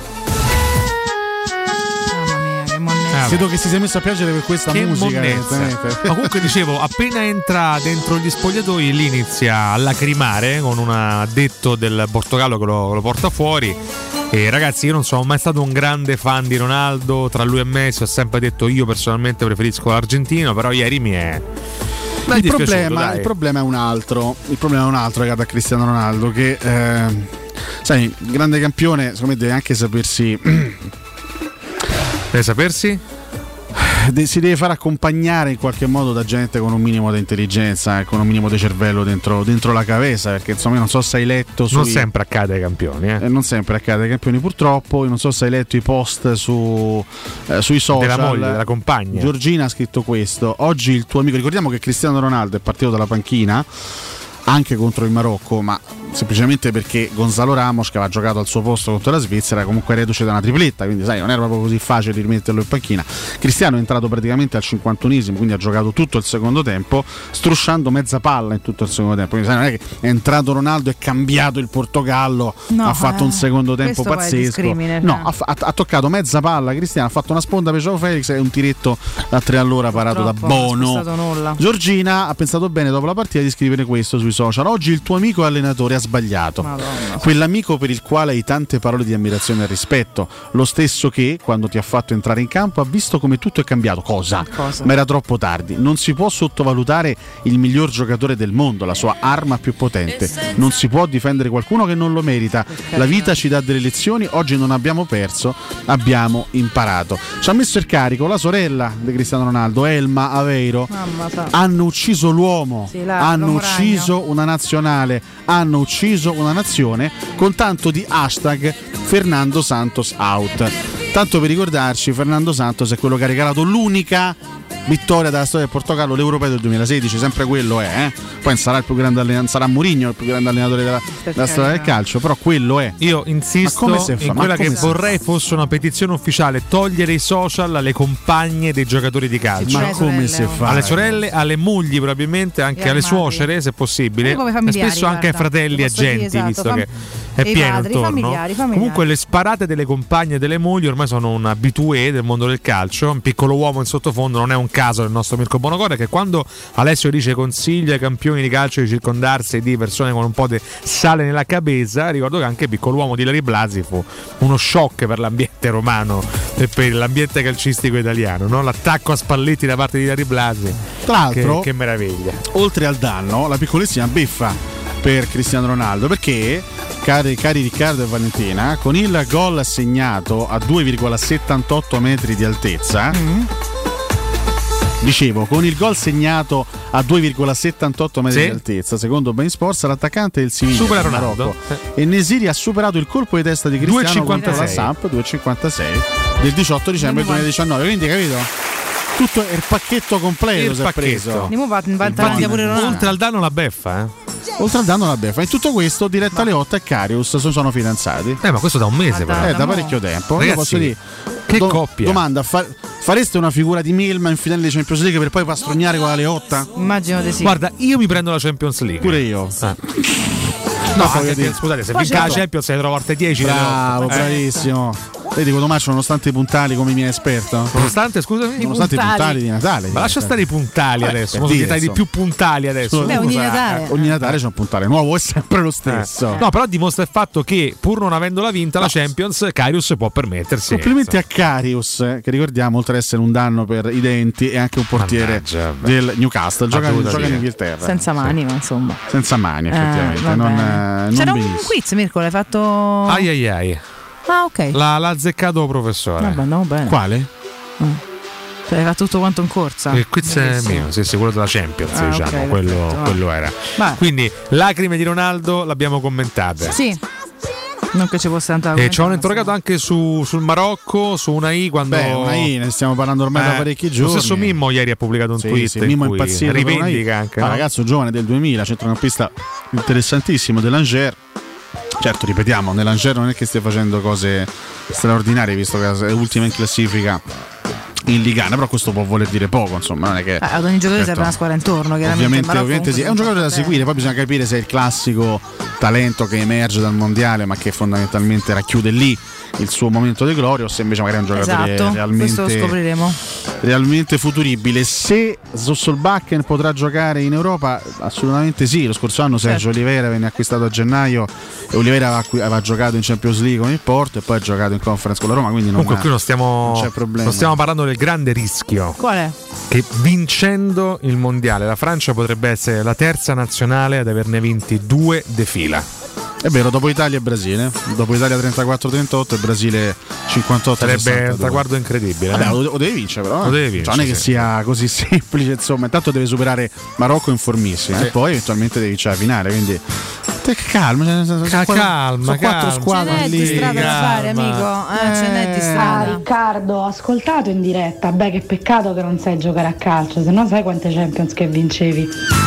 Ah, Credo che si sia messo a piangere per questa che musica. monnezza. evidentemente. Ma comunque dicevo, appena entra dentro gli spogliatoi, lì inizia a lacrimare con un addetto del Portogallo che lo, lo porta fuori. E ragazzi, io non sono mai stato un grande fan di Ronaldo. Tra lui e Messi ho sempre detto io personalmente preferisco l'argentino, però ieri mi è mi è Il dispiaciuto, problema, dai. il problema è un altro. Il problema è un altro legato a Cristiano Ronaldo, che eh, sai, grande campione, secondo me deve anche sapersi. Deve sapersi? De- si deve far accompagnare in qualche modo da gente con un minimo di intelligenza e con un minimo di cervello dentro, dentro la cabeza, perché insomma io non so se hai letto sui, Non sempre accade ai campioni, eh. eh, non sempre accade ai campioni purtroppo. Io non so se hai letto i post su, eh, sui social Della moglie, della compagna. Giorgina ha scritto questo: oggi il tuo amico, ricordiamo che Cristiano Ronaldo è partito dalla panchina anche contro il Marocco, ma semplicemente perché Gonzalo Ramos, che aveva giocato al suo posto contro la Svizzera, comunque reduce da una tripletta, quindi sai, non era proprio così facile di rimetterlo in panchina. Cristiano è entrato praticamente al cinquantunesimo, quindi ha giocato tutto il secondo tempo, strusciando mezza palla in tutto il secondo tempo. Quindi sai, non è che è entrato Ronaldo e cambiato il Portogallo, No, ha fatto eh, un secondo tempo questo poi è pazzesco. discrimine, No, cioè. ha, ha- ha toccato mezza palla Cristiano, ha fatto una sponda per Joao Felix e un tiretto da tre all'ora parato da Purtroppo non ha Bono. spostato nulla. Giorgina ha pensato bene dopo la partita di scrivere questo sui social: oggi il tuo amico e allenatore ha ha sbagliato. Madonna. Quell'amico per il quale hai tante parole di ammirazione e rispetto, lo stesso che, quando ti ha fatto entrare in campo, ha visto come tutto è cambiato. Cosa? Cosa? Ma era troppo tardi. Non si può sottovalutare il miglior giocatore del mondo, la sua arma più potente. Non si può difendere qualcuno che non lo merita. La vita ci dà delle lezioni, oggi non abbiamo perso, abbiamo imparato. Ci ha messo il carico la sorella di Cristiano Ronaldo, Elma Aveiro. Hanno ucciso l'uomo, Sì, là, hanno l'uomo ucciso ragno. una nazionale, hanno ucciso una nazione con tanto di hashtag Fernando Santos out. Tanto per ricordarci, Fernando Santos è quello che ha regalato l'unica vittoria dalla storia del Portogallo, l'Europeo del duemilasedici, sempre quello è, eh? Poi sarà il più grande allenatore, sarà Mourinho il più grande allenatore della, della storia del calcio, però quello è. Io insisto Ma come si fa? in Ma quella come che si vorrei fosse una petizione ufficiale: togliere i social alle compagne dei giocatori di calcio. Ma come si fa? Alle sorelle, alle mogli probabilmente, anche E alle ai madri. suocere se possibile, E come e familiari, spesso anche ai guarda. fratelli e Posso dire, agenti, esatto, visto fam- che è e i pieno padri, intorno. familiari, familiari. Comunque le sparate delle compagne e delle mogli ormai sono un habitué del mondo del calcio. Un piccolo uomo in sottofondo, non è un caso del nostro Mirko Bonocore, che quando Alessio dice consiglia ai campioni di calcio di circondarsi di persone con un po' di sale nella cabeza, ricordo che anche piccolo uomo di Larry Blasi fu uno shock per l'ambiente romano e per l'ambiente calcistico italiano, no? L'attacco a Spalletti da parte di Larry Blasi, Tra l'altro, che, che meraviglia. Oltre al danno, la piccolissima beffa per Cristiano Ronaldo, perché cari, cari Riccardo e Valentina, con il gol segnato a due virgola settantotto metri di altezza, Mm. dicevo, con il gol segnato a due virgola settantotto metri Sì. di altezza, secondo Bein Sports, l'attaccante del Siviglia Supera del Ronaldo. Marocco, e Nesiri ha superato il colpo di testa di Cristiano contro la due virgola cinquantasei. Samp due virgola cinquantasei del diciotto dicembre duemiladiciannove, quindi capito? Tutto è il pacchetto completo Il si è pacchetto. preso. Andiamo va- va- Infatti, pure Ronaldo. Oltre al danno la beffa, eh? Oltre al danno la beffa. In tutto questo Diretta Leotta e Karius sono, sono fidanzati. Eh, ma questo da un mese, Ma però. dai, Eh, da mo. parecchio tempo. Io Ragazzi, posso dire, che coppia. Domanda, fa- fareste una figura di Milman in finale di Champions League per poi pastrugnare con la Leotta? Immagino di sì. Guarda, io mi prendo la Champions League. Pure io. Ah. No, No, voglio anche dire. se- scusate, se Poi vinca la certo. Champions se ne trovo altre dieci. Bravo, Eh. bravissimo. Vedi, Cotomaccio, nonostante i puntali come mia esperto, Nonostante, scusami, nonostante i puntali. puntali di Natale. ma lascia stare i puntali Eh, adesso. per Mo dire, dai di insomma. più puntali adesso. Beh, ogni Natale. Ogni Natale c'è un puntale nuovo, è sempre lo stesso. No, però dimostra il fatto che pur non avendola vinta la Champions, Karius può permettersi. Complimenti a Karius, eh, che ricordiamo, oltre ad essere un danno per i denti, è anche un portiere Mannaggia, beh. del Newcastle. Gioca, Battuta gioca in via. Inghilterra. Senza mani, ma insomma. Senza mani, effettivamente. Eh, non, vabbè. eh, non C'era un benissimo. quiz, Mirko, l'hai fatto. Ai ai ai. Ah, ok. La, l'ha azzeccato professore. Vabbè, andiamo bene. Quale? Cioè, era tutto quanto in corsa. Il quiz è Bellissimo. mio, sì, sì, quello della Champions, Ah, diciamo, ok, quello, perfetto, va. quello era. Vai. Quindi, lacrime di Ronaldo l'abbiamo commentate. Sì. Non che ci fosse tanta E ci hanno interrogato anche su, sul Marocco, su una I quando. Beh, una I, ne stiamo parlando ormai da Eh, parecchi giorni. Lo stesso Mimmo ieri ha pubblicato un Sì, tweet sì, in Mimmo cui impazzito per una I. rivendica anche. Ah, no? ragazzo giovane del duemila, centrocampista interessantissimo dell'Angers. Certo, ripetiamo, nell'Angers non è che stia facendo cose straordinarie, visto che è ultima in classifica in Ligana, però questo può voler dire poco, insomma, non è che Eh, ad ogni giocatore certo, serve una squadra intorno, chiaramente. Ovviamente, il Marocco ovviamente sì, è un comunque giocatore da sempre- seguire, poi bisogna capire se è il classico talento che emerge dal mondiale ma che fondamentalmente racchiude lì il suo momento di gloria, o se invece magari è un giocatore Esatto, realmente, questo lo scopriremo. realmente futuribile. Se Solbakken potrà giocare in Europa, assolutamente sì. Lo scorso anno Sergio Certo. Oliveira venne acquistato a gennaio e Oliveira aveva, acqui- aveva giocato in Champions League con il Porto e poi ha giocato in Conference con la Roma, quindi non, Comunque, qui non stiamo, non c'è problema. non stiamo parlando del grande rischio Qual è? che vincendo il mondiale la Francia potrebbe essere la terza nazionale ad averne vinti due de fila. È vero, dopo Italia e Brasile, dopo Italia trentaquattro trentotto e Brasile cinquantotto Sarebbe un sessantadue. traguardo incredibile. Vabbè, eh? lo, lo devi vincere però. eh. Lo devi vincere, Cioè, non è che sì. sia così semplice, insomma. Intanto deve superare Marocco in formissima Sì. e poi eventualmente devi vincere la finale. Quindi te calma, cioè, sono Ca- quattro- calma, sono quattro calma. squadre Ce n'è lì. di strada da fare, calma. amico. Eh, ce n'è di Ah, strada. Riccardo, ho ascoltato in diretta. Beh, che peccato che non sai giocare a calcio, se no sai quante Champions che vincevi.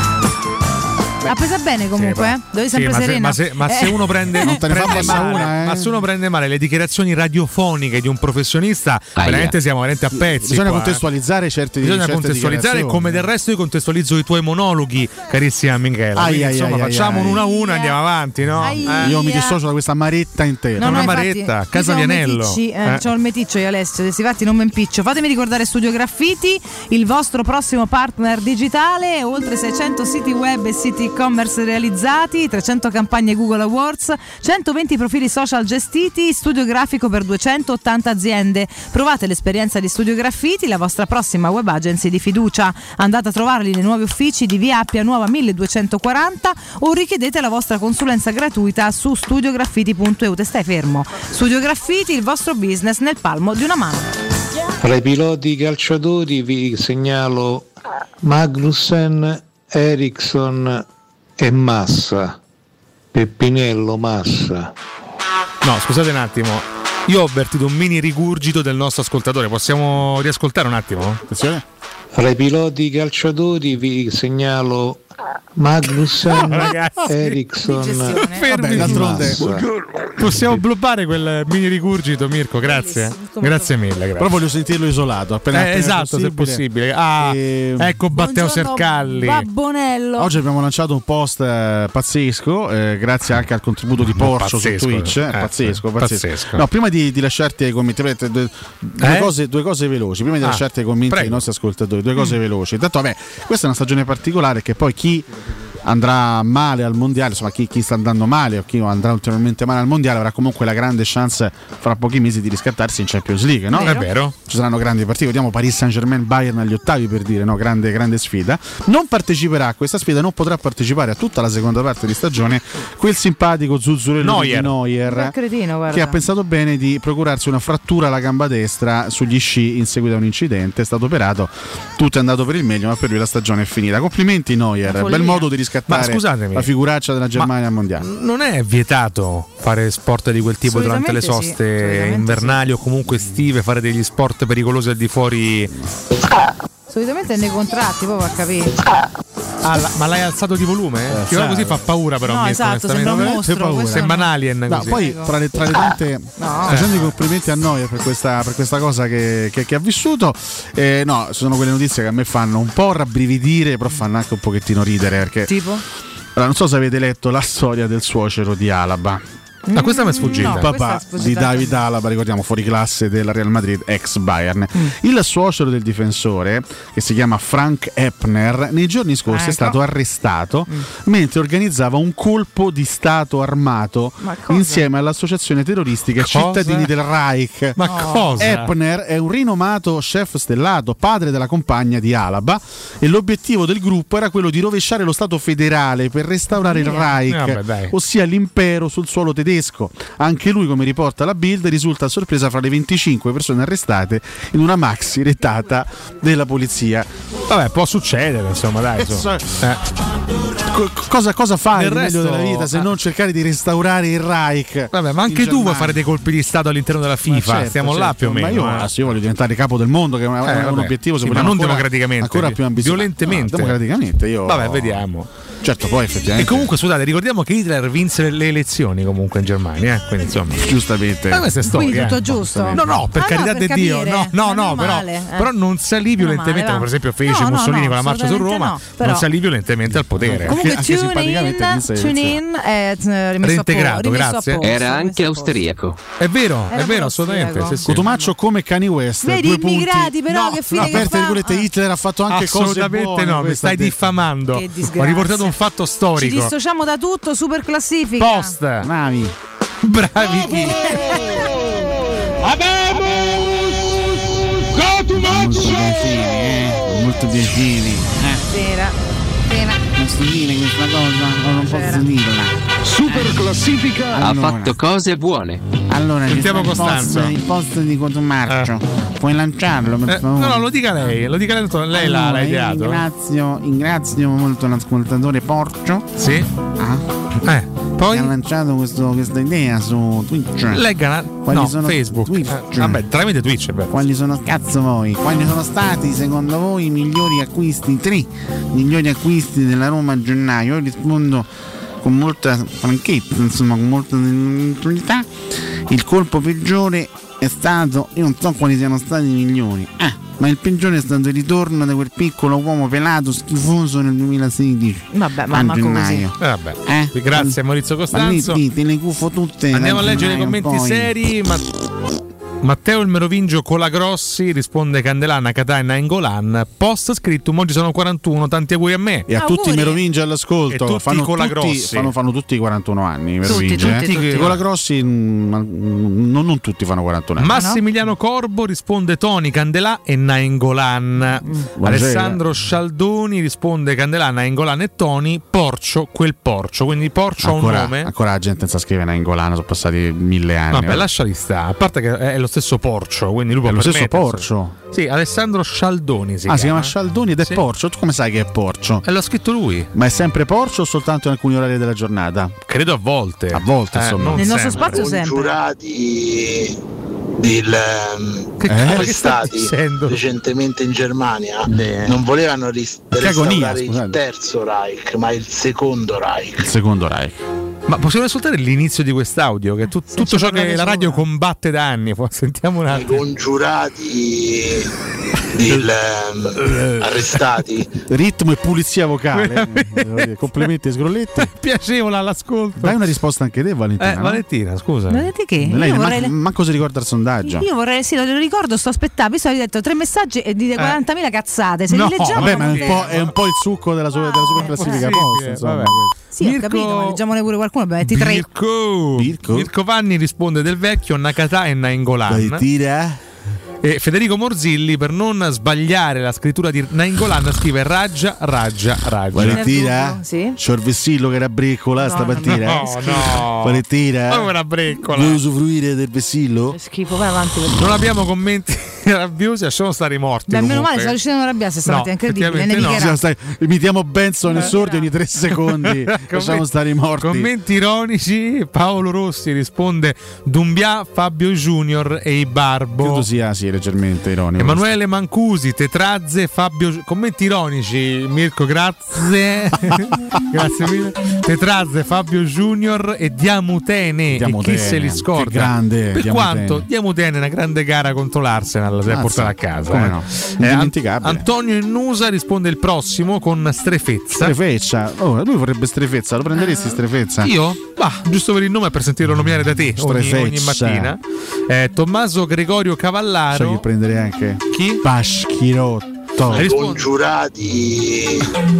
Ha presa bene comunque, eh? Dovevi Sì, sempre ma, se, serena. ma, se, ma se Eh. uno prende, Non te ne fa prende passare male, una, eh. ma se uno prende male le dichiarazioni radiofoniche di un professionista, Aia. veramente siamo veramente a pezzi. Bisogna qua, eh. contestualizzare certe Bisogna certe contestualizzare, dichiarazioni. come del resto io contestualizzo i tuoi monologhi, carissima Michela. Ai, Quindi, ai, insomma, ai, facciamo ai, un uno a uno e ai. andiamo avanti, no? Ai. Eh? Io mi dissocio da questa maretta intera. No, no, una infatti, maretta, io Casa c'ho Vianello. meticci, eh, Eh. c'ho il meticcio io, Alessio, desti fatti non mi impiccio. Fatemi ricordare Studio Graffiti, il vostro prossimo partner digitale, oltre seicento siti web e siti e-commerce realizzati, trecento campagne Google Awards, centoventi profili social gestiti, studio grafico per duecentottanta aziende. Provate l'esperienza di Studio Graffiti, la vostra prossima web agency di fiducia. Andate a trovarli nei nuovi uffici di via Appia Nuova milleduecentoquaranta o richiedete la vostra consulenza gratuita su studiograffiti punto e u. Te stai fermo? Studio Graffiti, il vostro business nel palmo di una mano. Tra i piloti calciatori vi segnalo Magnussen, Eriksson e Massa. Peppinello Massa. No, scusate un attimo. Io ho avvertito un mini rigurgito del nostro ascoltatore. Possiamo riascoltare un attimo? Attenzione. Fra i piloti calciatori vi segnalo Magnussen, no, Eriksson. Vabbè, d'altronde possiamo bloccare quel mini rigurgito, Mirko, grazie. Grazie mille, grazie. Però voglio sentirlo isolato appena, eh, appena esatto, possibile. se possibile. Ah, e... ecco Matteo Sercalli. Babbonello. Oggi abbiamo lanciato un post eh, pazzesco, eh, grazie anche al contributo di Porcio su Twitch. Eh, eh, pazzesco, pazzesco. pazzesco. No, prima di, di lasciarti ai commenti, due, due, eh? cose, due cose veloci. Prima di ah, lasciarti ai commenti prego. ai nostri ascoltatori, due cose mm. veloci. Intanto, vabbè, questa è una stagione particolare che poi chi andrà male al mondiale, insomma chi, chi sta andando male o chi andrà ulteriormente male al mondiale avrà comunque la grande chance fra pochi mesi di riscattarsi in Champions League, no? È vero. Ci saranno grandi partite, vediamo Paris Saint-Germain Bayern agli ottavi, per dire, no? Grande, grande sfida. Non parteciperà a questa sfida, non potrà partecipare a tutta la seconda parte di stagione quel simpatico zuzzurello Neuer, di Neuer cretino, guarda, che ha pensato bene di procurarsi una frattura alla gamba destra sugli sci in seguito a un incidente, è stato operato, tutto è andato per il meglio, ma per lui la stagione è finita. Complimenti Neuer, bel modo di riscattare ma scusatemi, la figuraccia della Germania al mondiale. Non è vietato fare sport di quel tipo durante le soste sì, invernali sì. o comunque estive, fare degli sport pericolosi al di fuori? Solitamente nei contratti, proprio a capire. Ah, la, ma l'hai alzato di volume? Eh? Che così fa paura, però. No, esatto, sembra un mostro. Sembra un alien. No, così. Poi tra le, tra le tante, no. facendo i complimenti a noi per questa, per questa cosa che, che, che ha vissuto, eh, no, sono quelle notizie che a me fanno un po' rabbrividire, però fanno anche un pochettino ridere. Perché, tipo? Allora, non so se avete letto la storia del suocero di Alaba. Ma ah, questa mi è sfuggita. Il papà di David Alaba, ricordiamo, fuori classe della Real Madrid, ex Bayern. Mm. Il suocero del difensore, che si chiama Frank Eppner, nei giorni scorsi ecco. è stato arrestato mm. mentre organizzava un colpo di stato armato insieme all'associazione terroristica cosa? Cittadini del Reich. Ma oh. cosa? Eppner è un rinomato chef stellato, padre della compagna di Alaba, e l'obiettivo del gruppo era quello di rovesciare lo Stato federale per restaurare yeah. il Reich, Vabbè, ossia l'impero sul suolo tedesco. Anche lui, come riporta la Bild, risulta a sorpresa fra le venticinque persone arrestate in una maxi retata della polizia. Vabbè, può succedere, insomma, dai. Insomma. Eh. Cosa, cosa fai nel resto, meglio della vita se eh. non cercare di restaurare il Reich? Vabbè, ma anche tu vuoi fare dei colpi di Stato all'interno della FIFA? Certo, Stiamo certo, là più o meno. Ma io, eh. io voglio diventare capo del mondo, che è un, eh, un obiettivo, se sì, vogliamo, ma non ancora, democraticamente, ancora più ambizioso. Violentemente. No, democraticamente, io. Vabbè, vediamo. Certo, poi effettivamente. E comunque, scusate, ricordiamo che Hitler vinse le elezioni comunque in Germania, eh? Quindi insomma. Giustamente. Ma questa è storia. Quindi tutto eh? giusto. No, no, per ah, carità no, di per Dio. capire. No, no, no, però, male, eh. però non salì violentemente, come per esempio fece no, Mussolini no, con la marcia su Roma, no, però... non salì violentemente al potere. Comunque anche tune in, tune in è rimesso reintegrato, a po- grazie. A posto, era anche austriaco. È vero, era è vero, assolutamente. Sì, sì. Cotumaccio come Kanye West. Vedi due immigrati, punti. però no, che fine no, che aperte fa? virgolette, Hitler ha fatto anche assolutamente cose buone. No, mi stai diffamando. Che disgrazia. Ho riportato un fatto storico. Ci dissociamo da tutto, super classifica. Post. Bravi. Bravi chi? Abbiamo Cotumaccio. Molto piacere, eh? Molto piacere. Eh. Sera. Sera. Posso dire questa cosa o non posso dirla? Super classifica. Ha allora. fatto cose buone. Allora, sentiamo il Costanzo. post, il post di Cotumaccio. Eh. Puoi lanciarlo per eh, favore? No, no, lo dica lei, lo dica lei, lei allora, l'ha ideato. Ringrazio, ringrazio molto l'ascoltatore Porcio. Sì. Ah. Eh. Poi ha lanciato questo, questa idea su Twitch. Legga Quali no, sono Facebook. Twitch. Eh, vabbè, tramite Twitch è vero. Quali sono cazzo voi? Quali sono stati secondo voi i migliori acquisti? Tre migliori acquisti della Roma a gennaio? Io rispondo con molta franchezza, insomma, con molta tranquillità. Il colpo peggiore è stato, io non so quali siano stati i migliori, ah, ma il peggiore è stato il ritorno di quel piccolo uomo pelato schifoso nel duemilasedici. Vabbè, ma a ma gennaio. così. Vabbè. Eh? Grazie Maurizio Costanzo. Dite le gufo tutte. Andiamo a leggere i commenti poi. seri, ma Matteo il Merovingio Colagrossi risponde Candelà, Nakata e Nainggolan. Post scritto oggi sono quarantuno, tanti auguri a me. E a auguri. tutti i Merovingi all'ascolto. E tutti fanno, i Colagrossi. tutti, fanno, fanno tutti i quarantuno anni i Merovingi. Tutti, tutti, eh? tutti. I Colagrossi mh, non, non tutti fanno quarantuno anni. Massimiliano Corbo risponde Toni, Candelà e Nainggolan. Mm. Alessandro Scialdoni risponde Candelà, Nainggolan e Toni. Porcio, quel Porcio. Quindi Porcio ancora, ha un nome. Ancora la gente non sa scrivere Nainggolan, sono passati mille anni. Vabbè, lasciali sta. A parte che è lo stesso Porcio, quindi lui può è lo stesso permettersi. Porcio. Sì, Alessandro Scialdoni si ah, chiama. si chiama Scialdoni ed è sì. Porcio. Tu come sai che è Porcio? E l'ha scritto lui. Ma è sempre Porcio o soltanto in alcuni orari della giornata? Credo a volte. A volte, eh, insomma. Nel nostro spazio sempre. Giurati del, che eh? arrestati dicendo? recentemente in Germania Beh. non volevano ris- restaurare il terzo Reich, ma il secondo Reich. Il secondo Reich. Ma possiamo ascoltare l'inizio di quest'audio, che è tut- tutto ciò che la radio combatte da anni. Sentiamo un attimo. I congiurati del, um, arrestati. Ritmo e pulizia vocale. Complimenti ai Sgrolletti. Piacevole all'ascolto. Dai una risposta anche te, Valentina. Eh, no? Valentina, scusa. Vedete che? Lei Io man- vorrei... manco si ricorda il sondaggio. Io vorrei, sì, lo ricordo, sto aspettando. Visto che avete detto tre messaggi e dite quarantamila cazzate. Se no, li leggiamo. Vabbè, ma è un, po', è un po' il succo della, sua, della super classifica post. Insomma. Sì, Mirko... ho capito, ma leggiamone pure qualcuno. Metti tre. Mirko. Mirko. Mirko Vanni risponde del vecchio, Nakata e Nainggolan. E Federico Morzilli, per non sbagliare la scrittura di Nainggolan, scrive Raggia, Raggia, Raggia. Valentina? Sì. C'ho il vessillo che era breccola No, stamattina. No, no. Valentina? Ma come era breccola? Vuoi usufruire del vessillo? Che schifo, vai avanti. Perché... Non abbiamo commenti rabbiosi, lasciamo stare i morti. Beh, meno comunque. male, sto riuscendo a arrabbiarsi stamattina, No, è incredibile. Ne effettivamente no. Stai, imitiamo Benson e Sordi ogni tre secondi. Lasciamo stare i morti. Commenti ironici. Paolo Rossi risponde Dumbia, Fabio Junior e i Barbo. Credo sia sì, leggermente ironico. Emanuele Mancusi, Tetrazze, Fabio. Commenti ironici. Mirko, grazie. Grazie mille. Tetrazze, Fabio Junior e Diamutene. Diamutene, E chi se li scorda? che grande per Diamutene. Quanto Diamutene è una grande gara contro l'Arsenal, si è Ah, portata sì. a casa. Come eh. no? Eh, Indimenticabile. Antonio Innusa risponde il prossimo con Strefezza. Strefeccia. Oh, lui vorrebbe Strefezza. Lo prenderesti Strefezza? Io? Bah, giusto per il nome, per sentirlo nominare da te ogni, ogni Strefeccia. mattina. Eh, Tommaso Gregorio Cavallaro. Sai che prenderei anche Chi? Paschirotto. Hai risposto? Congiurati.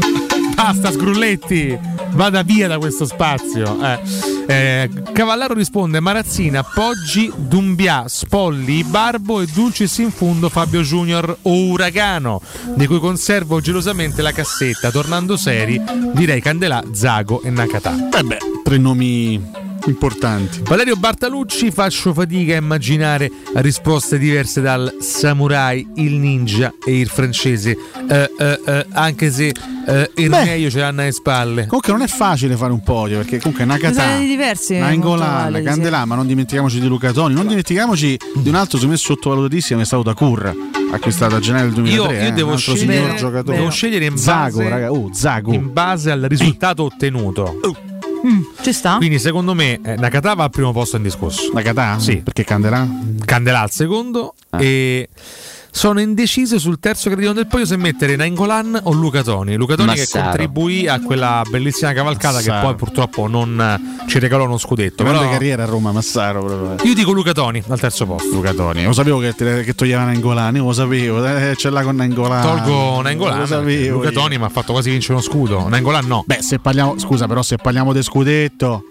Basta Sgrulletti, vada via da questo spazio. Eh. Eh, Cavallaro risponde Marazzina, Poggi, Dumbia, Spolli, Barbo e Dulcis in fundo Fabio Junior o Uragano, di cui conservo gelosamente la cassetta. Tornando seri, direi Candelà, Zago e Nakata. Eh beh, tre nomi importanti. Valerio Bartalucci, faccio fatica a immaginare risposte diverse dal samurai, il ninja e il francese, eh, eh, eh, anche se eh, il Beh. meglio ce l'hanno alle spalle. Comunque non è facile fare un podio, perché comunque Nakata, Sono diversi, molto Nainggolan, validi, Candelà, ma non dimentichiamoci di Luca Toni, non dimentichiamoci di un altro secondo me sottovalutatissimo che è stato Dakur, acquistato a gennaio del duemilatré. Io, io eh, devo, un altro scegliere, signor giocatore. devo scegliere in Zago, base, raga, oh, Zago. in base al risultato ottenuto. Mm, ci sta? Quindi secondo me eh, Nakata va al primo posto in discorso. Nakata? Sì. Perché Candelà? Candelà al secondo e sono indeciso sul terzo gradino del podio se mettere Nainggolan o Luca Toni. Luca Toni che Massaro. contribuì a quella bellissima cavalcata Massaro. che poi purtroppo non eh, ci regalò uno scudetto. Grande Però carriera a Roma, Massaro proprio. io dico Luca Toni al terzo posto. Luca Toni, lo sapevo che, te- che toglieva Nainggolan, io lo sapevo, eh, ce l'ha con Nainggolan. Tolgo Lo Nainggolan. sapevo Luca io. Toni mi ha fatto quasi vincere uno scudo. Nainggolan no. Beh, se parliamo, scusa, però se parliamo del scudetto,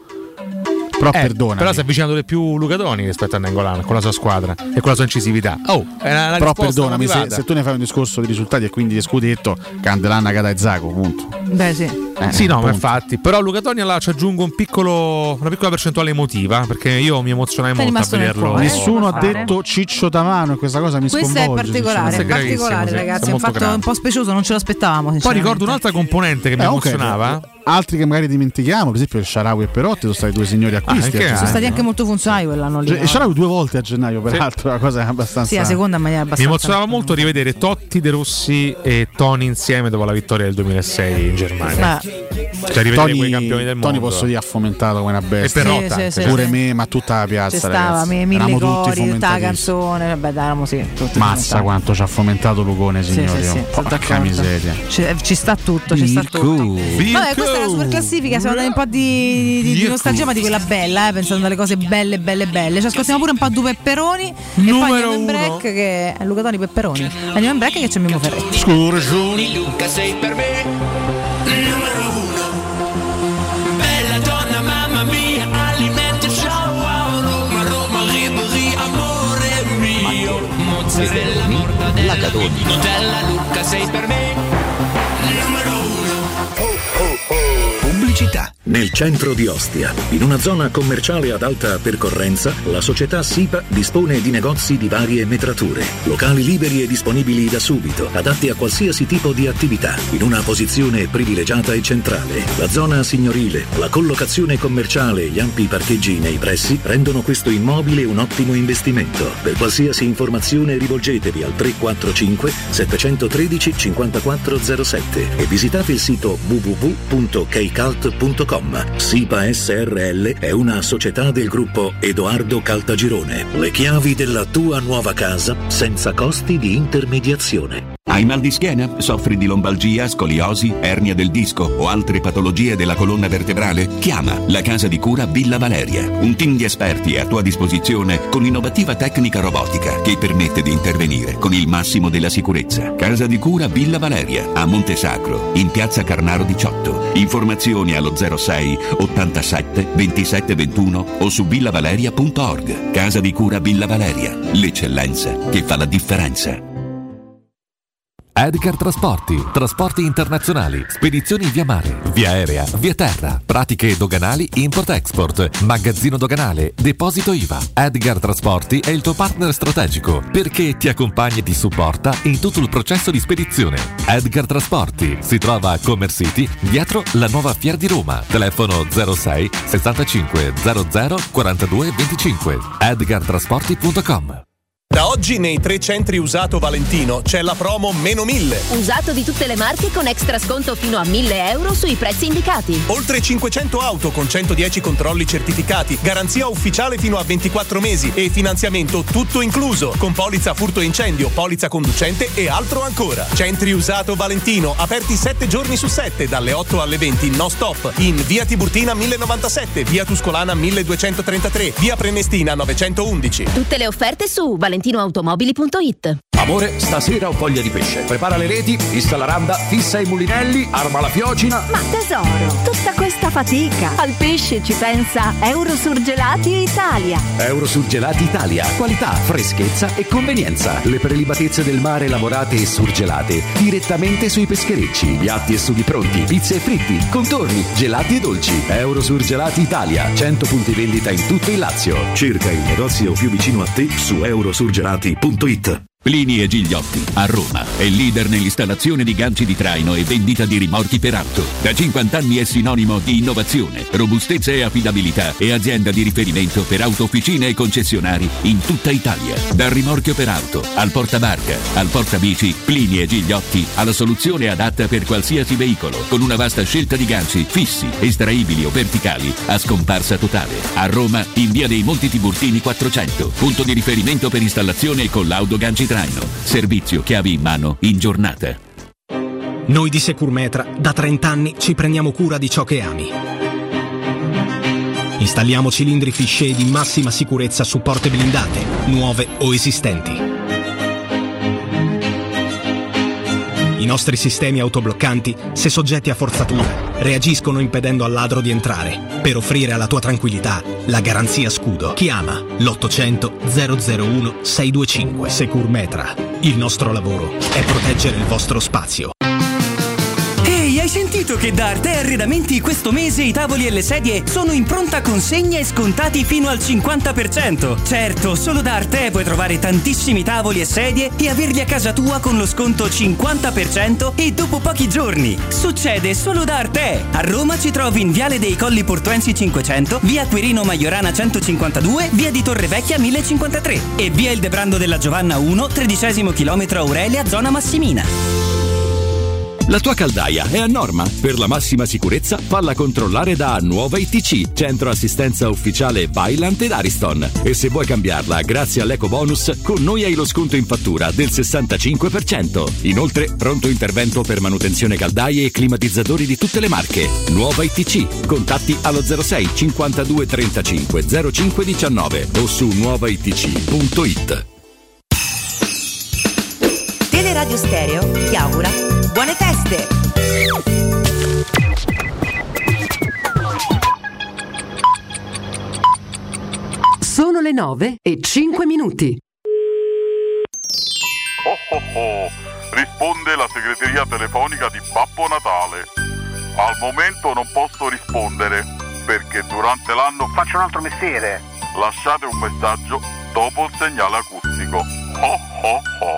però Eh, perdona. però si è avvicinato di più Luca Toni rispetto a Nainggolan con la sua squadra e con la sua incisività. Oh, è una, una Però risposta perdonami, se, motivata. se tu ne fai un discorso di risultati e quindi di scudetto, Candelà, Nakata e Zago, punto. Beh, sì. Eh, sì, no, ma punto. infatti. Però Luca Toni allora ci aggiungo un piccolo, una piccola percentuale emotiva, perché io mi emozionai Sei molto a rimasto nel vederlo. cuore. Nessuno ha fare. detto Ciccio Tamano e questa cosa mi Questo sconvolge. è particolare, Questo è è gravissimo, particolare, sì. ragazzi. È È un molto fatto grave. un po' specioso, non ce l'aspettavamo. Poi ricordo un'altra componente che mi Eh, ok, emozionava. altri che magari dimentichiamo, per esempio il Sharawi e Perotti sono stati due signori acquisti. anche a altri. Sono stati gennaio. anche molto funzionali quell'anno lì. Cioè, no? il Sharawi due volte a gennaio, peraltro, la cosa è abbastanza. Sì, la seconda in maniera Mi abbastanza. emozionava molto rivedere Totti, De Rossi e Toni insieme dopo la vittoria del duemilasei in Germania. Beh, Cioè, rivedere Tony, quei campioni del mondo. Tony posso dire ha fomentato come una bestia. E Perrotta Sì, sì, sì, pure sì. me, ma tutta la piazza. Ci stava, ragazzi. mi- mille Eravamo tutti cori, tutta la fomentatissimi. canzone, vabbè dai, eravamo sì, tutti Mazza fomentati. quanto ci ha fomentato Lugone, Sì, signori. sì, sì, oh. sono Porca d'accordo. miseria. Ci, ci sta tutto, ci sta tutto. Vabbè, questa è la super classifica, siamo andati un po' di, di, di nostalgia, ma di quella bella, eh, pensando alle cose belle, belle, belle. Ci ascoltiamo pure un po' due pepperoni e poi andiamo in break che è Luca Toni Pepperoni. Andiamo in break che c'è Mimmo Ferretti. Scorgioni. Luca sei per me numero uno. Bella donna, mamma mia, alimenti ciao. Roma, Roma, Ribéry, amore mio. Mozzarella, mortadella, Nutella, Luca sei per me numero uno. Oh, oh, oh. Pubblicità. Nel centro di Ostia, in una zona commerciale ad alta percorrenza, la società SIPA dispone di negozi di varie metrature, locali liberi e disponibili da subito, adatti a qualsiasi tipo di attività, in una posizione privilegiata e centrale. La zona signorile, la collocazione commerciale e gli ampi parcheggi nei pressi rendono questo immobile un ottimo investimento. Per qualsiasi informazione rivolgetevi al tre quattro cinque sette uno tre cinque quattro zero sette e visitate il sito w w w punto keycult punto com. SIPA S R L è una società del gruppo Edoardo Caltagirone. Le chiavi della tua nuova casa senza costi di intermediazione. Hai mal di schiena? Soffri di lombalgia, scoliosi, ernia del disco o altre patologie della colonna vertebrale? Chiama la Casa di Cura Villa Valeria. Un team di esperti è a tua disposizione con innovativa tecnica robotica che permette di intervenire con il massimo della sicurezza. Casa di Cura Villa Valeria a Montesacro, in piazza Carnaro diciotto. Informazioni allo zero sei ottantasette ventisette ventuno o su villavaleria punto org. Casa di Cura Villa Valeria, l'eccellenza che fa la differenza. Edgar Trasporti, trasporti internazionali, spedizioni via mare, via aerea, via terra, pratiche doganali import-export, magazzino doganale, deposito I V A. Edgar Trasporti è il tuo partner strategico perché ti accompagna e ti supporta in tutto il processo di spedizione. Edgar Trasporti si trova a Commerce City, dietro la nuova Fiera di Roma. Telefono zero sei sessantacinque zero zero quarantadue venticinque. edgar trasporti punto com. Da oggi nei tre centri usato Valentino c'è la promo meno mille. Usato di tutte le marche con extra sconto fino a mille euro sui prezzi indicati. Oltre cinquecento auto con centodieci controlli certificati, garanzia ufficiale fino a ventiquattro mesi e finanziamento tutto incluso, con polizza furto incendio, polizza conducente e altro ancora. Centri usato Valentino, aperti sette giorni su sette, dalle otto alle venti, no stop, in via Tiburtina mille novantasette, via Tuscolana milleduecentotrentatré, via Prenestina novecentoundici. Tutte le offerte su valentinoautomobili punto it. Amore, stasera ho voglia di pesce. Prepara le reti, fissa la randa, fissa i mulinelli, arma la fiocina. Ma tesoro, tutta questa fatica. Al pesce ci pensa Eurosurgelati Italia. Eurosurgelati Italia. Qualità, freschezza e convenienza. Le prelibatezze del mare lavorate e surgelate direttamente sui pescherecci. Piatti e sughi pronti, pizze e fritti, contorni, gelati e dolci. Eurosurgelati Italia. cento punti vendita in tutto il Lazio. Cerca il negozio più vicino a te su eurosurgelati punto it. Plini e Gigliotti, a Roma, è leader nell'installazione di ganci di traino e vendita di rimorchi per auto. Da cinquanta anni è sinonimo di innovazione, robustezza e affidabilità e azienda di riferimento per autofficine e concessionari in tutta Italia. Dal rimorchio per auto, al portabarca, al portabici, Plini e Gigliotti ha la soluzione adatta per qualsiasi veicolo, con una vasta scelta di ganci fissi, estraibili o verticali, a scomparsa totale. A Roma, in via dei Monti Tiburtini quattrocento, punto di riferimento per installazione con l'auto ganci traino, servizio chiavi in mano in giornata. Noi di Securmetra da trenta anni ci prendiamo cura di ciò che ami. Installiamo cilindri Fichet di massima sicurezza su porte blindate, nuove o esistenti. I nostri sistemi autobloccanti, se soggetti a forzatura, reagiscono impedendo al ladro di entrare, per offrire alla tua tranquillità la garanzia scudo. Chiama l'ottocento zero zero uno sei due cinque. Securmetra. Il nostro lavoro è proteggere il vostro spazio. Ehi, hai sentito che da Arte Arredamenti questo mese i tavoli e le sedie sono in pronta consegna e scontati fino al cinquanta per cento? Certo, solo da Arte puoi trovare tantissimi tavoli e sedie e averli a casa tua con lo sconto cinquanta per cento e dopo pochi giorni. Succede solo da Arte. A Roma ci trovi in Viale dei Colli Portuensi cinquecento, via Quirino Maiorana centocinquantadue, via di Torrevecchia mille cinquantatré e via Il Debrando della Giovanna uno, tredicesimo chilometro Aurelia, zona Massimina. La tua caldaia è a norma? Per la massima sicurezza falla controllare da Nuova I T C, centro assistenza ufficiale Vaillant ed Ariston. E se vuoi cambiarla grazie all'eco bonus, con noi hai lo sconto in fattura del sessantacinque per cento. Inoltre pronto intervento per manutenzione caldaie e climatizzatori di tutte le marche. Nuova I T C, contatti allo zero sei cinquantadue trentacinque zero cinque diciannove o su nuova i t c punto i t. Teleradio Stereo ti augura buone feste! Sono le nove e cinque minuti. Oh oh oh, risponde la segreteria telefonica di Babbo Natale. Al momento non posso rispondere perché durante l'anno faccio un altro mestiere. Lasciate un messaggio dopo il segnale acustico. Oh oh oh.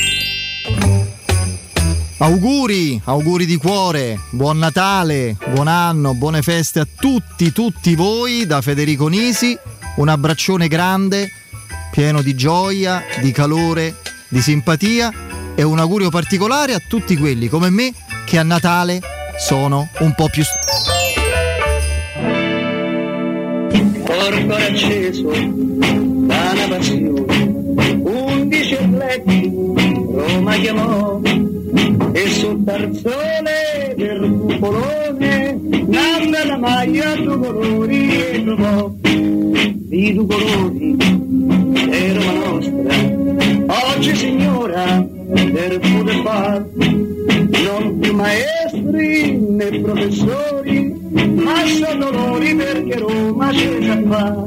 Auguri, auguri di cuore, buon Natale, buon anno, buone feste a tutti, tutti voi da Federico Nisi, un abbraccione grande, pieno di gioia, di calore, di simpatia e un augurio particolare a tutti quelli come me che a Natale sono un po' più... Corpo acceso da una passione, undici atleti Roma chiamò e sul tarzone del cupolone nanda la maglia due colori e trovò di due colori è Roma nostra oggi signora per poter far non più maestri né professori ma sono loro perché Roma c'è già fa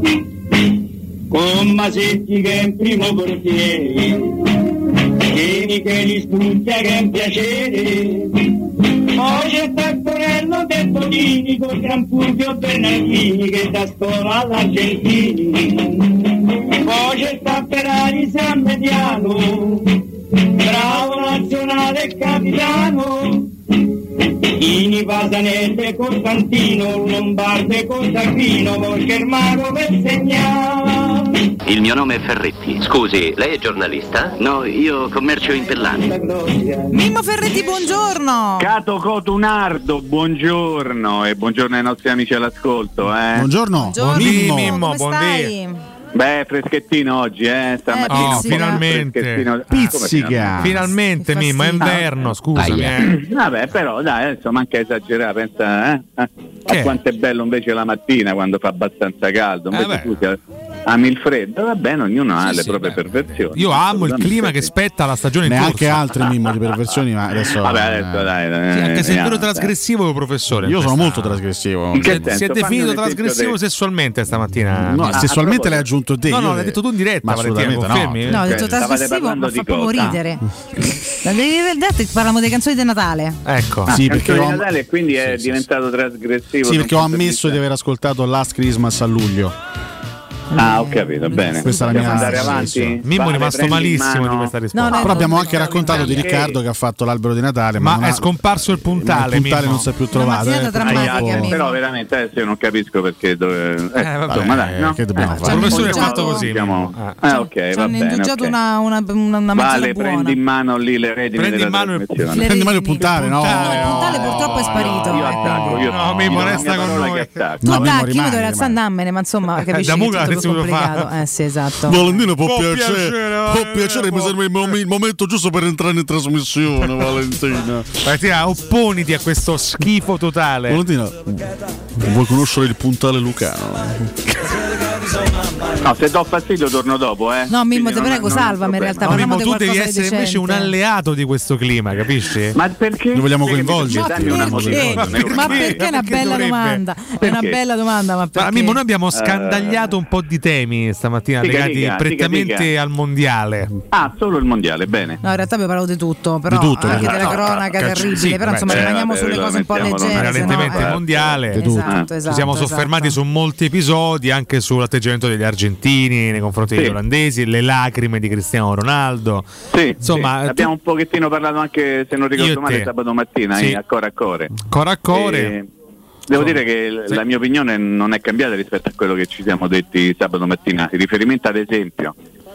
con Masetti che è in primo portiere Vieni che li studia che è un piacere. Poi c'è Taccorello De Bonini con Gran Fulvio Bernardini che da scuola all'Argentini. Poi c'è Tapperari San Mediano, bravo nazionale e capitano. Ini Pasanelle Costantino, Lombardo Costantino, poi Germano per segnare. Il mio nome è Ferretti. Scusi, lei è giornalista? No, io commercio in Pellani. Mimmo Ferretti, buongiorno. Cato Cotunardo, buongiorno e buongiorno ai nostri amici all'ascolto. Eh. Buongiorno. Buongiorno. Mimmo. Mimmo, Come stai? Beh, freschettino oggi, eh, stamattina. Oh, finalmente. Pizzica. Finalmente, Mimmo, è inverno, scusami. Eh. Vabbè, però dai, insomma, anche esagerare, pensa, eh, a quanto è bello invece la mattina quando fa abbastanza caldo. Invece Eh tu ti ami il freddo, va bene, ognuno ha Sì, le sì, proprie beh. perversioni. Io amo il clima che spetta la stagione in Neanche corso. altri Mimmo di perversioni, ma adesso. Vabbè, adesso dai, dai, Sì, anche se è eh, vero eh, trasgressivo, professore. Io sono Questa- molto trasgressivo. In che Si è- si è senso? definito Fammi un esempio trasgressivo te. sessualmente stamattina. No, Ah, sessualmente a l'hai aggiunto te. No, no, io- l'hai detto tu in diretta, Ma Valentina, assolutamente no. confermi? No, ho detto Ok, stavate trasgressivo, parlando ma di fa proprio cosa? ridere. L'avevi detto che parliamo delle canzoni di Natale. Ecco. Ah, Sì, canzone perché di ho- Natale e quindi è Sì, sì, diventato trasgressivo. Sì, perché ho da un punto ammesso di vista- aver ascoltato Last Christmas a luglio. Ah, ho capito, bene. Questa è la Possiamo mia andare sensazione. avanti? Mimmo è Vale, rimasto prendi in malissimo mano- di questa risposta. No, no, Però abbiamo no, anche no, raccontato di perché- Riccardo che ha fatto l'albero di Natale, ma, Ma non è ha- scomparso il puntale, il puntale Mimmo. non si è più trovato. mattinata eh, drammatica, purtroppo- Mimmo. Però veramente adesso io non capisco perché dove... eh, vabbè, insomma, dai, no? che dobbiamo Eh, fare? Il professore ha Ci hanno fatto così. Siamo- Mimmo. Ah, ok, Ci va hanno bene. indugiato ok. una, una, una, una mezz'ora Vale, buona. prendi in mano lì le redini Prendi della in mano il- trasmissione. Prendi mano il puntale, no? puntale, Il puntale purtroppo è sparito. Io attacco, io No, Mimmo, io do la resta mia con parola noi. che attacco. Tu No, Mimmo attacchi, io rimane, dovrei alzare rimane. andammene, ma insomma capisci Da che è Muga tutto più avresti dovuto complicato. fare. Eh sì, esatto. Valentina, può, Può piacere, piacere, può eh, piacere, mi può- serve il mom- il momento giusto per entrare in trasmissione, Valentina. Valentina, opponiti a questo schifo totale. Valentina, vuoi conoscere il puntale lucano? No, se do fastidio torno dopo, eh. No, Mimmo, Quindi ti non- prego, non è un salvami in problema. realtà. No, parliamo Mimmo, di tu devi qualcosa di essere invece un decente. alleato di questo clima, capisci? Ma perché? Noi vogliamo Perché mi coinvolgerti. dai una Perché? motivazione? Ma perché? Ma perché è una Perché bella dovrebbe? domanda? È una Perché? bella domanda, ma Ma perché? Mimmo, noi abbiamo scandagliato un po' di temi stamattina Dica, legati dica, prettamente dica, dica. al mondiale. Ah, solo il mondiale, bene. No, in realtà abbiamo parlato di tutto, però Di tutto, anche eh. della No, cronaca calcio- terribile, sì, però beh, insomma eh, rimaniamo vabbè, sulle lo cose un po' mettiamolo leggere. Prevalentemente sennò, eh. mondiale. Di tutto. Esatto, Ci esatto, siamo esatto. soffermati su molti episodi, anche sull'atteggiamento degli argentini nei confronti degli Sì. olandesi, le lacrime di Cristiano Ronaldo. Sì, Insomma, sì. tu- abbiamo un pochettino parlato anche, se non Io ricordo e male, te. sabato mattina, Sì. eh, a core a core. Core a core. E devo dire che l- Sì. la mia opinione non è cambiata rispetto a quello che ci siamo detti sabato mattina. In riferimento ad esempio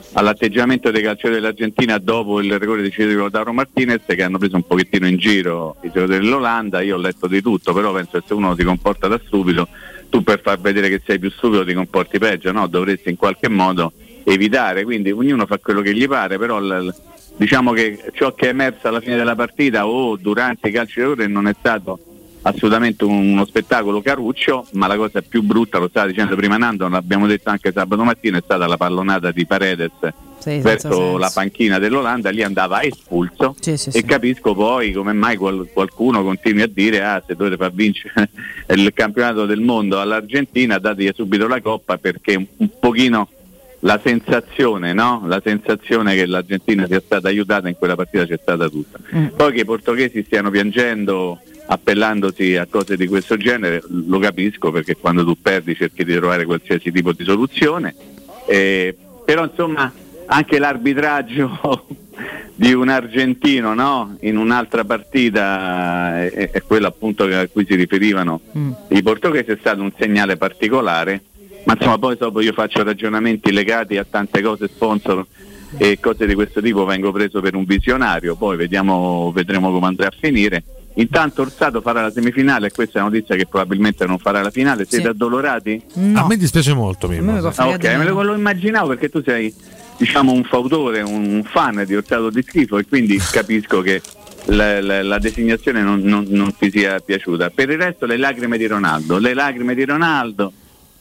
all'atteggiamento dei calciatori dell'Argentina dopo il rigore deciso di Lautaro Martinez, che hanno preso un pochettino in giro i giocatori dell'Olanda. Io ho letto di tutto, però penso che se uno si comporta da stupido, tu per far vedere che sei più stupido ti comporti peggio, no? Dovresti in qualche modo evitare, quindi ognuno fa quello che gli pare, però l- diciamo che ciò che è emerso alla fine della partita o durante i calci di rigore non è stato assolutamente uno spettacolo caruccio, ma la cosa più brutta, lo stava dicendo prima Nando, l'abbiamo detto anche sabato mattina, è stata la pallonata di Paredes sì, verso la panchina dell'Olanda. Lì andava espulso sì, sì, e sì. capisco poi come mai qual- qualcuno continui a dire ah, se dovete far vincere il campionato del mondo all'Argentina dategli subito la coppa, perché un, un pochino la sensazione, no? La sensazione che l'Argentina sia stata aiutata in quella partita c'è stata tutta. Mm. Poi che i portoghesi stiano piangendo appellandosi a cose di questo genere lo capisco, perché quando tu perdi cerchi di trovare qualsiasi tipo di soluzione, eh, però insomma anche l'arbitraggio di un argentino, no? In un'altra partita è, è quello appunto a cui si riferivano mm. i portoghesi, è stato un segnale particolare, ma insomma poi dopo io faccio ragionamenti legati a tante cose, sponsor e cose di questo tipo, vengo preso per un visionario, poi vediamo, vedremo come andrà a finire. Intanto Orsato farà la semifinale e questa è una notizia che probabilmente non farà la finale. Siete sì. addolorati? No. A me dispiace molto. Mimmo. Ah, ok, me lo, lo immaginavo, perché tu sei diciamo un fautore, un fan di Orsato di schifo, e quindi capisco che la, la, la designazione non, non, non ti sia piaciuta. Per il resto le lacrime di Ronaldo, le lacrime di Ronaldo.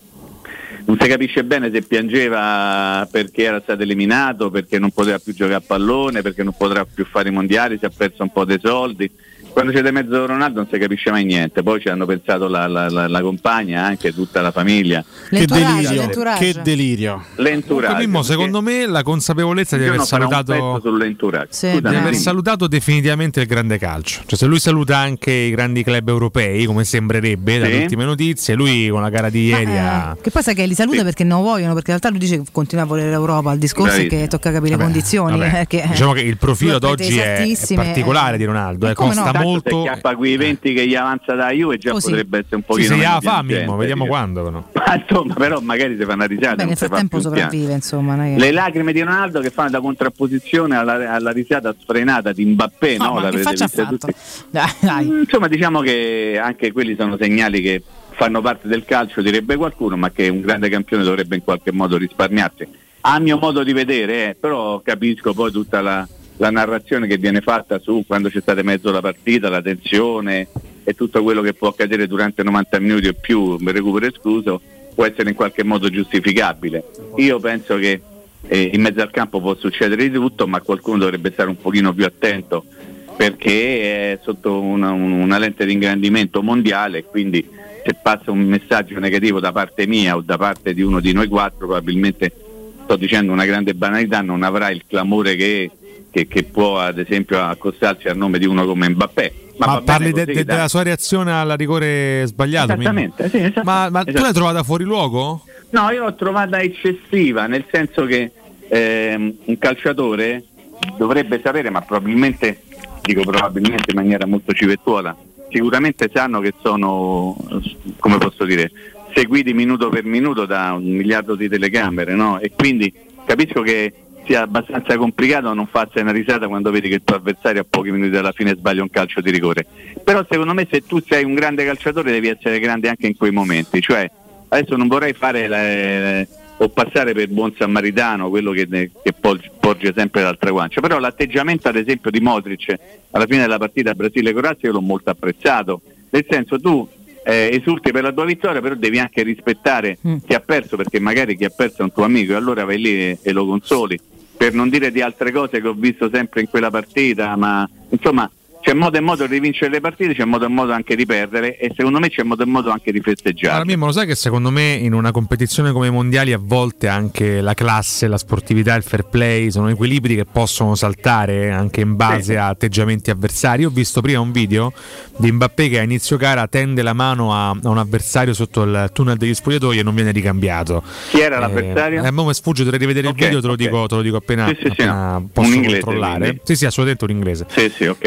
Non si capisce bene se piangeva perché era stato eliminato, perché non poteva più giocare a pallone, perché non potrà più fare i mondiali, si è perso un po' dei soldi. Quando c'è di mezzo Ronaldo non si capisce mai niente, poi ci hanno pensato la, la, la, la compagna, anche tutta la famiglia. Che delirio, che delirio. L'entourage. Mimmo, secondo me la consapevolezza di aver salutato sì, di aver salutato definitivamente il grande calcio. Cioè, se lui saluta anche i grandi club europei, come sembrerebbe sì. dalle ultime notizie, lui con la gara di ieri eh, ha... Che poi sai che li saluta sì. perché non vogliono, perché in realtà lui dice che continua a volere l'Europa, il discorso Bravissimo. È che tocca capire le condizioni. Vabbè. Eh, che, diciamo che il profilo ad oggi è, è particolare eh. di Ronaldo, eh, consta no? molto. Se chiappa quei venti che gli avanza da Juve già oh, potrebbe sì. essere un pochino sì, meno fa, Mimmo, vediamo diciamo. quando no? Ma insomma, però magari si fa una risata. Beh, nel frattempo sopravvive, insomma. Che... Le lacrime di Ronaldo che fanno da contrapposizione alla, alla risata sfrenata di Mbappé, no? no? Ma che faccia fatto? Dai, dai. Insomma, diciamo che anche quelli sono segnali che fanno parte del calcio, direbbe qualcuno, ma che un grande campione dovrebbe in qualche modo risparmiarsi. A mio modo di vedere, eh, però capisco poi tutta la, la narrazione che viene fatta su quando c'è stata in mezzo la partita, la tensione e tutto quello che può accadere durante novanta minuti o più, recupero escluso, può essere in qualche modo giustificabile. Io penso che eh, in mezzo al campo può succedere di tutto, ma qualcuno dovrebbe stare un pochino più attento, perché è sotto una, una lente di ingrandimento mondiale, quindi se passa un messaggio negativo da parte mia o da parte di uno di noi quattro, probabilmente, sto dicendo una grande banalità, non avrà il clamore che, che, che può ad esempio accostarsi al nome di uno come Mbappé. Ma, ma parli così, de, de, della sua reazione al rigore sbagliato? Esattamente, sì, esattamente. Ma, ma esattamente. tu l'hai trovata fuori luogo? No, io l'ho trovata eccessiva, nel senso che ehm, un calciatore dovrebbe sapere, ma probabilmente, dico probabilmente in maniera molto civettuola, sicuramente sanno che sono, come posso dire, seguiti minuto per minuto da un miliardo di telecamere, no? E quindi capisco che sia abbastanza complicato non farsi una risata quando vedi che il tuo avversario a pochi minuti dalla fine sbaglia un calcio di rigore. Però secondo me se tu sei un grande calciatore devi essere grande anche in quei momenti, cioè adesso non vorrei fare le, o passare per buon samaritano, quello che, che porge sempre l'altra guancia, però l'atteggiamento ad esempio di Modric alla fine della partita Brasile-Croazia io l'ho molto apprezzato, nel senso tu eh, esulti per la tua vittoria, però devi anche rispettare mm. chi ha perso, perché magari chi ha perso è un tuo amico e allora vai lì e, e lo consoli, per non dire di altre cose che ho visto sempre in quella partita, ma insomma c'è modo e modo di vincere le partite, c'è modo e modo anche di perdere e secondo me c'è modo e modo anche di festeggiare. Allora, Mimmo, lo sai che secondo me in una competizione come i mondiali a volte anche la classe, la sportività, il fair play sono equilibri che possono saltare anche in base sì. a atteggiamenti avversari. Io ho visto prima un video di Mbappé che a inizio gara tende la mano a, a un avversario sotto il tunnel degli spogliatoi e non viene ricambiato. Chi era eh, l'avversario? Eh, mi sfugge, dovrei rivedere okay, il video, te lo, okay. dico, te lo dico appena, sì, sì, appena sì, posso un inglese, controllare. Quindi. Sì, sì, assolutamente un inglese. Sì, sì, ok. E,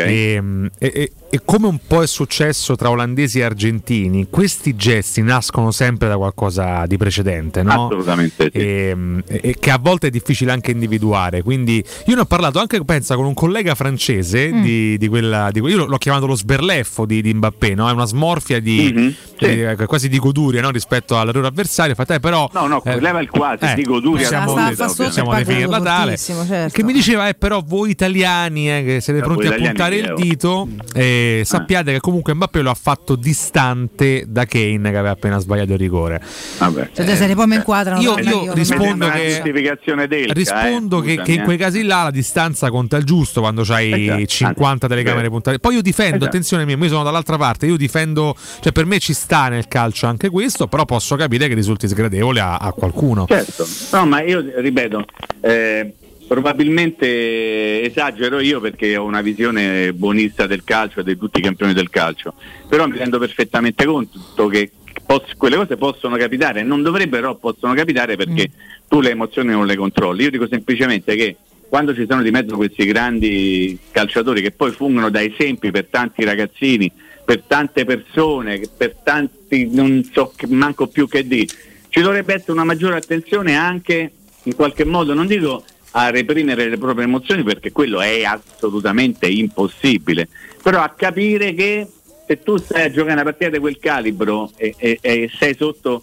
e, e, e come un po' è successo tra olandesi e argentini, questi gesti nascono sempre da qualcosa di precedente, no? Assolutamente sì. E, e che a volte è difficile anche individuare. Quindi io ne ho parlato anche, pensa, con un collega francese mm. di, di quella di, io l'ho chiamato lo sberleffo di, di Mbappé, no? È una smorfia di, mm-hmm. di sì. quasi di goduria, no? Rispetto al loro avversario. Fa, però no no eh, leva il quasi eh, di goduria, possiamo, sta, sta possiamo definirla tale, certo. Che mi diceva eh, però voi italiani eh, che siete pronti a puntare il dito eh, sappiate eh. che comunque Mbappé lo ha fatto distante da Kane che aveva appena sbagliato il rigore. Vabbè. Cioè, eh, se ne poi mi inquadrano, io, io, io rispondo che, delca, rispondo eh, che, scusami, che in quei casi là la distanza conta il giusto quando c'hai esatto. cinquanta Anzi, telecamere beh. puntate. Poi io difendo, esatto. attenzione mia, io sono dall'altra parte, io difendo, cioè per me ci sta nel calcio anche questo, però posso capire che risulti sgradevole a, a qualcuno. Certo, no, ma io ripeto, eh, probabilmente esagero io perché ho una visione buonista del calcio e di tutti i campioni del calcio, però mi rendo perfettamente conto che poss- quelle cose possono capitare, non dovrebbero, possono capitare perché mm. tu le emozioni non le controlli. Io dico semplicemente che quando ci sono di mezzo questi grandi calciatori che poi fungono da esempi per tanti ragazzini, per tante persone, per tanti non so manco più che dire, ci dovrebbe essere una maggiore attenzione anche in qualche modo, non dico a reprimere le proprie emozioni perché quello è assolutamente impossibile, però a capire che se tu stai a giocare una partita di quel calibro e, e, e sei sotto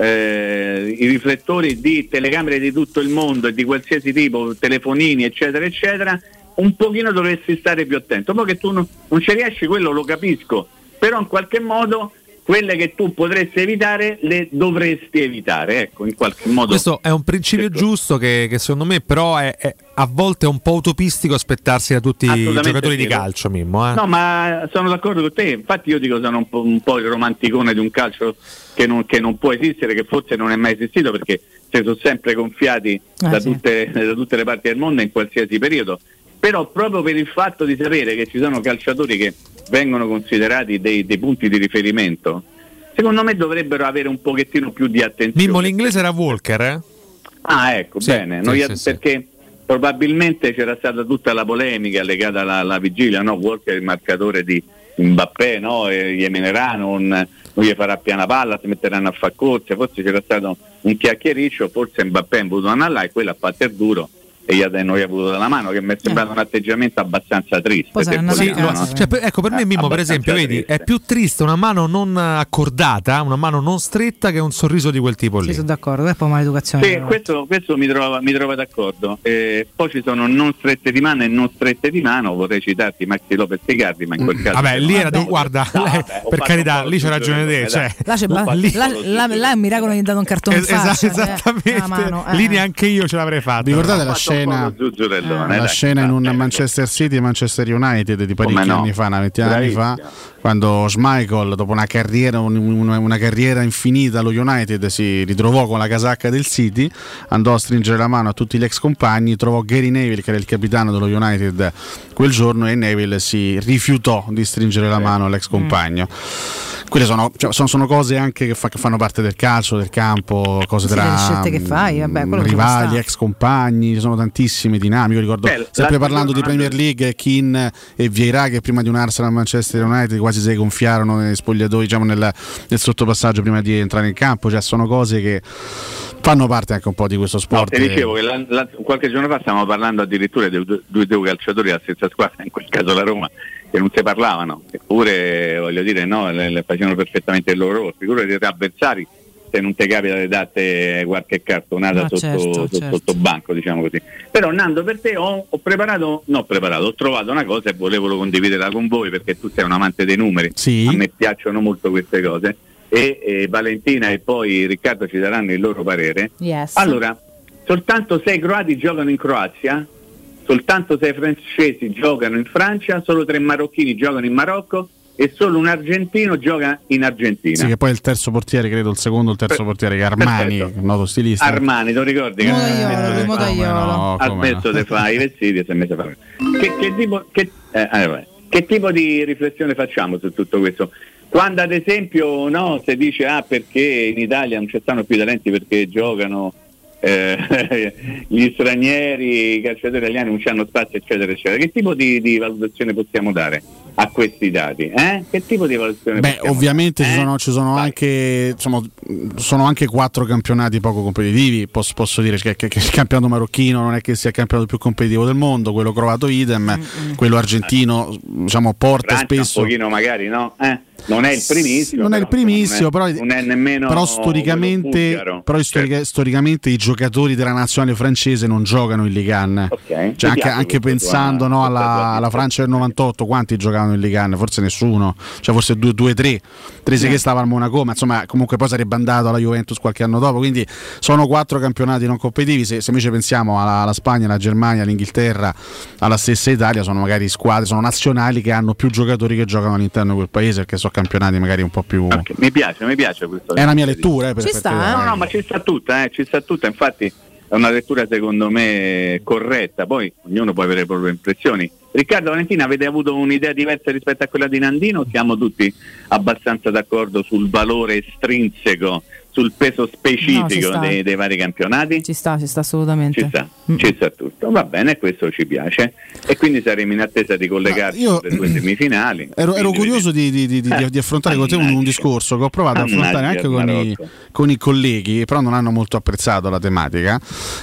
eh, i riflettori di telecamere di tutto il mondo e di qualsiasi tipo, telefonini eccetera eccetera, un pochino dovresti stare più attento. Poi che tu non, non ci riesci, quello lo capisco, però in qualche modo quelle che tu potresti evitare le dovresti evitare, ecco, in qualche modo. Questo è un principio ecco. giusto che, che secondo me però è, è a volte è un po' utopistico aspettarsi da tutti i giocatori sì, di calcio, Mimmo. Eh? No, ma sono d'accordo con te, infatti io dico sono un po', un po' il romanticone di un calcio che non, che non può esistere, che forse non è mai esistito perché si sono sempre gonfiati ah, da, sì. tutte, da tutte le parti del mondo in qualsiasi periodo, però proprio per il fatto di sapere che ci sono calciatori che vengono considerati dei, dei punti di riferimento, secondo me dovrebbero avere un pochettino più di attenzione. Mimmo, l'inglese era Walker, eh? Ah, ecco, sì, bene, sì, Noi, sì, perché sì. probabilmente c'era stata tutta la polemica legata alla, alla vigilia, no? Walker è il marcatore di Mbappé, no? E gli eminerà, non, non gli farà piana palla, si metteranno a far corse, forse c'era stato un chiacchiericcio, forse Mbappé ha voluto andare là e quello ha fatto il duro e gli ha, non gli ha voluto dalla mano, che mi è sembrato eh. un atteggiamento abbastanza triste. Sì, lo, no? cioè, per, ecco, per me Mimmo, per esempio, vedi, è più triste una mano non accordata, una mano non stretta che un sorriso di quel tipo lì. Sì, sono d'accordo, è poi maleducazione. Sì, questo, questo mi trova, mi trova d'accordo. Eh, poi ci sono non strette di mano e non strette di mano, vorrei citarti Maxi Lopez Icardi, ma in quel caso... Vabbè, lì era, vabbè, guarda, no, lei, vabbè, per carità, lì c'è ragione te, cioè. Là c'è ba- lì, là, là, là è un miracolo che gli ha dato un cartone in faccia, esattamente, eh, mano, eh. lì neanche io ce l'avrei fatto. Ricordate la scena Ah, la dai, scena in un dai, Manchester City e Manchester United di parecchi no? anni fa, una ventina anni fa, quando Schmeichel dopo una carriera una, una carriera infinita allo United si ritrovò con la casacca del City, andò a stringere la mano a tutti gli ex compagni, trovò Gary Neville che era il capitano dello United quel giorno e Neville si rifiutò di stringere la mano all'ex compagno. Quelle sono, cioè, sono, sono cose anche che, fa, che fanno parte del calcio, del campo, cose sì, tra scelte che fai, vabbè, rivali, ex compagni, ci sono tantissime dinamiche. Io ricordo, Beh, sempre parlando di Premier League, Keane e Vieira che prima di un Arsenal Manchester United quasi si gonfiarono nei spogliatoi, diciamo nel, nel sottopassaggio prima di entrare in campo, cioè sono cose che fanno parte anche un po' di questo sport. No, ti dicevo che la, la, qualche giorno fa stavamo parlando addirittura di due, due, due calciatori della stessa squadra, in quel caso la Roma, che non si parlavano, eppure voglio dire no, le, le facevano perfettamente il loro ruolo. Figurati i avversari se non ti capita di date qualche cartonata no, sotto, certo, sotto, certo. sotto banco, diciamo così. Però Nando, per te ho, ho preparato, no ho preparato, ho trovato una cosa e volevo condividerla con voi perché tu sei un amante dei numeri, sì. A me piacciono molto queste cose e, e Valentina e poi Riccardo ci daranno il loro parere. Yes. Allora, soltanto sei croati giocano in Croazia, soltanto sei francesi giocano in Francia, solo tre marocchini giocano in Marocco e solo un argentino gioca in Argentina. Sì, che poi è il terzo portiere, credo il secondo o il terzo per, portiere che è Armani, perfetto. Noto stilista. Armani, non ricordi? Che Modaiolo, Modaiolo. Ha smesso di fare i vestiti e si è messo a fare. Che, che, tipo, che, eh, allora, che tipo di riflessione facciamo su tutto questo? Quando ad esempio no, si dice ah perché in Italia non ci stanno più talenti perché giocano eh, gli stranieri, i calciatori italiani non hanno spazio, eccetera, eccetera. Che tipo di, di valutazione possiamo dare a questi dati? Eh? Che tipo di valutazione Beh, possiamo ovviamente dare? ci sono, ci sono anche insomma, sono anche quattro campionati poco competitivi. Posso, posso dire che, che, che il campionato marocchino non è che sia il campionato più competitivo del mondo, quello croato idem, mm-hmm. quello argentino diciamo porta Francia, spesso un pochino magari, no? Eh? Non è il primissimo, non è il primissimo, però, però, non è nemmeno però storicamente, però storica, certo. storicamente i giocatori della nazionale francese non giocano in Ligue uno. Okay. Cioè, anche, anche pensando no, alla, alla Francia del novantotto, quanti giocavano in Ligue uno? Forse nessuno, cioè forse due, due tre. Trese che stava al Monaco, ma insomma comunque poi sarebbe andato alla Juventus qualche anno dopo. Quindi sono quattro campionati non competitivi. Se, se invece pensiamo alla, alla Spagna, alla Germania, all'Inghilterra, alla stessa Italia, sono magari squadre, sono nazionali che hanno più giocatori che giocano all'interno di quel paese, perché sono campionati magari un po' più. Okay. Mi piace, mi piace questo. È una mia lettura, eh, per ci per sta, per no, no, ma ci sta tutta, eh, ci sta tutta. Infatti è una lettura secondo me corretta. Poi ognuno può avere le proprie impressioni. Riccardo, Valentina, avete avuto un'idea diversa rispetto a quella di Nandino? Siamo tutti abbastanza d'accordo sul valore estrinseco, sul peso specifico no, dei, dei vari campionati? Ci sta, ci sta assolutamente. Ci sta, mm. ci sta tutto. Va bene, questo ci piace. E quindi saremo in attesa di collegarci io, alle due semifinali. Ero, ero curioso di, di, di, eh, di affrontare con te un, un discorso che ho provato ad affrontare anche con i, con i colleghi, però non hanno molto apprezzato la tematica.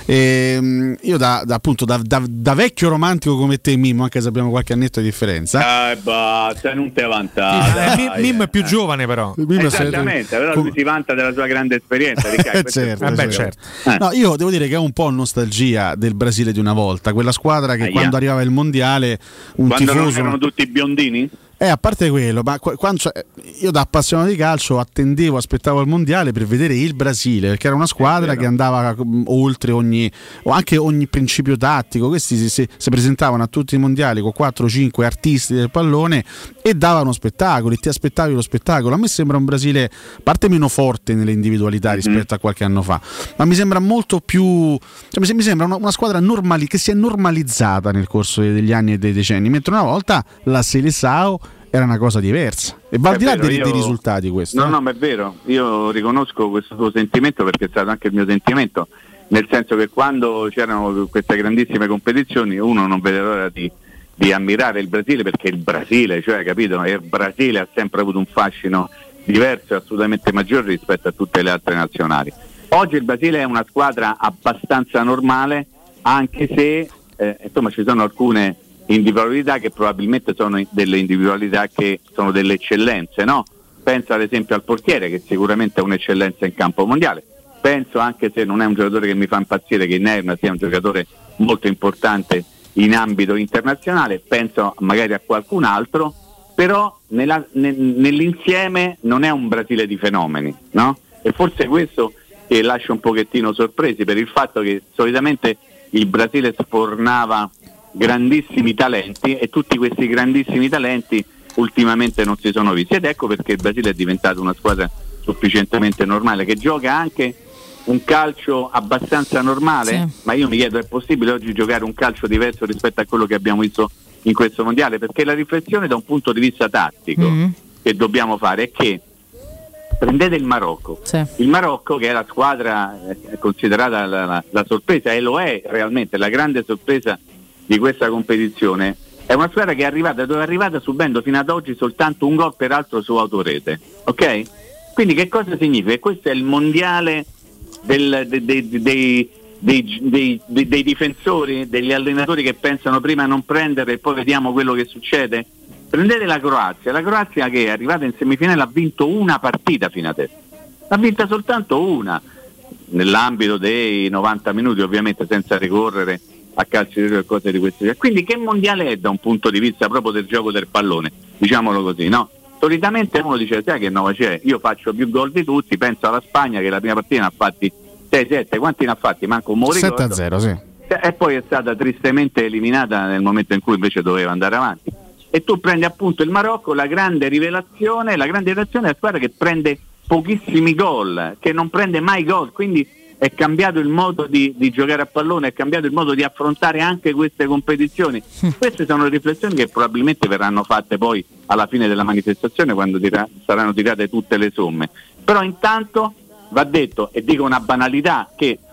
E, io da, da, appunto da, da, da vecchio romantico come te, Mimmo, anche se abbiamo qualche annetto di differenza. Eh, basta, non te vantare. Eh, Mimmo è più giovane, però. Mimmo Esattamente, sei... però lui si vanta della sua grande esperienza. Eh, certo, eh, certo. Eh. No, io devo dire che è un po' nostalgia del Brasile di una volta, quella squadra che ah, quando yeah. arrivava il mondiale un quando tifoso non erano tutti biondini? Eh, a parte quello, ma quando, cioè, io da appassionato di calcio attendevo, aspettavo il mondiale per vedere il Brasile, perché era una squadra che andava oltre ogni, o anche ogni principio tattico. Questi si, si, si presentavano a tutti i mondiali con quattro cinque artisti del pallone e davano spettacoli, ti aspettavi lo spettacolo. A me sembra un Brasile, a parte meno forte nelle individualità rispetto mm-hmm. a qualche anno fa, ma mi sembra molto più, cioè, mi sembra una, una squadra normali, che si è normalizzata nel corso degli anni e dei decenni, mentre una volta la Seleção era una cosa diversa e va al di là dei, io... dei risultati questo. No, eh? no, ma è vero, io riconosco questo tuo sentimento perché è stato anche il mio sentimento, nel senso che quando c'erano queste grandissime competizioni uno non vede l'ora di, di ammirare il Brasile, perché il Brasile, cioè capito, il Brasile ha sempre avuto un fascino diverso e assolutamente maggiore rispetto a tutte le altre nazionali. Oggi il Brasile è una squadra abbastanza normale, anche se eh, insomma ci sono alcune individualità che probabilmente sono delle individualità che sono delle eccellenze, no? Penso ad esempio al portiere, che sicuramente è un'eccellenza in campo mondiale. Penso, anche se non è un giocatore che mi fa impazzire, che Neymar sia un giocatore molto importante in ambito internazionale. Penso magari a qualcun altro, però nella, ne, nell'insieme non è un Brasile di fenomeni, no? E forse questo che lascia un pochettino sorpresi, per il fatto che solitamente il Brasile sfornava grandissimi talenti e tutti questi grandissimi talenti ultimamente non si sono visti, ed ecco perché il Brasile è diventato una squadra sufficientemente normale, che gioca anche un calcio abbastanza normale, sì. Ma io mi chiedo, è possibile oggi giocare un calcio diverso rispetto a quello che abbiamo visto in questo mondiale? Perché la riflessione da un punto di vista tattico mm-hmm. che dobbiamo fare è che prendete il Marocco, sì. il Marocco che è la squadra è considerata la, la, la sorpresa, e lo è realmente la grande sorpresa di questa competizione, è una squadra che è arrivata dove è arrivata subendo fino ad oggi soltanto un gol, peraltro su autorete, ok? Quindi che cosa significa? Che questo è il mondiale del, de, de, de, de, dei, dei, dei, dei difensori, degli allenatori che pensano prima a non prendere e poi vediamo quello che succede. Prendete la Croazia, la Croazia che è arrivata in semifinale ha vinto una partita fino adesso, ha vinta soltanto una, nell'ambito dei novanta minuti, ovviamente senza ricorrere a calci e cose di questo genere. Quindi che mondiale è da un punto di vista proprio del gioco del pallone, diciamolo così, no? Solitamente uno dice, sai che nuova c'è, io faccio più gol di tutti, penso alla Spagna che la prima partita ne ha fatti sei sette, quanti ne ha fatti? Manco un mo' ricordo. sette a zero, sì. E poi è stata tristemente eliminata nel momento in cui invece doveva andare avanti. E tu prendi appunto il Marocco, la grande rivelazione, la grande rivelazione è la squadra che prende pochissimi gol, che non prende mai gol, quindi è cambiato il modo di, di giocare a pallone, è cambiato il modo di affrontare anche queste competizioni. Queste sono riflessioni che probabilmente verranno fatte poi alla fine della manifestazione, quando tira, saranno tirate tutte le somme. Però intanto va detto, e dico una banalità, che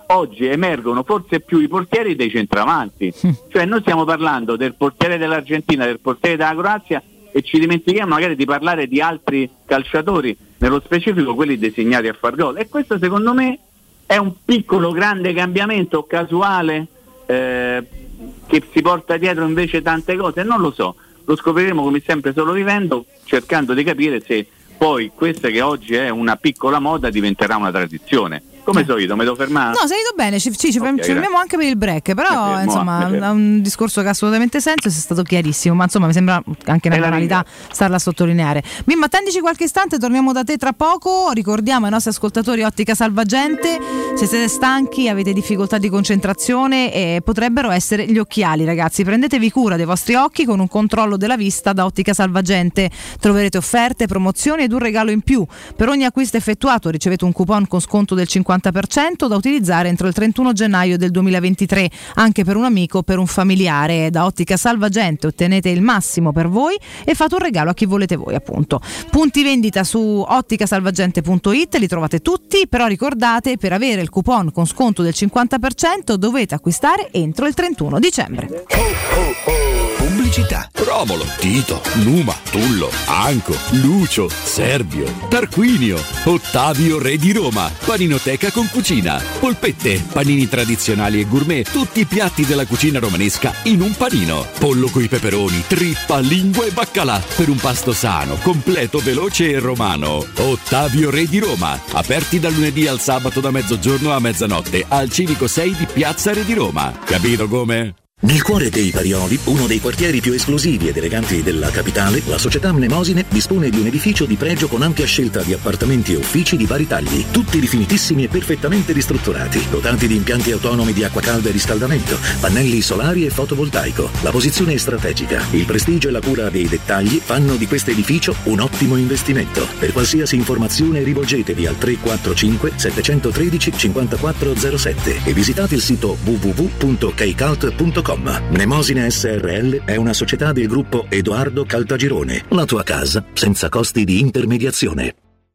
oggi emergono forse più i portieri dei centravanti. Mm. Cioè noi stiamo parlando del portiere dell'Argentina, del portiere della Croazia e ci dimentichiamo magari di parlare di altri calciatori, nello specifico quelli designati a far gol. E questo secondo me è un piccolo grande cambiamento casuale eh, che si porta dietro invece tante cose, non lo so, lo scopriremo come sempre solo vivendo, cercando di capire se poi questa che oggi è una piccola moda diventerà una tradizione. Come solito, mi devo fermare? No, sei ido bene, ci, ci, Okay, ci fermiamo anche per il break, però fermo, insomma mi fermo. è un discorso che ha assolutamente senso e è stato chiarissimo, ma insomma mi sembra anche una E la banalità starla a sottolineare. Mimmo, attendici qualche istante, torniamo da te tra poco, ricordiamo ai nostri ascoltatori Ottica Salvagente, se siete stanchi, avete difficoltà di concentrazione, eh, potrebbero essere gli occhiali, ragazzi, prendetevi cura dei vostri occhi con un controllo della vista da Ottica Salvagente, troverete offerte, promozioni ed un regalo in più. Per ogni acquisto effettuato ricevete un coupon con sconto del cinquanta per cento da utilizzare entro il trentuno gennaio del duemilaventitré, anche per un amico o per un familiare. Da Ottica Salvagente ottenete il massimo per voi e fate un regalo a chi volete voi, appunto. Punti vendita su otticasalvagente punto it, li trovate tutti, però ricordate, per avere il coupon con sconto del cinquanta per cento dovete acquistare entro il trentuno dicembre. Pubblicità. Romolo, Tito, Numa, Tullo, Anco, Lucio, Servio, Tarquinio, Ottavio Re di Roma, Paninoteca con cucina, polpette, panini tradizionali e gourmet, tutti i piatti della cucina romanesca in un panino, pollo coi peperoni, trippa, lingua e baccalà, per un pasto sano, completo, veloce e romano. Ottavio Re di Roma, aperti dal lunedì al sabato da mezzogiorno a mezzanotte al Civico sei di Piazza Re di Roma. Capito come? Nel cuore dei Parioli, uno dei quartieri più esclusivi ed eleganti della capitale, la società Mnemosine dispone di un edificio di pregio con ampia scelta di appartamenti e uffici di vari tagli, tutti rifinitissimi e perfettamente ristrutturati, dotati di impianti autonomi di acqua calda e riscaldamento, pannelli solari e fotovoltaico. La posizione è strategica, il prestigio e la cura dei dettagli fanno di questo edificio un ottimo investimento. Per qualsiasi informazione rivolgetevi al tre quattro cinque sette uno tre cinque quattro zero sette e visitate il sito w w w punto keicalt punto com. Mnemosine S R L è una società del gruppo Edoardo Caltagirone. La tua casa senza costi di intermediazione.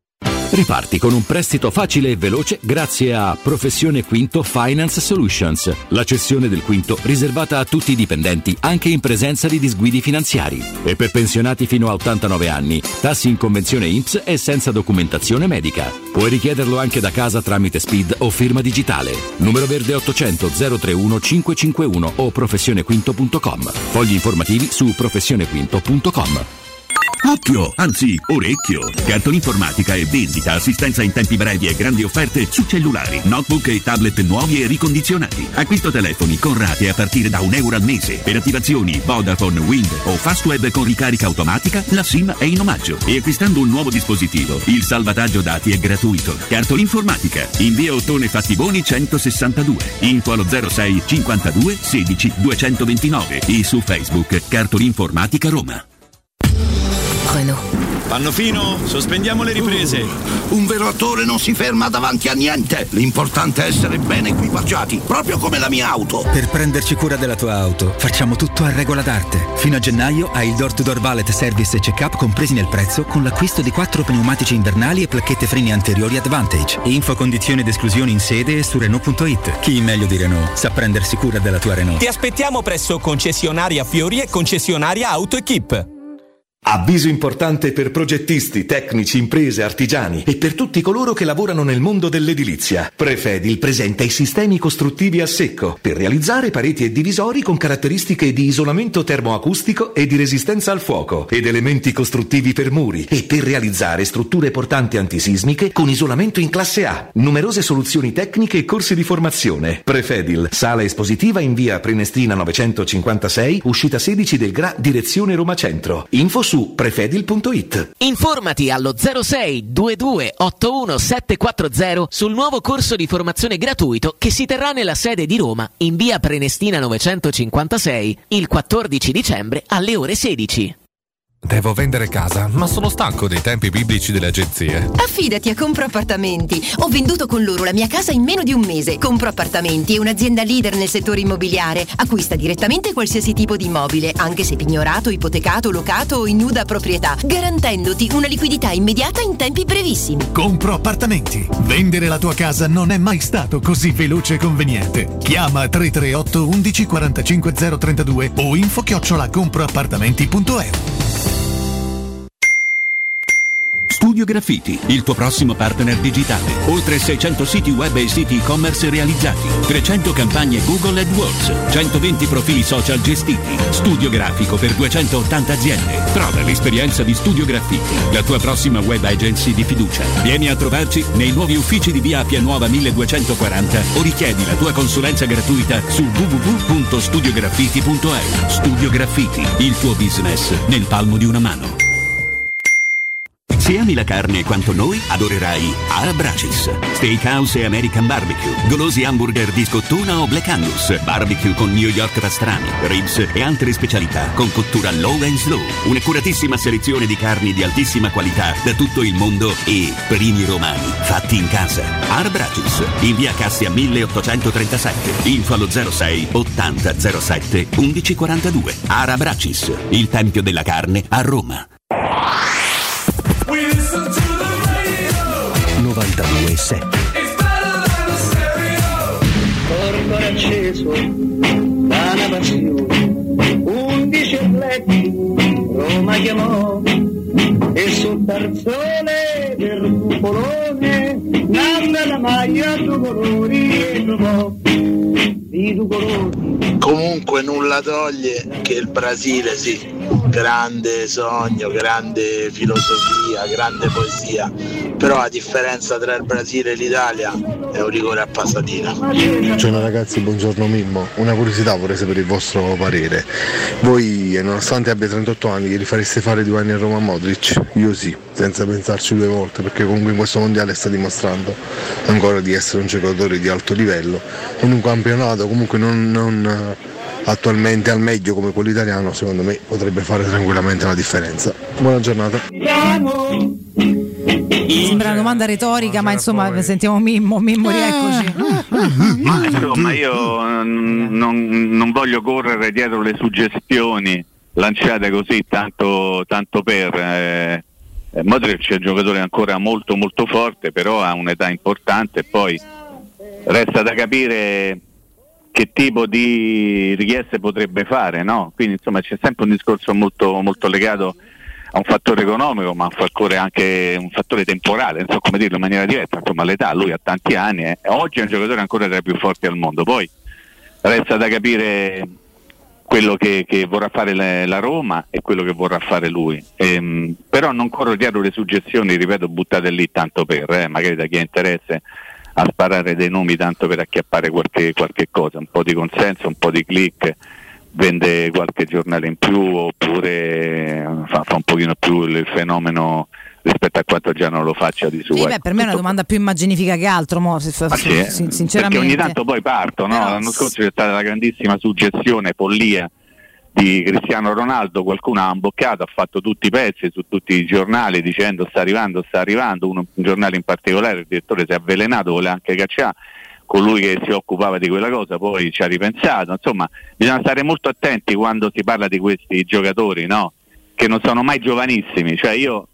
Riparti con un prestito facile e veloce grazie a Professione Quinto Finance Solutions, la cessione del quinto riservata a tutti i dipendenti anche in presenza di disguidi finanziari. E per pensionati fino a ottantanove anni, tassi in convenzione I N P S e senza documentazione medica. Puoi richiederlo anche da casa tramite S P I D o firma digitale. Numero verde ottocento zero trentuno cinquecentocinquantuno o professionequinto punto com. Fogli informativi su professionequinto punto com. Occhio, anzi orecchio! Cartolinformatica e vendita, assistenza in tempi brevi e grandi offerte su cellulari, notebook e tablet nuovi e ricondizionati. Acquisto telefoni con rate a partire da un euro al mese. Per attivazioni Vodafone, Wind o Fastweb con ricarica automatica, la SIM è in omaggio. E acquistando un nuovo dispositivo, il salvataggio dati è gratuito. Cartolinformatica, in via Ottone Fattiboni centosessantadue. Info allo zero sei cinquantadue sedici duecentoventinove e su Facebook Cartolinformatica Roma. Pannofino, sospendiamo le riprese. Un vero attore non si ferma davanti a niente. L'importante è essere ben equipaggiati, proprio come la mia auto. Per prenderci cura della tua auto, facciamo tutto a regola d'arte. Fino a gennaio hai il door-to-door valet service e check-up compresi nel prezzo con l'acquisto di quattro pneumatici invernali e placchette freni anteriori Advantage. Info, condizioni ed esclusioni in sede e su Renault punto it. Chi meglio di Renault sa prendersi cura della tua Renault. Ti aspettiamo presso concessionaria Fiori e concessionaria Auto Equip. Avviso importante per progettisti, tecnici, imprese, artigiani e per tutti coloro che lavorano nel mondo dell'edilizia. Prefedil presenta i sistemi costruttivi a secco per realizzare pareti e divisori con caratteristiche di isolamento termoacustico e di resistenza al fuoco ed elementi costruttivi per muri e per realizzare strutture portanti antisismiche con isolamento in classe A. Numerose soluzioni tecniche e corsi di formazione. Prefedil, sala espositiva in via Prenestina novecentocinquantasei, uscita sedici del Gra, direzione Roma Centro. Info su prefedil punto it. Informati allo zero sei ventidue ottantuno settecentoquaranta sul nuovo corso di formazione gratuito che si terrà nella sede di Roma in via Prenestina novecentocinquantasei il quattordici dicembre alle ore sedici. Devo vendere casa, ma sono stanco dei tempi biblici delle agenzie. Affidati a Compro Appartamenti. Ho venduto con loro la mia casa in meno di un mese. Compro Appartamenti è un'azienda leader nel settore immobiliare. Acquista direttamente qualsiasi tipo di immobile, anche se pignorato, ipotecato, locato o in nuda proprietà, garantendoti una liquidità immediata in tempi brevissimi. Compro Appartamenti. Vendere la tua casa non è mai stato così veloce e conveniente. Chiama tre tre otto undici quarantacinque zero trentadue o info chiocciola comproappartamenti punto e u. Studio Graffiti, il tuo prossimo partner digitale. Oltre seicento siti web e siti e-commerce realizzati, trecento campagne Google AdWords, centoventi profili social gestiti. Studio grafico per duecentottanta aziende. Prova l'esperienza di Studio Graffiti, la tua prossima web agency di fiducia. Vieni a trovarci nei nuovi uffici di via Appia Nuova milleduecentoquaranta o richiedi la tua consulenza gratuita su w w w punto studio graffiti punto e u. Studio Graffiti, il tuo business nel palmo di una mano. Se ami la carne quanto noi, adorerai Arabracis. Steakhouse e American Barbecue, golosi hamburger di scottuna o Black Angus, barbecue con New York pastrami, ribs e altre specialità con cottura low and slow. Un'accuratissima selezione di carni di altissima qualità da tutto il mondo e primi romani fatti in casa. Arabracis, in via Cassia milleottocentotrentasette, info allo zero sei ottanta zero sette undici quarantadue. Arabracis, il tempio della carne a Roma. novantadue sette. Corpo acceso da una passione, undici atleti Roma chiamò e sul tarzone del cupolone nanda la maglia due colori e trovò di due colori. Comunque nulla toglie che il Brasile, sì, grande sogno, grande filosofia, grande poesia, però la differenza tra il Brasile e l'Italia è un rigore a pasatina. Buongiorno ragazzi, buongiorno Mimmo, una curiosità vorrei sapere il vostro parere. Voi, nonostante abbia trentotto anni, gli fareste fare due anni a Roma a Modric? Io sì, senza pensarci due volte, perché comunque in questo mondiale sta dimostrando ancora di essere un giocatore di alto livello, in un campionato comunque non, non attualmente al meglio come quello italiano. Secondo me potrebbe fare tranquillamente la differenza. Buona giornata. Sembra una domanda retorica, ma insomma sentiamo Mimmo, Mimmo rieccoci. Ma insomma io non, non voglio correre dietro le suggestioni lanciate così tanto, tanto per eh, Modric è un giocatore ancora molto molto forte, però ha un'età importante e poi resta da capire che tipo di richieste potrebbe fare, no? Quindi insomma c'è sempre un discorso molto, molto legato a un fattore economico, ma un fattore anche un fattore temporale, non so come dirlo in maniera diretta, insomma l'età, lui ha tanti anni, eh. Oggi è un giocatore ancora tra i più forti al mondo, poi resta da capire quello che, che vorrà fare le, la Roma e quello che vorrà fare lui. Ehm, però non corro dietro le suggestioni, ripeto, buttate lì tanto per, eh, magari da chi ha interesse a sparare dei nomi tanto per acchiappare qualche, qualche cosa, un po' di consenso, un po' di click, vende qualche giornale in più oppure fa, fa un pochino più il fenomeno rispetto a quanto già non lo faccia di suo. Sì, beh, per me è una domanda più immaginifica che altro, mo, se, ah, sì, eh? sinceramente. Perché ogni tanto poi parto, no? L'anno scorso c'è stata la grandissima suggestione, follia di Cristiano Ronaldo, qualcuno ha imboccato, ha fatto tutti i pezzi su tutti i giornali dicendo sta arrivando, sta arrivando, uno, un giornale in particolare, il direttore si è avvelenato, voleva anche cacciare colui che si occupava di quella cosa, poi ci ha ripensato, insomma bisogna stare molto attenti quando si parla di questi giocatori, no? Che non sono mai giovanissimi, cioè io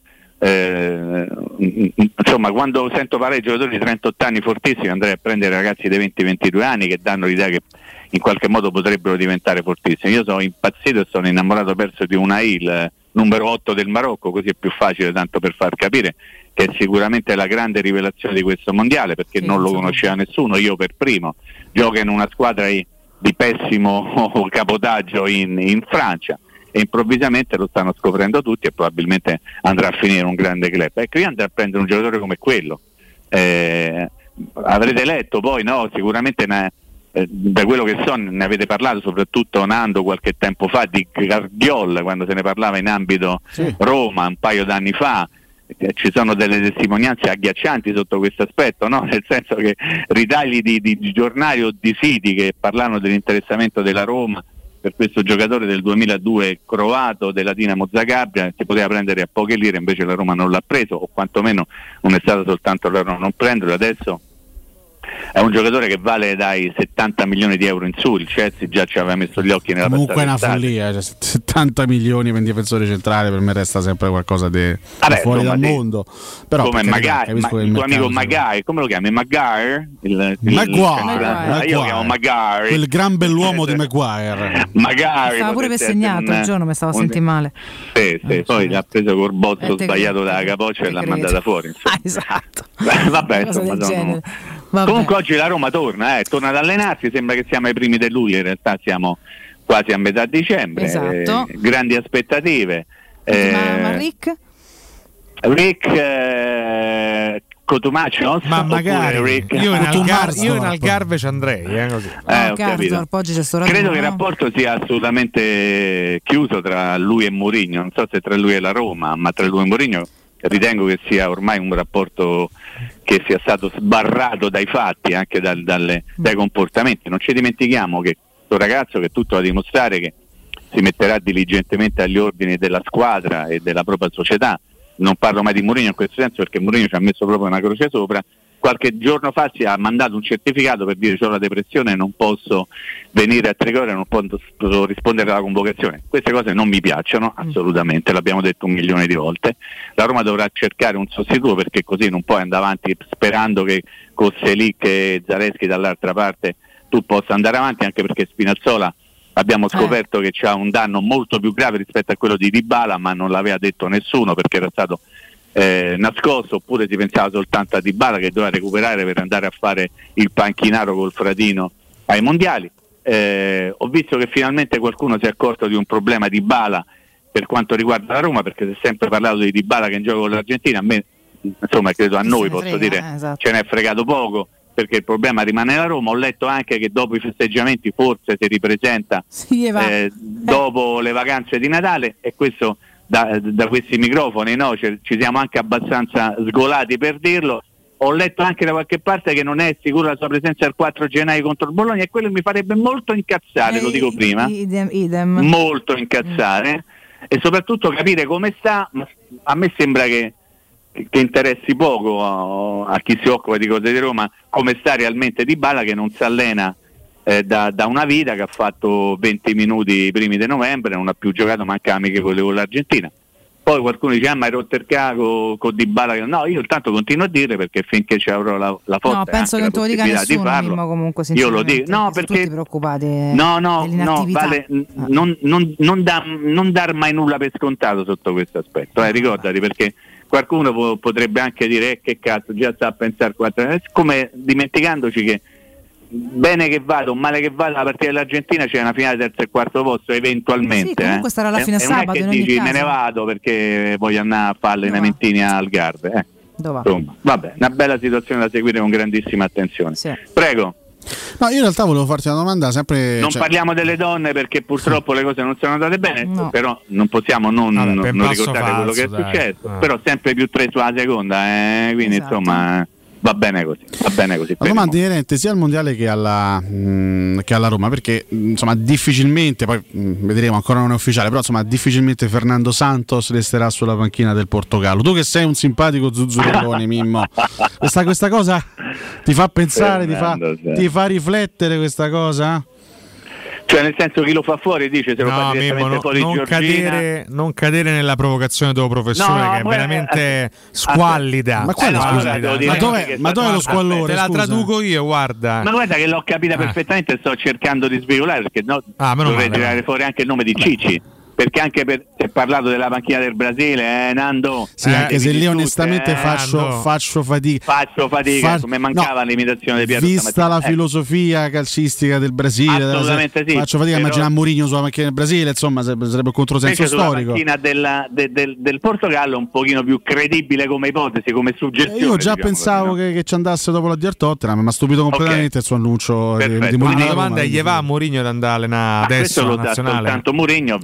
eh, insomma quando sento parlare di giocatori di trentotto anni fortissimi andrei a prendere ragazzi dei venti ventidue anni che danno l'idea che in qualche modo potrebbero diventare fortissimi. Io sono impazzito e sono innamorato perso di Unai, numero otto del Marocco, così è più facile, tanto per far capire che è sicuramente la grande rivelazione di questo mondiale, perché sì, non lo conosceva nessuno, io per primo. Gioca in una squadra di, di pessimo capotaggio in, in Francia e improvvisamente lo stanno scoprendo tutti e probabilmente andrà a finire un grande club. Ecco, io andrei a prendere un giocatore come quello, eh, avrete letto poi, no? Sicuramente ne, eh, da quello che so ne avete parlato, soprattutto Nando qualche tempo fa, di Guardiola, quando se ne parlava in ambito sì. Roma un paio d'anni fa. Ci sono delle testimonianze agghiaccianti sotto questo aspetto, no? Nel senso che ritagli di, di giornali o di siti che parlano dell'interessamento della Roma per questo giocatore del duemiladue croato della Dinamo Zagabria, si poteva prendere a poche lire, invece la Roma non l'ha preso, o quantomeno non è stato soltanto la Roma non prenderlo. Adesso è un giocatore che vale dai settanta milioni di euro in su, il Chelsea già ci aveva messo gli occhi nella comunque è una passata follia, cioè, settanta milioni per un difensore centrale per me resta sempre qualcosa di fuori insomma, dal sì. mondo. Però come Maguire, ma, il, il tuo amico Maguire, come lo chiami? Maguire? Il, il, Maguire, il, io lo chiamo Maguire, quel gran bell'uomo di Maguire. Maguire stava pure per segnato il giorno, mi stava a sentire male. Sì, sì, eh, poi l'ha preso col bozzo eh, sbagliato dalla capoccia e l'ha mandata fuori. Ah, esatto. Vabbè, insomma, sono... Comunque oggi la Roma torna, eh, torna ad allenarsi, sembra che siamo ai primi di luglio, in realtà siamo quasi a metà dicembre, esatto. eh, grandi aspettative. Eh, ma, ma Rick? Rick eh, Cotumaccio, ma magari Rick? io in, Algar- io in Algarve ci andrei, eh, così. Eh, ho capito. Credo che il rapporto sia assolutamente chiuso tra lui e Mourinho, non so se tra lui e la Roma, ma tra lui e Mourinho ritengo che sia ormai un rapporto che sia stato sbarrato dai fatti, anche dal, dalle, dai comportamenti. Non ci dimentichiamo che questo ragazzo, che tutto da dimostrare, che si metterà diligentemente agli ordini della squadra e della propria società, non parlo mai di Mourinho in questo senso perché Mourinho ci ha messo proprio una croce sopra, qualche giorno fa si è mandato un certificato per dire: c'ho la depressione, non posso venire a Trigoria, non posso rispondere alla convocazione. Queste cose non mi piacciono assolutamente, l'abbiamo detto un milione di volte. La Roma dovrà cercare un sostituto, perché così non puoi andare avanti sperando che con Selic e Zaleschi dall'altra parte tu possa andare avanti, anche perché Spinazzola abbiamo scoperto eh. che c'ha un danno molto più grave rispetto a quello di Dybala, ma non l'aveva detto nessuno perché era stato Eh, nascosto, oppure si pensava soltanto a Dybala che doveva recuperare per andare a fare il panchinaro col fratino ai mondiali. Eh, ho visto che finalmente qualcuno si è accorto di un problema di Dybala per quanto riguarda la Roma, perché si è sempre parlato di Dybala che in gioco con l'Argentina. A me, insomma, credo a noi posso frega, dire eh, esatto. ce n'è fregato poco, perché il problema rimane la Roma. Ho letto anche che dopo i festeggiamenti forse si ripresenta sì, eh, dopo eh. le vacanze di Natale, e questo Da, da questi microfoni, no? Ci, ci siamo anche abbastanza sgolati per dirlo. Ho letto anche da qualche parte che non è sicura la sua presenza il quattro gennaio contro il Bologna, e quello mi farebbe molto incazzare, eh, lo dico prima, idem, idem. molto incazzare, mm. e soprattutto capire come sta. A me sembra che, che interessi poco a, a chi si occupa di cose di Roma come sta realmente Dybala, che non si allena Eh, da, da una vita, che ha fatto venti minuti i primi di novembre, non ha più giocato manca amichevole con l'Argentina. Poi qualcuno dice: ah, ma hai rotto il cago con Dybala. No, io intanto continuo a dire, perché finché ci avrò la, la forza, no, penso che non te lo dica nessuno, Mimmo, comunque io lo dico, no, perché tutti preoccupati no no no vale, non, non, non, da, non dar mai nulla per scontato sotto questo aspetto, eh, ricordati, perché qualcuno po- potrebbe anche dire eh, che cazzo, già sta a pensare quattro, come dimenticandoci che bene che vada o male che vada la partita dell'Argentina c'è una finale terzo e quarto posto eventualmente. Sì, comunque eh. starà alla fine e, sabato. E non è che dici me ne vado perché voglio andare a fare allenamenti a Algarve. Eh. Insomma, vabbè, una bella situazione da seguire con grandissima attenzione. Sì. Prego. No, io in realtà volevo farti una domanda sempre. Non cioè... parliamo delle donne perché purtroppo le cose non sono andate bene, no. Però non possiamo non, Vabbè, non, non ricordare falso, quello che è dai. successo. Ah. Però sempre più tre sulla seconda, eh? Quindi esatto. insomma. Va bene così, va bene così. La domanda inerente sia al mondiale che alla, mh, che alla Roma, perché mh, insomma difficilmente, poi mh, vedremo, ancora non è ufficiale, però insomma difficilmente Fernando Santos resterà sulla panchina del Portogallo. Tu che sei un simpatico zuzzurellone, Mimmo, questa, questa cosa ti fa pensare, Fernando, ti, fa, sì. ti fa riflettere questa cosa? Cioè, nel senso, chi lo fa fuori dice se lo no, fa direttamente Mimmo, fuori non cadere, non cadere nella provocazione tuo professore, no, no, che è poi, veramente eh, squallida. Ma, eh, no, scusa, allora, ma dov'è, ma dov'è lo squallore? Te la scusa. traduco io, guarda. Ma guarda che l'ho capita eh. perfettamente, sto cercando di svicolare, perché no, ah, dovrei male, tirare male. fuori anche il nome di Cicci. Perché anche per si è parlato della panchina del Brasile, eh, Nando? Sì, eh, anche se lì onestamente eh, faccio, Nando. faccio fatica. Faccio fatica, Fa... come mancava no, l'imitazione di Piero vista stamattina. la eh. filosofia calcistica del Brasile, assolutamente sì, faccio fatica a però... immaginare Mourinho sulla panchina del Brasile, insomma sarebbe un controsenso Invece storico. La panchina della, de, del, del Portogallo è un pochino più credibile come ipotesi, come suggestione. Io già diciamo pensavo così, no? che, che ci andasse dopo la di Tottenham, mi ha stupito completamente okay. il suo annuncio di, di Mourinho. La domanda è: gli va a Mourinho ad andare a allenare adesso questo lo nazionale? dà soltanto Mourinho. Vi ricordo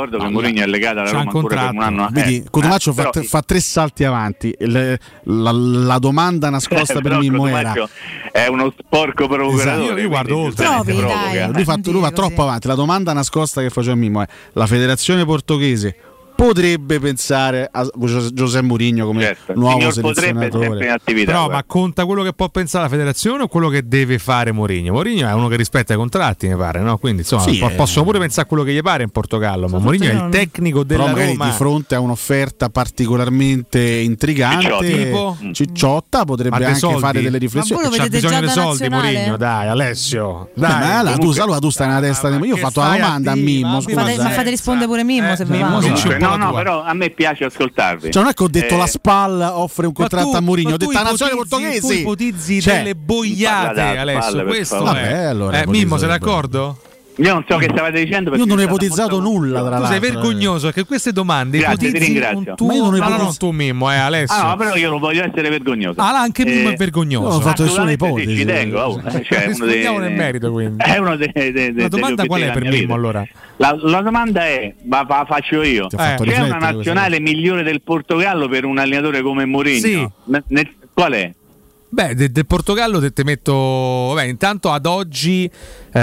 d'accordo che Mourinho è legato alla Roma ancora per un anno. Vedi, eh, Cotumaccio eh, fa, però- fa tre salti avanti. Il- la, la domanda nascosta Eh, per però Mimmo era: Cotumaccio è uno sporco provocatore. Esatto. Io guardo oltre. lui, fa, lui va troppo avanti. La domanda nascosta che faceva Mimmo è: la federazione portoghese potrebbe pensare a José Mourinho come nuovo Signor potrebbe è sempre in selezionatore? attività. Però, guarda. ma conta quello che può pensare la federazione o quello che deve fare Mourinho? Mourinho è uno che rispetta i contratti, mi pare, no? Quindi insomma Sì, po- eh. possono pure pensare a quello che gli pare in Portogallo, ma Mourinho è il tecnico della Però magari Roma. di fronte a un'offerta particolarmente intrigante, Tipo? Cicciotta potrebbe Ma dei anche soldi? fare delle riflessioni. Ma voi lo C'ha vedete bisogno già dei da soldi nazionale? Mourinho, dai Alessio, Dai, dai. ma allora, tu, Comunque- allora tu stai nella testa di... Io ho fatto la fai domanda a attiva? Mimmo, Ma scusa. Fate, ma fate rispondere pure Mimmo se vi va. Comunque, no, no, però a me piace ascoltarvi. Cioè non è che ho detto Eh, la SPAL offre un contratto tu- a Mourinho, ma ho tu detto la nazione ipotizzi- portoghese. tu ipotizzi Cioè, delle boiate, parla da Alessio, spalle, per questo favore. è. Vabbè, allora eh, ipotizzo Mimmo, sei delle d'accordo? Io non so che stavate dicendo perché Io non ho è stata ipotizzato molto- nulla, tra Tu sei l'altro. vergognoso che queste domande Grazie, ti ipotizzi ringrazio. un tuo... Ma io non no, no, ipotizzo- no, tu Mimmo, eh, Alessio. Ah, no, però io non voglio essere vergognoso. Ah, là, anche Mimmo Eh, è vergognoso. io ho fatto nessuna assolutamente ipotesi. sì, ci tengo. Oh, cioè, uno dei- Rispondiamo nel merito, quindi. È uno dei, dei, dei, La domanda degli qual è obiettivi per della mia Mimmo, vita. allora? La, la domanda è, ma la faccio io. Ti ho fatto C'è riflettere una nazionale migliore del Portogallo per un allenatore come Mourinho? Sì. Ne- ne- qual è? Beh, de- del Portogallo te, te metto. Vabbè, intanto ad oggi. Eh,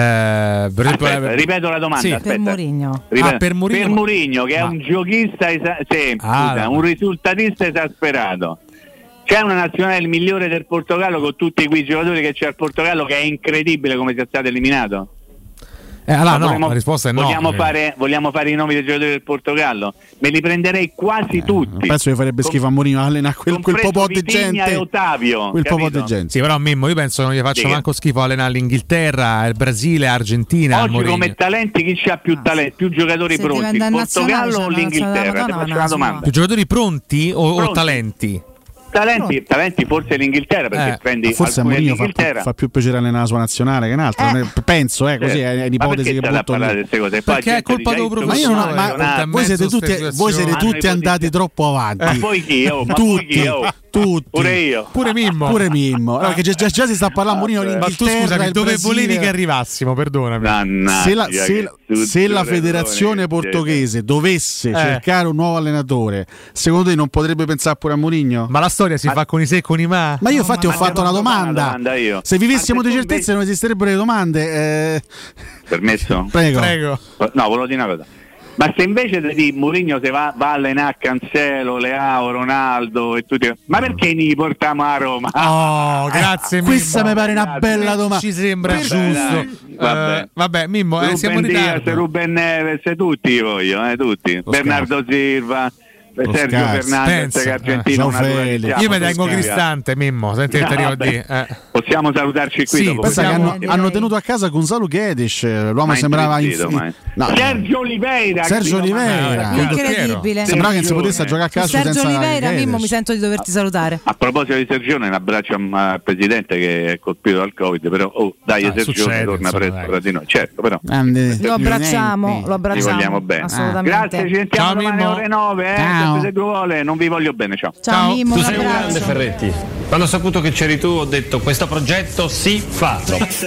per esempio, Aspetta, eh, ripeto la domanda. sì. aspetta. Per Mourinho. Ripeto. Ah, per Mourinho, Per ma- Mourinho, che è ma- un giochista, esa- sì, Ah, scusa, no. un risultatista esasperato. C'è una nazionale migliore del Portogallo con tutti quei giocatori che c'è al Portogallo, che è incredibile come sia stato eliminato? Eh, allora, Ma no, vogliamo- la risposta è no. Vogliamo, Eh. fare, vogliamo fare i nomi dei giocatori del Portogallo? Me li prenderei quasi tutti. Penso che farebbe schifo a Mourinho allenare quel, quel Compreso po' di Vitigna e gente. Ottavio, Quel po' capito? di gente. Sì, però Mimmo, io penso che non gli faccia Dica. manco schifo allenare l'Inghilterra, il Brasile, Argentina. Oggi Mourinho. come talenti chi c'ha più talenti, più giocatori Se pronti? Il diventa nazionale, Portogallo o c'è una l'Inghilterra? Ti nazionale, faccio Madonna, una sua. domanda. Più giocatori pronti o, o Pronti. talenti? Talenti, talenti forse l'Inghilterra perché Eh, prendi Forse a alcuni Mourinho fa, dell'Inghilterra. fa più piacere allenare la sua nazionale che un altro. Non è- penso, eh, così Certo. è Ma un'ipotesi perché che state a butto parlare lì. di queste cose? Poi Perché è gente colpa dice, del "Hai visto Ma io non ho- questo ma- campionato?" voi siete mezzo tutti, ste voi siete situazioni. tutti Hanno andati troppo avanti. Ma poi chi? Oh, ma poi tutti, chi? Oh. tutti. Pure io. Pure Mimmo. Pure Mimmo. Allora, che già, già- già si sta parlando Mourinho Ma tu Ma tu l'Inghilterra, scusami, il dove Brasile. volevi che arrivassimo? Perdonami. Mannaggia, Se la, che se- tutti se la le federazione ragioni, portoghese dovesse Eh. cercare un nuovo allenatore, secondo te non potrebbe pensare pure a Mourinho? Ma la storia si fa con i se e con i ma? Ma io infatti ho ma fatto te una posso fare una domanda. domanda io? Se vivessimo Ma di se tu certezze invece- non esisterebbero le domande. eh, Permesso? Prego. Prego. No, volevo dire una cosa. Ma se invece di Mourinho se va, va a allenare Cancelo, Leao, Ronaldo e tutti, ma perché li portiamo a Roma? Oh, grazie Mimmo. Questa mi pare una bella domanda. Ci sembra Vabbè, giusto. dai, vabbè. Eh, vabbè, Mimmo, eh, siamo in Ruben Diaz, ritardo. Ruben Neves, tutti li voglio, eh, tutti. Bernardo Silva, Sergio scarso. Pensa, Pensa, che eh, argentino João una Felix. diciamo, Io mi tengo tutti, Cristante, Mimmo. Senti che ti arrivo a Vabbè. dire. Eh. Possiamo salutarci qui Sì, dopo. Pensa che Possiamo- hanno, hanno tenuto a casa Gonzalo Guedes, l'uomo Ma sembrava in, intristito, ma- no, Sergio Oliveira, Sergio capito? Oliveira. Ma- Incredibile. sembrava che non si potesse giocare a calcio Sergio senza Oliveira, Guedes. Mimmo, mi sento di doverti salutare. A proposito di Sergione, un abbraccio al presidente che è colpito dal Covid, però oh, dai, Ah, Sergione succede, torna insomma, presto dai. tra di noi, certo, però Grande. Lo abbracciamo, lo vi abbracciamo. vogliamo bene. Assolutamente. Grazie, ci sentiamo Ciao, domani Mimmo. ore nove, eh, Ciao. sempre se Dio vuole, non vi voglio bene, ciao. Ciao, Ciao. Mimmo, Tu un sei un abbraccio. Ferretti. Quando ho saputo che c'eri tu ho detto questo progetto si fa.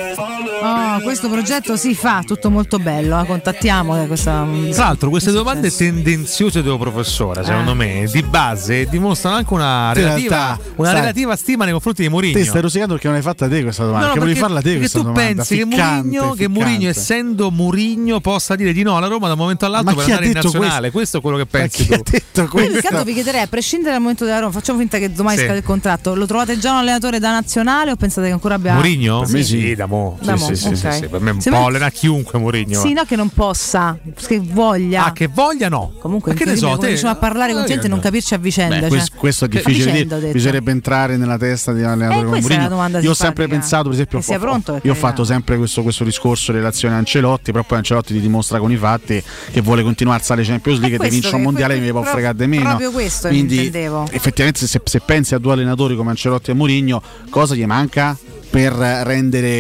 Oh, questo progetto si fa, tutto molto bello, eh, contattiamo eh, questa. Tra l'altro, queste domande tendenziose del professore, secondo Eh. me, di base, dimostrano anche una Sì, in relativa, realtà, una sai, relativa stima nei confronti di Mourinho. Te stai rosicando perché non hai fatta te questa domanda. No, no, che volevi perché- farla te perché questa tu domanda. pensi che Ficcante, Mourinho, che ficcante. Mourinho, essendo Mourinho, possa dire di no alla Roma da un momento all'altro Ma per chi ha andare in detto nazionale? Questo? è quello che Ma pensi chi tu. ha detto Io questo? intanto vi chiederei, a prescindere dal momento della Roma, facciamo finta che domani Sì. scade il contratto. Lo trovate già un allenatore da nazionale o pensate che ancora abbia. Mourinho? Per me sì. Sì, da mo. Da Sì, mo, sì, sì, ok. sì, sì. Per me Se può me- allenare chiunque Mourinho. Sì, no, che non possa, che voglia. Ah, che voglia no. Comunque, Ma che ne so, incredibile come te- diciamo a parlare con Eh, gente e non capirci a vicenda. Beh, cioè. questo, questo è Che- difficile vicenda, ho dire. detto. Bisognerebbe entrare nella testa di un allenatore Eh, come questa è Mourinho. una domanda Io ho simpatica. sempre pensato, per esempio, Che sia ho- pronto, per io ho carità. fatto sempre questo, questo discorso in relazione a Ancelotti, però poi Ancelotti ti dimostra con i fatti che vuole continuare a stare Champions League e ti questo vince un che- mondiale que- mi può pro- fregare di meno. proprio questo Quindi intendevo. effettivamente se, se pensi a due allenatori come Ancelotti e Mourinho, cosa gli manca per rendere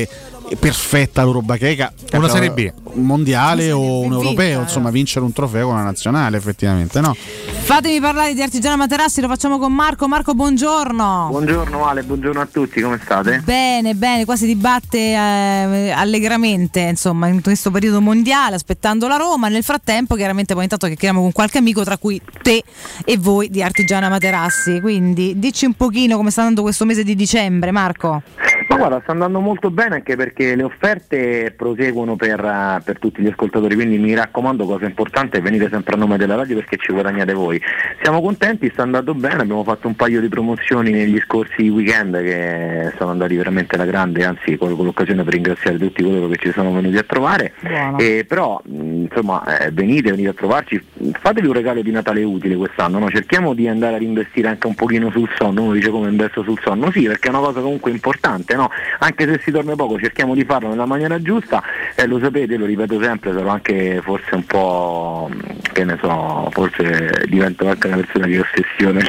perfetta loro bacheca, una Serie B, un mondiale o un vinta, europeo, insomma vincere un trofeo con la nazionale effettivamente, no? Fatemi parlare di Artigiana Materassi, lo facciamo con Marco. Marco, buongiorno. Buongiorno Ale, buongiorno a tutti, come state? Bene, bene, qua si dibatte eh, allegramente, insomma, in questo periodo mondiale, aspettando la Roma. Nel frattempo, chiaramente, poi intanto chiacchieriamo con qualche amico, tra cui te e voi di Artigiana Materassi. Quindi dici un pochino come sta andando questo mese di dicembre, Marco. Ma guarda, sta andando molto bene, anche perché le offerte proseguono per, uh, per tutti gli ascoltatori, quindi mi raccomando, cosa importante, venite sempre a nome della radio perché ci guadagnate voi. Siamo contenti, sta andando bene, abbiamo fatto un paio di promozioni negli scorsi weekend che sono andati veramente alla grande, anzi colgo l'occasione per ringraziare tutti coloro che ci sono venuti a trovare. E però insomma eh, venite, venite a trovarci, fatevi un regalo di Natale utile quest'anno, no? Cerchiamo di andare a reinvestire anche un pochino sul sonno. Uno dice come investo sul sonno? Sì, perché è una cosa comunque importante, no? Anche se si dorme poco cerchiamo di farlo nella maniera giusta, e eh, lo sapete, lo ripeto sempre, sarò anche forse un po', che ne so, forse divento anche una persona di ossessione.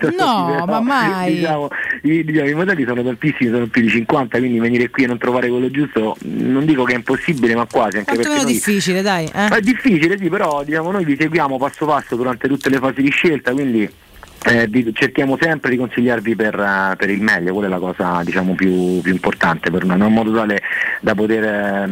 No, ma mai. Diciamo, i, diciamo, i modelli sono tantissimi, sono più di cinquanta, quindi venire qui e non trovare quello giusto, non dico che è impossibile, ma quasi, anche quanto perché meno noi, difficile, dai. Eh? È difficile, sì, però diciamo noi vi seguiamo passo passo durante tutte le fasi di scelta, quindi Eh, vi, cerchiamo sempre di consigliarvi per, uh, per il meglio, quella è la cosa diciamo più, più importante per noi, in modo tale da poter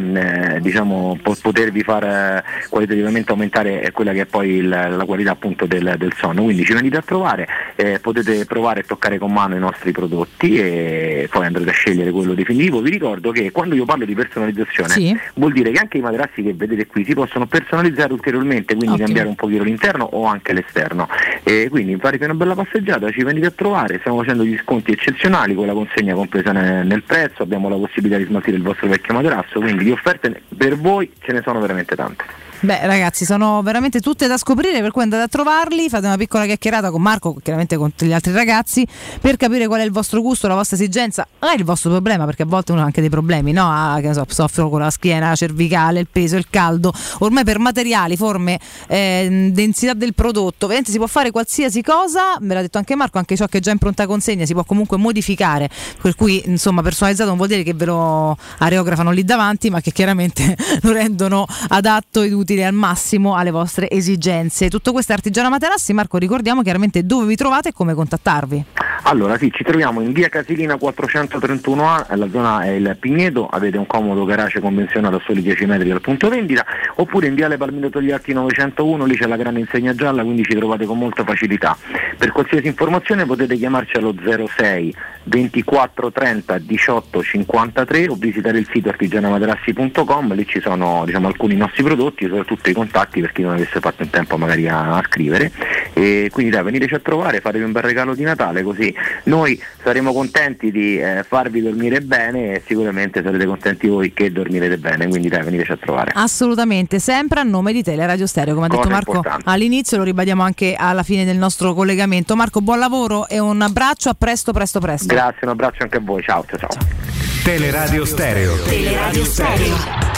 eh, diciamo po- potervi far eh, qualitativamente aumentare quella che è poi il, la qualità appunto del, del sonno. Quindi ci venite a trovare, eh, potete provare e toccare con mano i nostri prodotti e poi andrete a scegliere quello definitivo. Vi ricordo che quando io parlo di personalizzazione, sì, vuol dire che anche i materassi che vedete qui si possono personalizzare ulteriormente, quindi okay, cambiare un pochino l'interno o anche l'esterno, e quindi farete una bella passeggiata, ci venite a trovare, stiamo facendo gli sconti eccezionali con la consegna compresa nel, nel prezzo, abbiamo la possibilità di smaltire il vostro vecchio materasso, quindi di offerte per voi ce ne sono veramente tante. Beh ragazzi, sono veramente tutte da scoprire, per cui andate a trovarli, fate una piccola chiacchierata con Marco, chiaramente con tutti gli altri ragazzi, per capire qual è il vostro gusto, la vostra esigenza, magari il vostro problema, perché a volte uno ha anche dei problemi, no? Ah, che ne so, soffro con la schiena, la cervicale, il peso, il caldo. Ormai per materiali, forme, eh, densità del prodotto, veramente si può fare qualsiasi cosa, me l'ha detto anche Marco, anche ciò che è già in pronta consegna si può comunque modificare, per cui insomma personalizzato non vuol dire che ve lo areografano lì davanti, ma che chiaramente lo rendono adatto ed utile al massimo alle vostre esigenze. Tutto questo è Artigiana Materassi. Marco, ricordiamo chiaramente dove vi trovate e come contattarvi. Allora sì, ci troviamo in via Casilina quattrocentotrentuno A, la zona è il Pigneto, avete un comodo garage convenzionato a soli dieci metri dal punto vendita, oppure in viale Palmiro Togliatti novecentouno, lì c'è la grande insegna gialla, quindi ci trovate con molta facilità. Per qualsiasi informazione potete chiamarci allo zero sei ventiquattro trenta diciotto cinquantatré o visitare il sito artigianamaterassi punto com, lì ci sono diciamo alcuni nostri prodotti, soprattutto i contatti per chi non avesse fatto in tempo magari a, a scrivere, e quindi dai, veniteci a trovare, fatevi un bel regalo di Natale, così noi saremo contenti di eh, farvi dormire bene e sicuramente sarete contenti voi che dormirete bene, quindi dai, veniteci a trovare. Assolutamente, sempre a nome di Teleradio Stereo, come ha detto Marco importante all'inizio, lo ribadiamo anche alla fine del nostro collegamento. Marco, buon lavoro e un abbraccio, a presto presto presto. Grazie, un abbraccio anche a voi, ciao ciao ciao. Teleradio Stereo. Teleradio Stereo.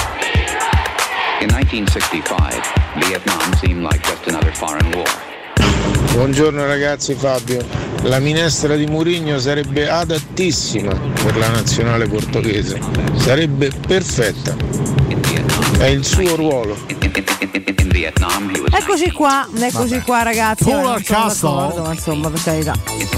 In nineteen sixty-five, Vietnam seemed like just another foreign war. Buongiorno ragazzi, Fabio. La minestra di Mourinho sarebbe adattissima per la nazionale portoghese, sarebbe perfetta, è il suo ruolo. Eccoci qua, eccoci Vabbè. qua ragazzi. Full Castle. Ma insomma, per carità.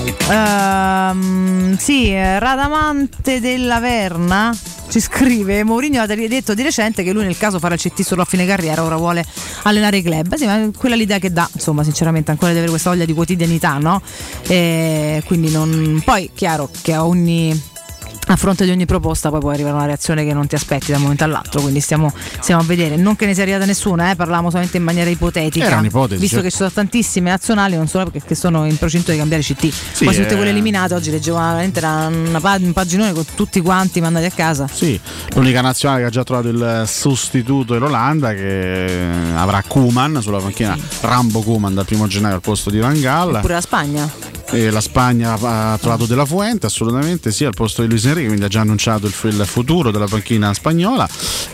Uh, sì, Radamante della Verna ci scrive: Mourinho ha detto di recente che lui nel caso farà il C T solo a fine carriera, ora vuole allenare i club. Sì, ma quella è l'idea che dà, insomma, sinceramente, ancora di avere questa voglia di quotidianità, no? E quindi non. Poi chiaro che a ogni a fronte di ogni proposta poi può arrivare una reazione che non ti aspetti da un momento all'altro, quindi stiamo, stiamo a vedere, non che ne sia arrivata nessuna, eh, parlavamo solamente in maniera ipotetica. Era un'ipotesi, visto certo, che ci sono tantissime nazionali, non solo perché sono in procinto di cambiare C T, sì, quasi tutte eh... quelle eliminate. Oggi leggevo veramente una, una, un paginone con tutti quanti mandati a casa. Sì, l'unica nazionale che ha già trovato il sostituto è l'Olanda, che avrà Koeman sulla panchina, sì, Rambo Koeman dal primo gennaio al posto di Van Gaal. Oppure la Spagna. e la Spagna ha trovato De La Fuente, assolutamente sì, al posto di Luis Enrique, quindi ha già annunciato il, il futuro della panchina spagnola,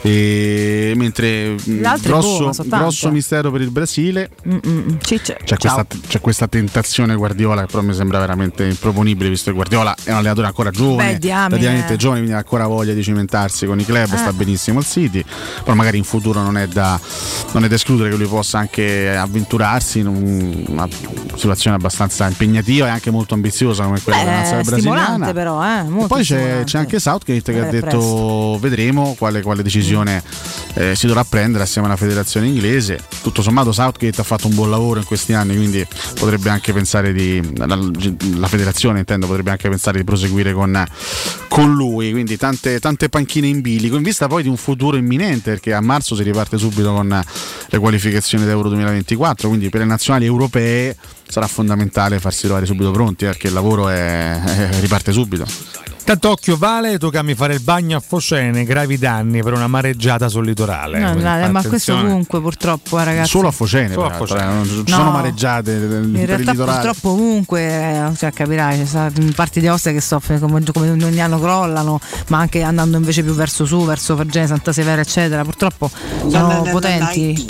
e mentre grosso, grosso mistero per il Brasile, Ciccio, c'è, questa, c'è questa tentazione Guardiola che però mi sembra veramente improponibile, visto che Guardiola è un allenatore ancora giovane, Beh, diamine, praticamente giovane, quindi ha ancora voglia di cimentarsi con i club, eh. sta benissimo al City, però magari in futuro non è da, non è da escludere che lui possa anche avventurarsi in un, una situazione abbastanza impegnativa e anche molto ambiziosa come quella Beh, della nazionale brasiliana. Però, eh, molto e poi c'è, c'è anche Southgate che ha detto presto. vedremo quale, quale decisione eh, si dovrà prendere assieme alla federazione inglese. Tutto sommato Southgate ha fatto un buon lavoro in questi anni, quindi potrebbe anche pensare di la, la federazione intendo potrebbe anche pensare di proseguire con, con lui, quindi tante, tante panchine in bilico in vista poi di un futuro imminente, perché a marzo si riparte subito con le qualificazioni d'Euro duemilaventiquattro, quindi per le nazionali europee sarà fondamentale farsi trovare subito pronti, perché il lavoro è, è, riparte subito. Tanto occhio Vale, tocca a fare il bagno a Focene, gravi danni per una mareggiata sul litorale. No, no, ma questo ovunque purtroppo, eh, ragazzi. Solo a Focene, Solo a Focene. Non ci no, sono mareggiate in per realtà il litorale. Purtroppo ovunque, eh, cioè, capirai, c'è parti di Ostia che soffrono come, come ogni anno crollano, ma anche andando invece più verso su, verso Vergine, Santa Severa, eccetera. Purtroppo sono potenti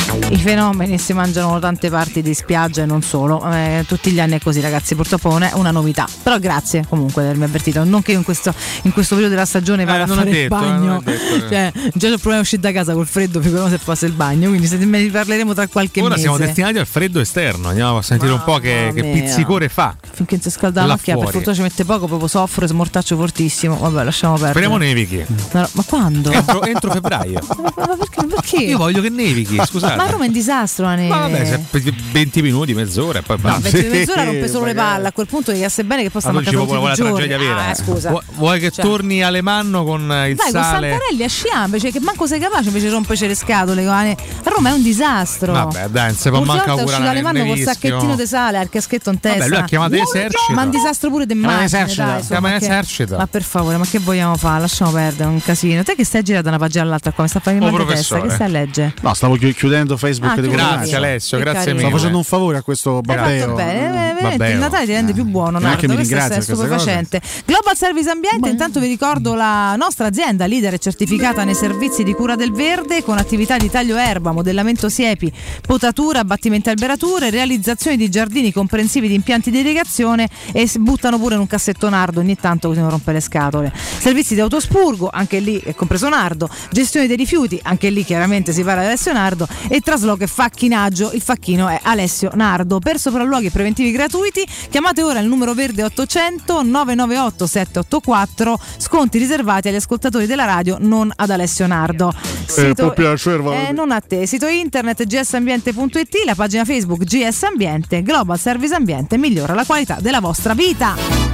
i fenomeni e si mangiano tante parti di spiaggia e non solo. Eh, tutti gli anni è così, ragazzi. Purtroppo non è una novità. Però grazie comunque di avermi avvertito. Non che io in questo in questo periodo della stagione vado eh, a fare detto, il bagno, eh, detto, cioè, già c'ho il problema di uscire da casa col freddo, figuriamo se fosse il bagno, quindi se ne parleremo tra qualche ora mese. Siamo destinati al freddo esterno, andiamo a sentire Mamma un po' che, che pizzicore fa finché non si scalda la macchina, per fortuna ci mette poco, proprio soffro e smortaccio fortissimo, vabbè lasciamo perdere. Speriamo nevichi. No, ma quando? Entro, entro febbraio. ma, ma perché, perché? Io voglio che nevichi, scusate. Ma a Roma è un disastro la neve. Ma vabbè, venti minuti, mezz'ora e poi no, venti minuti, mezz'ora rompe solo le palle, a quel punto devi essere bene che poi stanno a casa tutti i giorni. Tragedia vera. Ah, scusa. Vuoi che cioè. torni alle Manno con il Vai, sale? Vai con Santarelli a Sciambe, cioè che manco sei capace invece di romperci le scatole. A Roma è un disastro. Vabbè, dai, non si può manca curare. Uscito alle Manno col sacchettino di sale al caschetto in testa. Vabbè, lui ha chiamato l'esercito. Ma un disastro pure di immagine, dai, chiama l'esercito. Ma per favore, ma che vogliamo fare? Lasciamo perdere, è un casino. Te che stai girando da una pagina all'altra qua, mi sta facendo mal di testa, che stai a leggere? No, stavo chiudendo Facebook ah, di Grazie Alessio, grazie mille. Sto facendo un favore a questo babbeo. Bene, eh, il Natale ti rende più buono, Nardo, questo è stupefacente. Global Service Ambiente, intanto vi ricordo la nostra azienda leader e certificata nei servizi di cura del verde, con attività di taglio erba, modellamento siepi, potatura, abbattimento alberature, realizzazione di giardini comprensivi di impianti di irrigazione, e buttano pure in un cassetto Nardo ogni tanto così non rompe le scatole. Servizi di autospurgo, anche lì è compreso Nardo, gestione dei rifiuti, anche lì chiaramente si parla di Alessio Nardo, e trasloco e facchinaggio, il facchino è Alessio Nardo. Per sopralluoghi preventivi gratuiti chiamate ora il numero verde ottocento nove nove otto sette otto quattro, sconti riservati agli ascoltatori della radio, non ad Alessio Nardo. Sito, eh, eh, non a te. Sito internet g s ambiente punto i t, la pagina Facebook G S Ambiente. Global Service Ambiente migliora la qualità della vostra vita.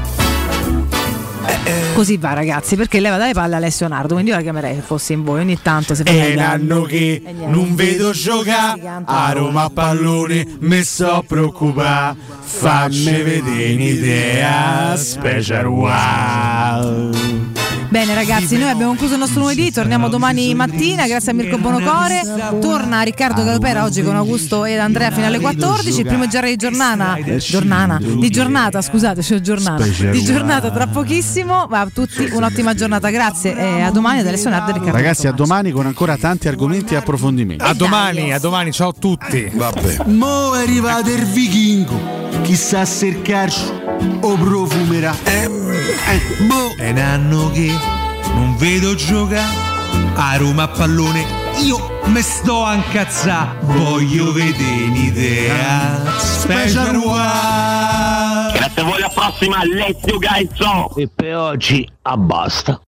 Così va, ragazzi, perché leva dalle palle Alessio Nardo, quindi io la chiamerei se fossi in voi ogni tanto. Se è un anno che non vedo giocare a Roma a pallone, mi sto preoccupando, fammi vedere un'idea special wow. Bene ragazzi, noi abbiamo concluso il nostro lunedì, torniamo domani mattina, grazie a Mirko Bonocore, torna Riccardo Galopera oggi con Augusto ed Andrea fino alle quattordici, il primo giorno di giornata, giornata, di giornata, scusate, c'è giornata, di giornata tra pochissimo, va a tutti un'ottima giornata, grazie e a domani ad Alessio Nardo e Riccardo. Ragazzi, a domani con ancora tanti argomenti e approfondimenti. A domani, a domani, ciao a tutti. Vabbè. Mo è arrivato il vichingo, chissà se cercarci o profumerà. Eh, eh, boh. È un anno che non vedo giocare a Roma a pallone, io me sto a incazzà, voglio vedere un'idea special one. Grazie a voi, alla prossima, Alessio Gaizzo. E per oggi abbasta.